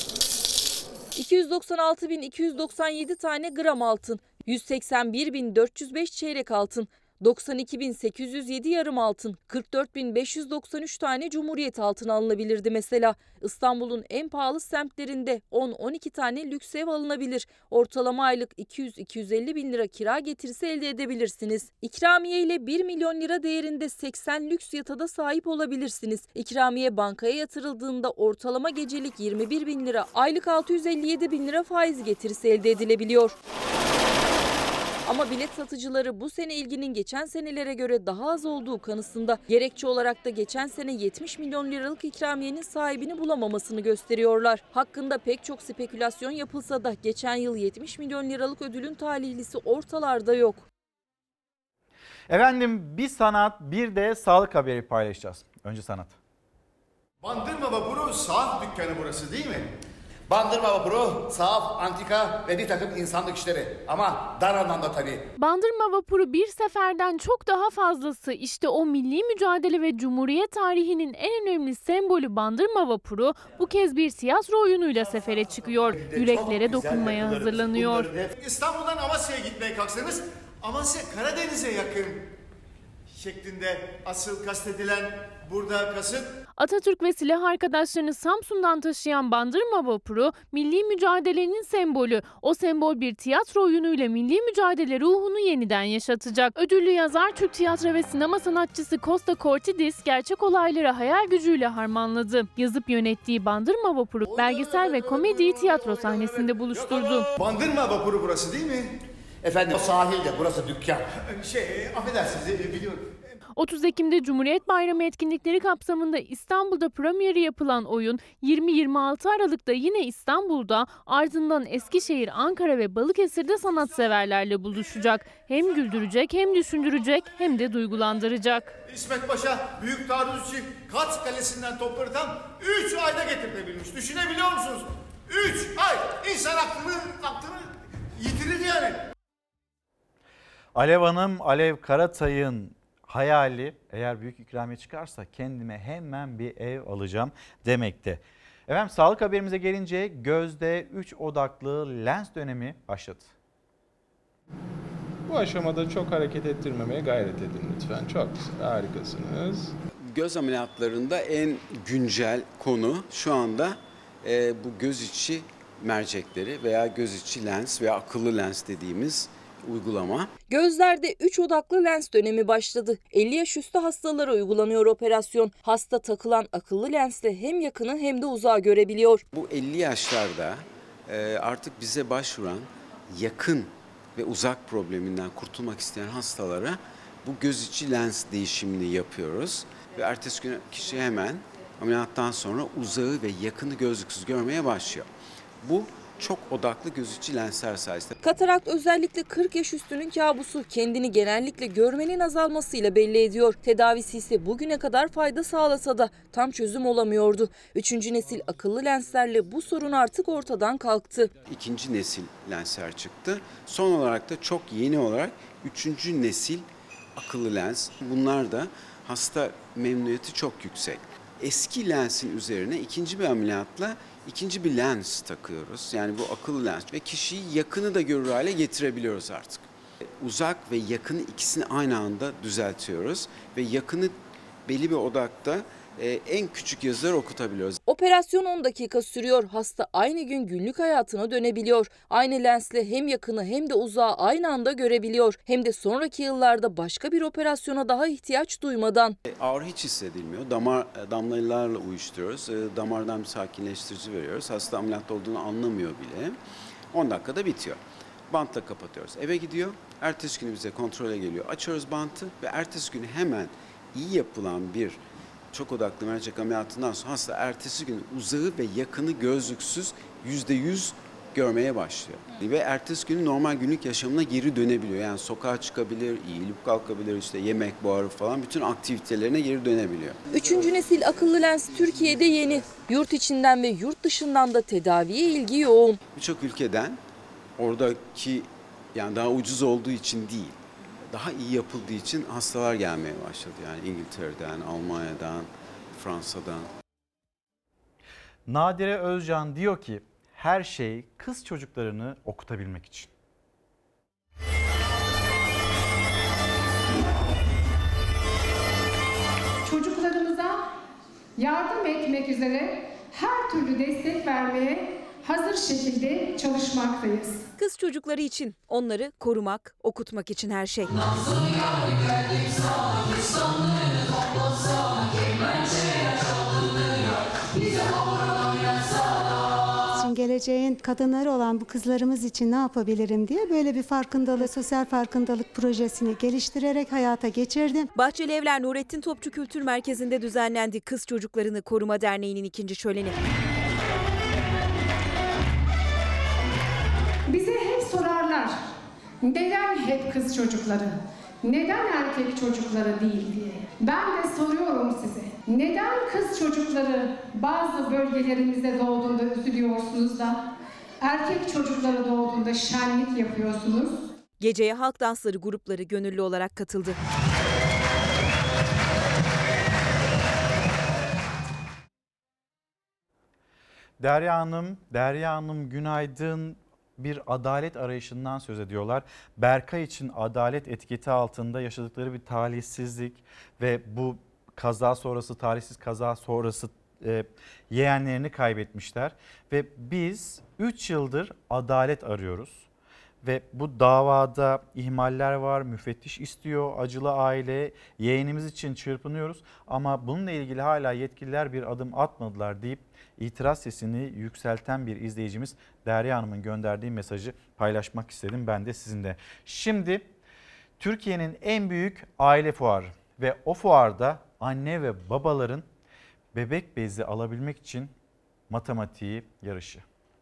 296.297 tane gram altın, 181.405 çeyrek altın, 92.807 yarım altın, 44.593 tane Cumhuriyet altını alınabilirdi mesela. İstanbul'un en pahalı semtlerinde 10-12 tane lüks ev alınabilir. Ortalama aylık 200-250 bin lira kira getirisi elde edebilirsiniz. İkramiye ile 1 milyon lira değerinde 80 lüks yata da sahip olabilirsiniz. İkramiye bankaya yatırıldığında ortalama gecelik 21 bin lira, aylık 657 bin lira faiz getirisi elde edilebiliyor. Ama bilet satıcıları bu sene ilginin geçen senelere göre daha az olduğu kanısında. Gerekçe olarak da geçen sene 70 milyon liralık ikramiyenin sahibini bulamamasını gösteriyorlar. Hakkında pek çok spekülasyon yapılsa da geçen yıl 70 milyon liralık ödülün talihlisi ortalarda yok. Efendim bir sanat bir de sağlık haberi paylaşacağız. Önce sanat. Bandırma Vapuru sahaf dükkanı burası değil mi? Bandırma Vapuru sahaf, antika ve bir takım insanlık işleri ama dar anlamda tabii. Bandırma Vapuru bir seferden çok daha fazlası. İşte o milli mücadele ve Cumhuriyet tarihinin en önemli sembolü Bandırma Vapuru bu kez bir tiyatro oyunuyla sefere çıkıyor. Yüreklere dokunmaya hazırlanıyor. İstanbul'dan Amasya'ya gitmeye kalksanız Amasya Karadeniz'e yakın şeklinde asıl kastedilen burada kasıt. Atatürk ve silah arkadaşlarını Samsun'dan taşıyan Bandırma Vapuru milli mücadelenin sembolü. O sembol bir tiyatro oyunuyla milli mücadele ruhunu yeniden yaşatacak. Ödüllü yazar Türk tiyatro ve sinema sanatçısı Costa Cortidis gerçek olayları hayal gücüyle harmanladı. Yazıp yönettiği Bandırma Vapuru belgesel ve komediyi tiyatro sahnesinde buluşturdu. Bandırma Vapuru burası değil mi? Efendim o sahilde, burası dükkan. Affedersiniz biliyorum. 30 Ekim'de Cumhuriyet Bayramı etkinlikleri kapsamında İstanbul'da premieri yapılan oyun 20-26 Aralık'ta yine İstanbul'da, ardından Eskişehir, Ankara ve Balıkesir'de sanatseverlerle buluşacak. Hem güldürecek, hem düşündürecek, hem de duygulandıracak. İsmet Paşa Büyük Taarruz için Kars Kalesi'nden topları tam 3 ayda getirtebilmiş. Düşünebiliyor musunuz? 3 ay insan aklını yitirir yani. Alev Hanım, Alev Karatay'ın hayali eğer büyük ikramiye çıkarsa kendime hemen bir ev alacağım demekte. Efendim sağlık haberimize gelince gözde 3 odaklı lens dönemi başladı. Bu aşamada çok hareket ettirmemeye gayret edin lütfen. Çok harikasınız. Göz ameliyatlarında en güncel konu şu anda bu göz içi mercekleri veya göz içi lens veya akıllı lens dediğimiz uygulama. Gözlerde 3 odaklı lens dönemi başladı. 50 yaş üstü hastalara uygulanıyor operasyon. Hasta takılan akıllı lensle hem yakını hem de uzağı görebiliyor. Bu 50 yaşlarda artık bize başvuran yakın ve uzak probleminden kurtulmak isteyen hastalara bu göz içi lens değişimini yapıyoruz. Ve ertesi gün kişi hemen ameliyattan sonra uzağı ve yakını gözlüksüz görmeye başlıyor. Bu çok odaklı göz içi lensler sayesinde. Katarakt özellikle 40 yaş üstünün kabusu, kendini genellikle görmenin azalmasıyla belli ediyor. Tedavisi ise bugüne kadar fayda sağlasa da tam çözüm olamıyordu. 3. nesil akıllı lenslerle bu sorun artık ortadan kalktı. 2. nesil lensler çıktı. Son olarak da çok yeni olarak 3. nesil akıllı lens. Bunlar da hasta memnuniyeti çok yüksek. Eski lensin üzerine ikinci bir ameliyatla ikinci bir lens takıyoruz. Yani bu akıllı lens ve kişiyi yakını da görür hale getirebiliyoruz artık. Uzak ve yakını ikisini aynı anda düzeltiyoruz ve yakını belli bir odakta en küçük yazıları okutabiliyoruz. Operasyon 10 dakika sürüyor. Hasta aynı gün günlük hayatına dönebiliyor. Aynı lensle hem yakını hem de uzağı aynı anda görebiliyor. Hem de sonraki yıllarda başka bir operasyona daha ihtiyaç duymadan. Ağrı hiç hissedilmiyor. Damlalarla uyuşturuyoruz. Damardan bir sakinleştirici veriyoruz. Hasta ameliyatta olduğunu anlamıyor bile. 10 dakikada bitiyor. Bantla kapatıyoruz. Eve gidiyor. Ertesi günü bize kontrole geliyor. Açıyoruz bantı ve ertesi günü hemen iyi yapılan bir çok odaklı mercek ameliyatından sonra hasta ertesi gün uzağı ve yakını gözlüksüz %100 görmeye başlıyor. Ve ertesi gün normal günlük yaşamına geri dönebiliyor. Yani sokağa çıkabilir, eğilip kalkabilir, işte yemek, buharı falan bütün aktivitelerine geri dönebiliyor. 3. nesil akıllı lens Türkiye'de yeni. Yurt içinden ve yurt dışından da tedaviye ilgi yoğun. Birçok ülkeden oradaki yani daha ucuz olduğu için değil, daha iyi yapıldığı için hastalar gelmeye başladı. Yani İngiltere'den, Almanya'dan, Fransa'dan. Nadire Özcan diyor ki her şey kız çocuklarını okutabilmek için. Çocuklarımıza yardım etmek üzere her türlü destek vermeye hazır şekilde çalışmaktayız. Kız çocukları için, onları korumak, okutmak için her şey. Geleceğin kadınları olan bu kızlarımız için ne yapabilirim diye böyle bir farkındalık, sosyal farkındalık projesini geliştirerek hayata geçirdim. Bahçeli Evler Nurettin Topçu Kültür Merkezi'nde düzenlendi Kız Çocuklarını Koruma Derneği'nin 2. şöleni. Bize hep sorarlar, neden hep kız çocukları, neden erkek çocukları değil diye. Ben de soruyorum size, neden kız çocukları bazı bölgelerimizde doğduğunda üzülüyorsunuz da erkek çocukları doğduğunda şenlik yapıyorsunuz? Geceye halk dansları grupları gönüllü olarak katıldı. Derya Hanım günaydın. Bir adalet arayışından söz ediyorlar. Berkay için adalet etiketi altında yaşadıkları bir talihsizlik ve bu kaza sonrası, talihsiz kaza sonrası yeğenlerini kaybetmişler. Ve biz 3 yıldır adalet arıyoruz. Ve bu davada ihmaller var, müfettiş istiyor, acılı aile, yeğenimiz için çırpınıyoruz. Ama bununla ilgili hala yetkililer bir adım atmadılar deyip itiraz sesini yükselten bir izleyicimiz Derya Hanım'ın gönderdiği mesajı paylaşmak istedim ben de sizinle. Şimdi Türkiye'nin en büyük aile fuarı ve o fuarda anne ve babaların bebek bezi alabilmek için matematiği yarışı.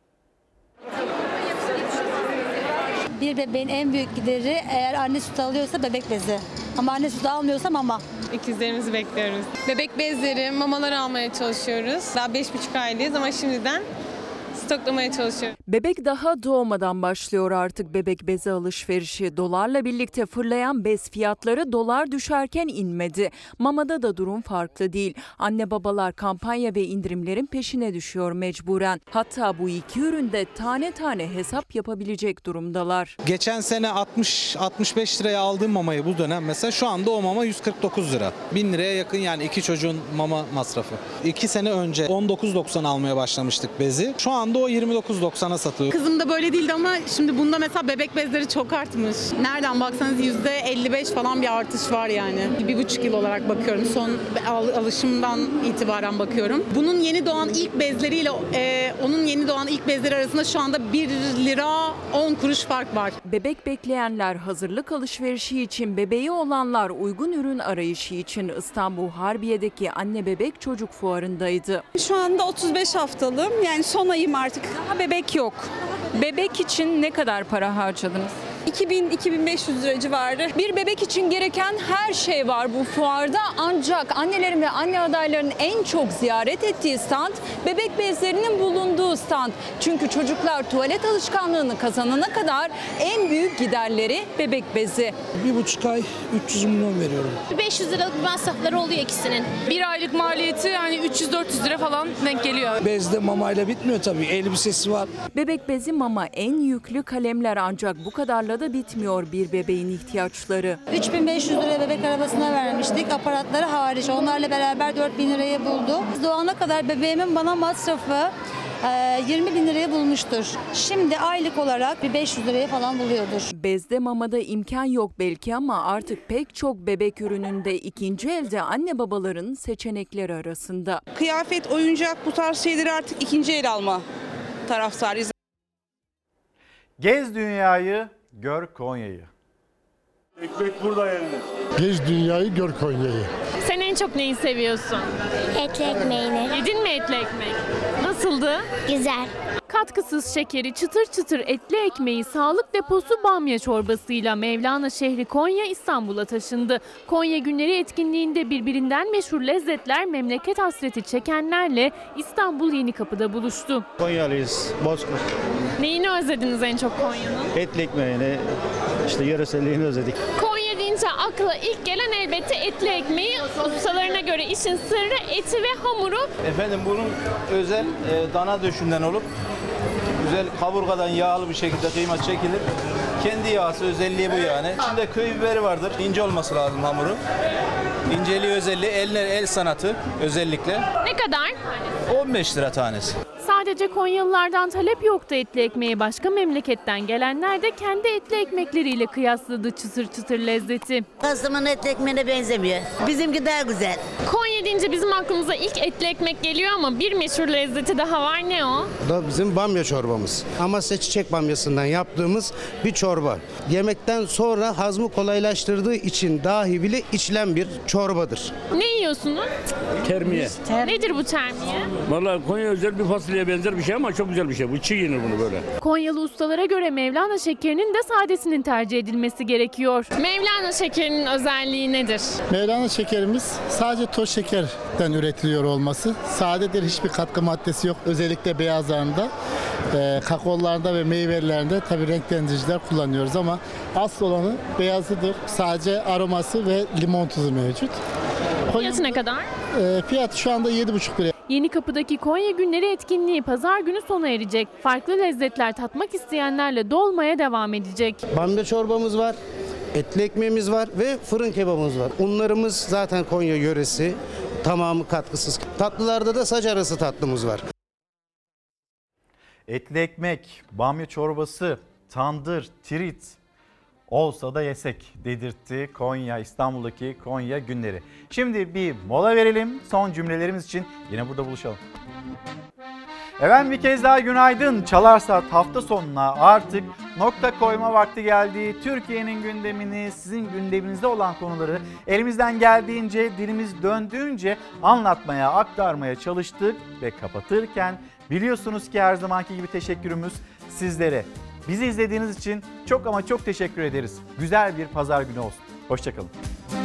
Bir bebeğin en büyük gideri eğer anne sütü alıyorsa bebek bezi. Ama anne sütü almıyorsa mama. İkizlerimizi bekliyoruz. Bebek bezleri, mamalar almaya çalışıyoruz. Daha 5,5 aylıyız ama şimdiden stoklamaya çalışıyoruz. Bebek daha doğmadan başlıyor artık bebek bezi alışverişi. Dolarla birlikte fırlayan bez fiyatları dolar düşerken inmedi. Mamada da durum farklı değil. Anne babalar kampanya ve indirimlerin peşine düşüyor mecburen. Hatta bu iki üründe tane tane hesap yapabilecek durumdalar. Geçen sene 60-65 liraya aldığım mamayı bu dönem mesela şu anda o mama 149 lira. 1000 liraya yakın yani iki çocuğun mama masrafı. 2 sene önce 19.90 almaya başlamıştık bezi. Şu anda anda o 29.90'a satılıyor. Kızım da böyle değildi ama şimdi bunda mesela bebek bezleri çok artmış. Nereden baksanız %55 falan bir artış var yani. 1,5 yıl olarak bakıyorum. Son alışımdan itibaren bakıyorum. Bunun yeni doğan ilk bezleriyle onun yeni doğan ilk bezleri arasında şu anda 1 lira 10 kuruş fark var. Bebek bekleyenler, hazırlık alışverişi için, bebeği olanlar uygun ürün arayışı için İstanbul Harbiye'deki anne bebek çocuk fuarındaydı. Şu anda 35 haftalığım, yani son ayım artık. Daha bebek yok. Bebek için ne kadar para harcadınız? 2000-2500 lira civarı. Bir bebek için gereken her şey var bu fuarda, ancak annelerin ve anne adaylarının en çok ziyaret ettiği stand bebek bezlerinin bulunduğu stand. Çünkü çocuklar tuvalet alışkanlığını kazanana kadar en büyük giderleri bebek bezi. 1,5 ay 300 milyon veriyorum. 500 liralık masrafları oluyor ikisinin. Bir aylık maliyeti yani 300-400 lira falan denk geliyor. Bezde mamayla bitmiyor tabii, elbisesi var. Bebek bezi, mama, en yüklü kalemler, ancak bu kadarla da bitmiyor bir bebeğin ihtiyaçları. 3500 liraya bebek arabasına vermiştik. Aparatları hariç. Onlarla beraber 4000 liraya buldu. Doğana kadar bebeğimin bana masrafı 20 bin liraya bulmuştur. Şimdi aylık olarak bir 500 liraya falan buluyordur. Bezde, mamada imkan yok belki ama artık pek çok bebek ürününde ikinci elde anne babaların seçenekleri arasında. Kıyafet, oyuncak, bu tarz şeyleri artık ikinci el alma taraftarıyız. Gez dünyayı, gör Konya'yı. Ekmek burada yenir. Gez dünyayı, gör Konya'yı. Sen en çok neyi seviyorsun? Etli ekmeğini. Yedin mi etli ekmek? Nasıldı? Güzel. Katkısız şekeri, çıtır çıtır etli ekmeği, sağlık deposu bamya çorbasıyla Mevlana şehri Konya İstanbul'a taşındı. Konya Günleri etkinliğinde birbirinden meşhur lezzetler memleket hasreti çekenlerle İstanbul Yenikapı'da buluştu. Konyalıyız, Bozkurt. Neyini özlediniz en çok Konya'nın? Etli ekmeğini, işte yöreselliğini özledik. Konya deyince akla ilk gelen elbette etli ekmeği. Ustalarına göre işin sırrı eti ve hamuru. Efendim bunun özel dana döşünden olup güzel kaburgadan yağlı bir şekilde kıyma çekilir. Kendi yağısı, özelliği bu yani. İçinde köy biberi vardır. İnce olması lazım hamuru. İnceliği, özelliği, el sanatı özellikle. Ne kadar? 15 lira tanesi. Sadece Konyalılardan talep yoktu etli ekmeğe. Başka memleketten gelenler de kendi etli ekmekleriyle kıyasladı çıtır çıtır lezzeti. Kastamonu etli ekmeğine benzemiyor. Bizimki daha güzel. Konya deyince bizim aklımıza ilk etli ekmek geliyor ama bir meşhur lezzeti daha var. Ne o? Bu da bizim bamya çorbamız. Amasya çiçek bamyasından yaptığımız bir çorba. Yemekten sonra hazmı kolaylaştırdığı için dahi bile içilen bir çorbadır. Ne yiyorsunuz? Termiye. Nedir bu termiye? Vallahi Konya özel bir fasulyeye benzer bir şey ama çok güzel bir şey. Bu çiğ yenir bunu böyle. Konyalı ustalara göre Mevlana şekerinin de sadesinin tercih edilmesi gerekiyor. Mevlana şekerinin özelliği nedir? Mevlana şekerimiz sadece toz şekerden üretiliyor olması. Sadedir, hiçbir katkı maddesi yok. Özellikle beyazlarında, kakaolarında ve meyvelerinde tabii renklendiriciler kullanıyoruz ama asıl olanı beyazıdır. Sadece aroması ve limon tuzu mevcut. Fiyatı ne kadar? Fiyatı şu anda 7,5 lira. Yenikapı'daki Konya Günleri etkinliği pazar günü sona erecek. Farklı lezzetler tatmak isteyenlerle dolmaya devam edecek. Bamya çorbamız var, etli ekmeğimiz var ve fırın kebabımız var. Unlarımız zaten Konya yöresi, tamamı katkısız. Tatlılarda da saç arası tatlımız var. Etli ekmek, bamya çorbası, tandır, tirit olsa da yesek dedirtti Konya, İstanbul'daki Konya Günleri. Şimdi bir mola verelim. Son cümlelerimiz için yine burada buluşalım. Efendim bir kez daha günaydın. Çalar Saat hafta sonuna artık nokta koyma vakti geldi. Türkiye'nin gündemini, sizin gündeminizde olan konuları elimizden geldiğince, dilimiz döndüğünce anlatmaya, aktarmaya çalıştık ve kapatırken biliyorsunuz ki her zamanki gibi teşekkürümüz sizlere. Bizi izlediğiniz için çok ama çok teşekkür ederiz. Güzel bir pazar günü olsun. Hoşça kalın.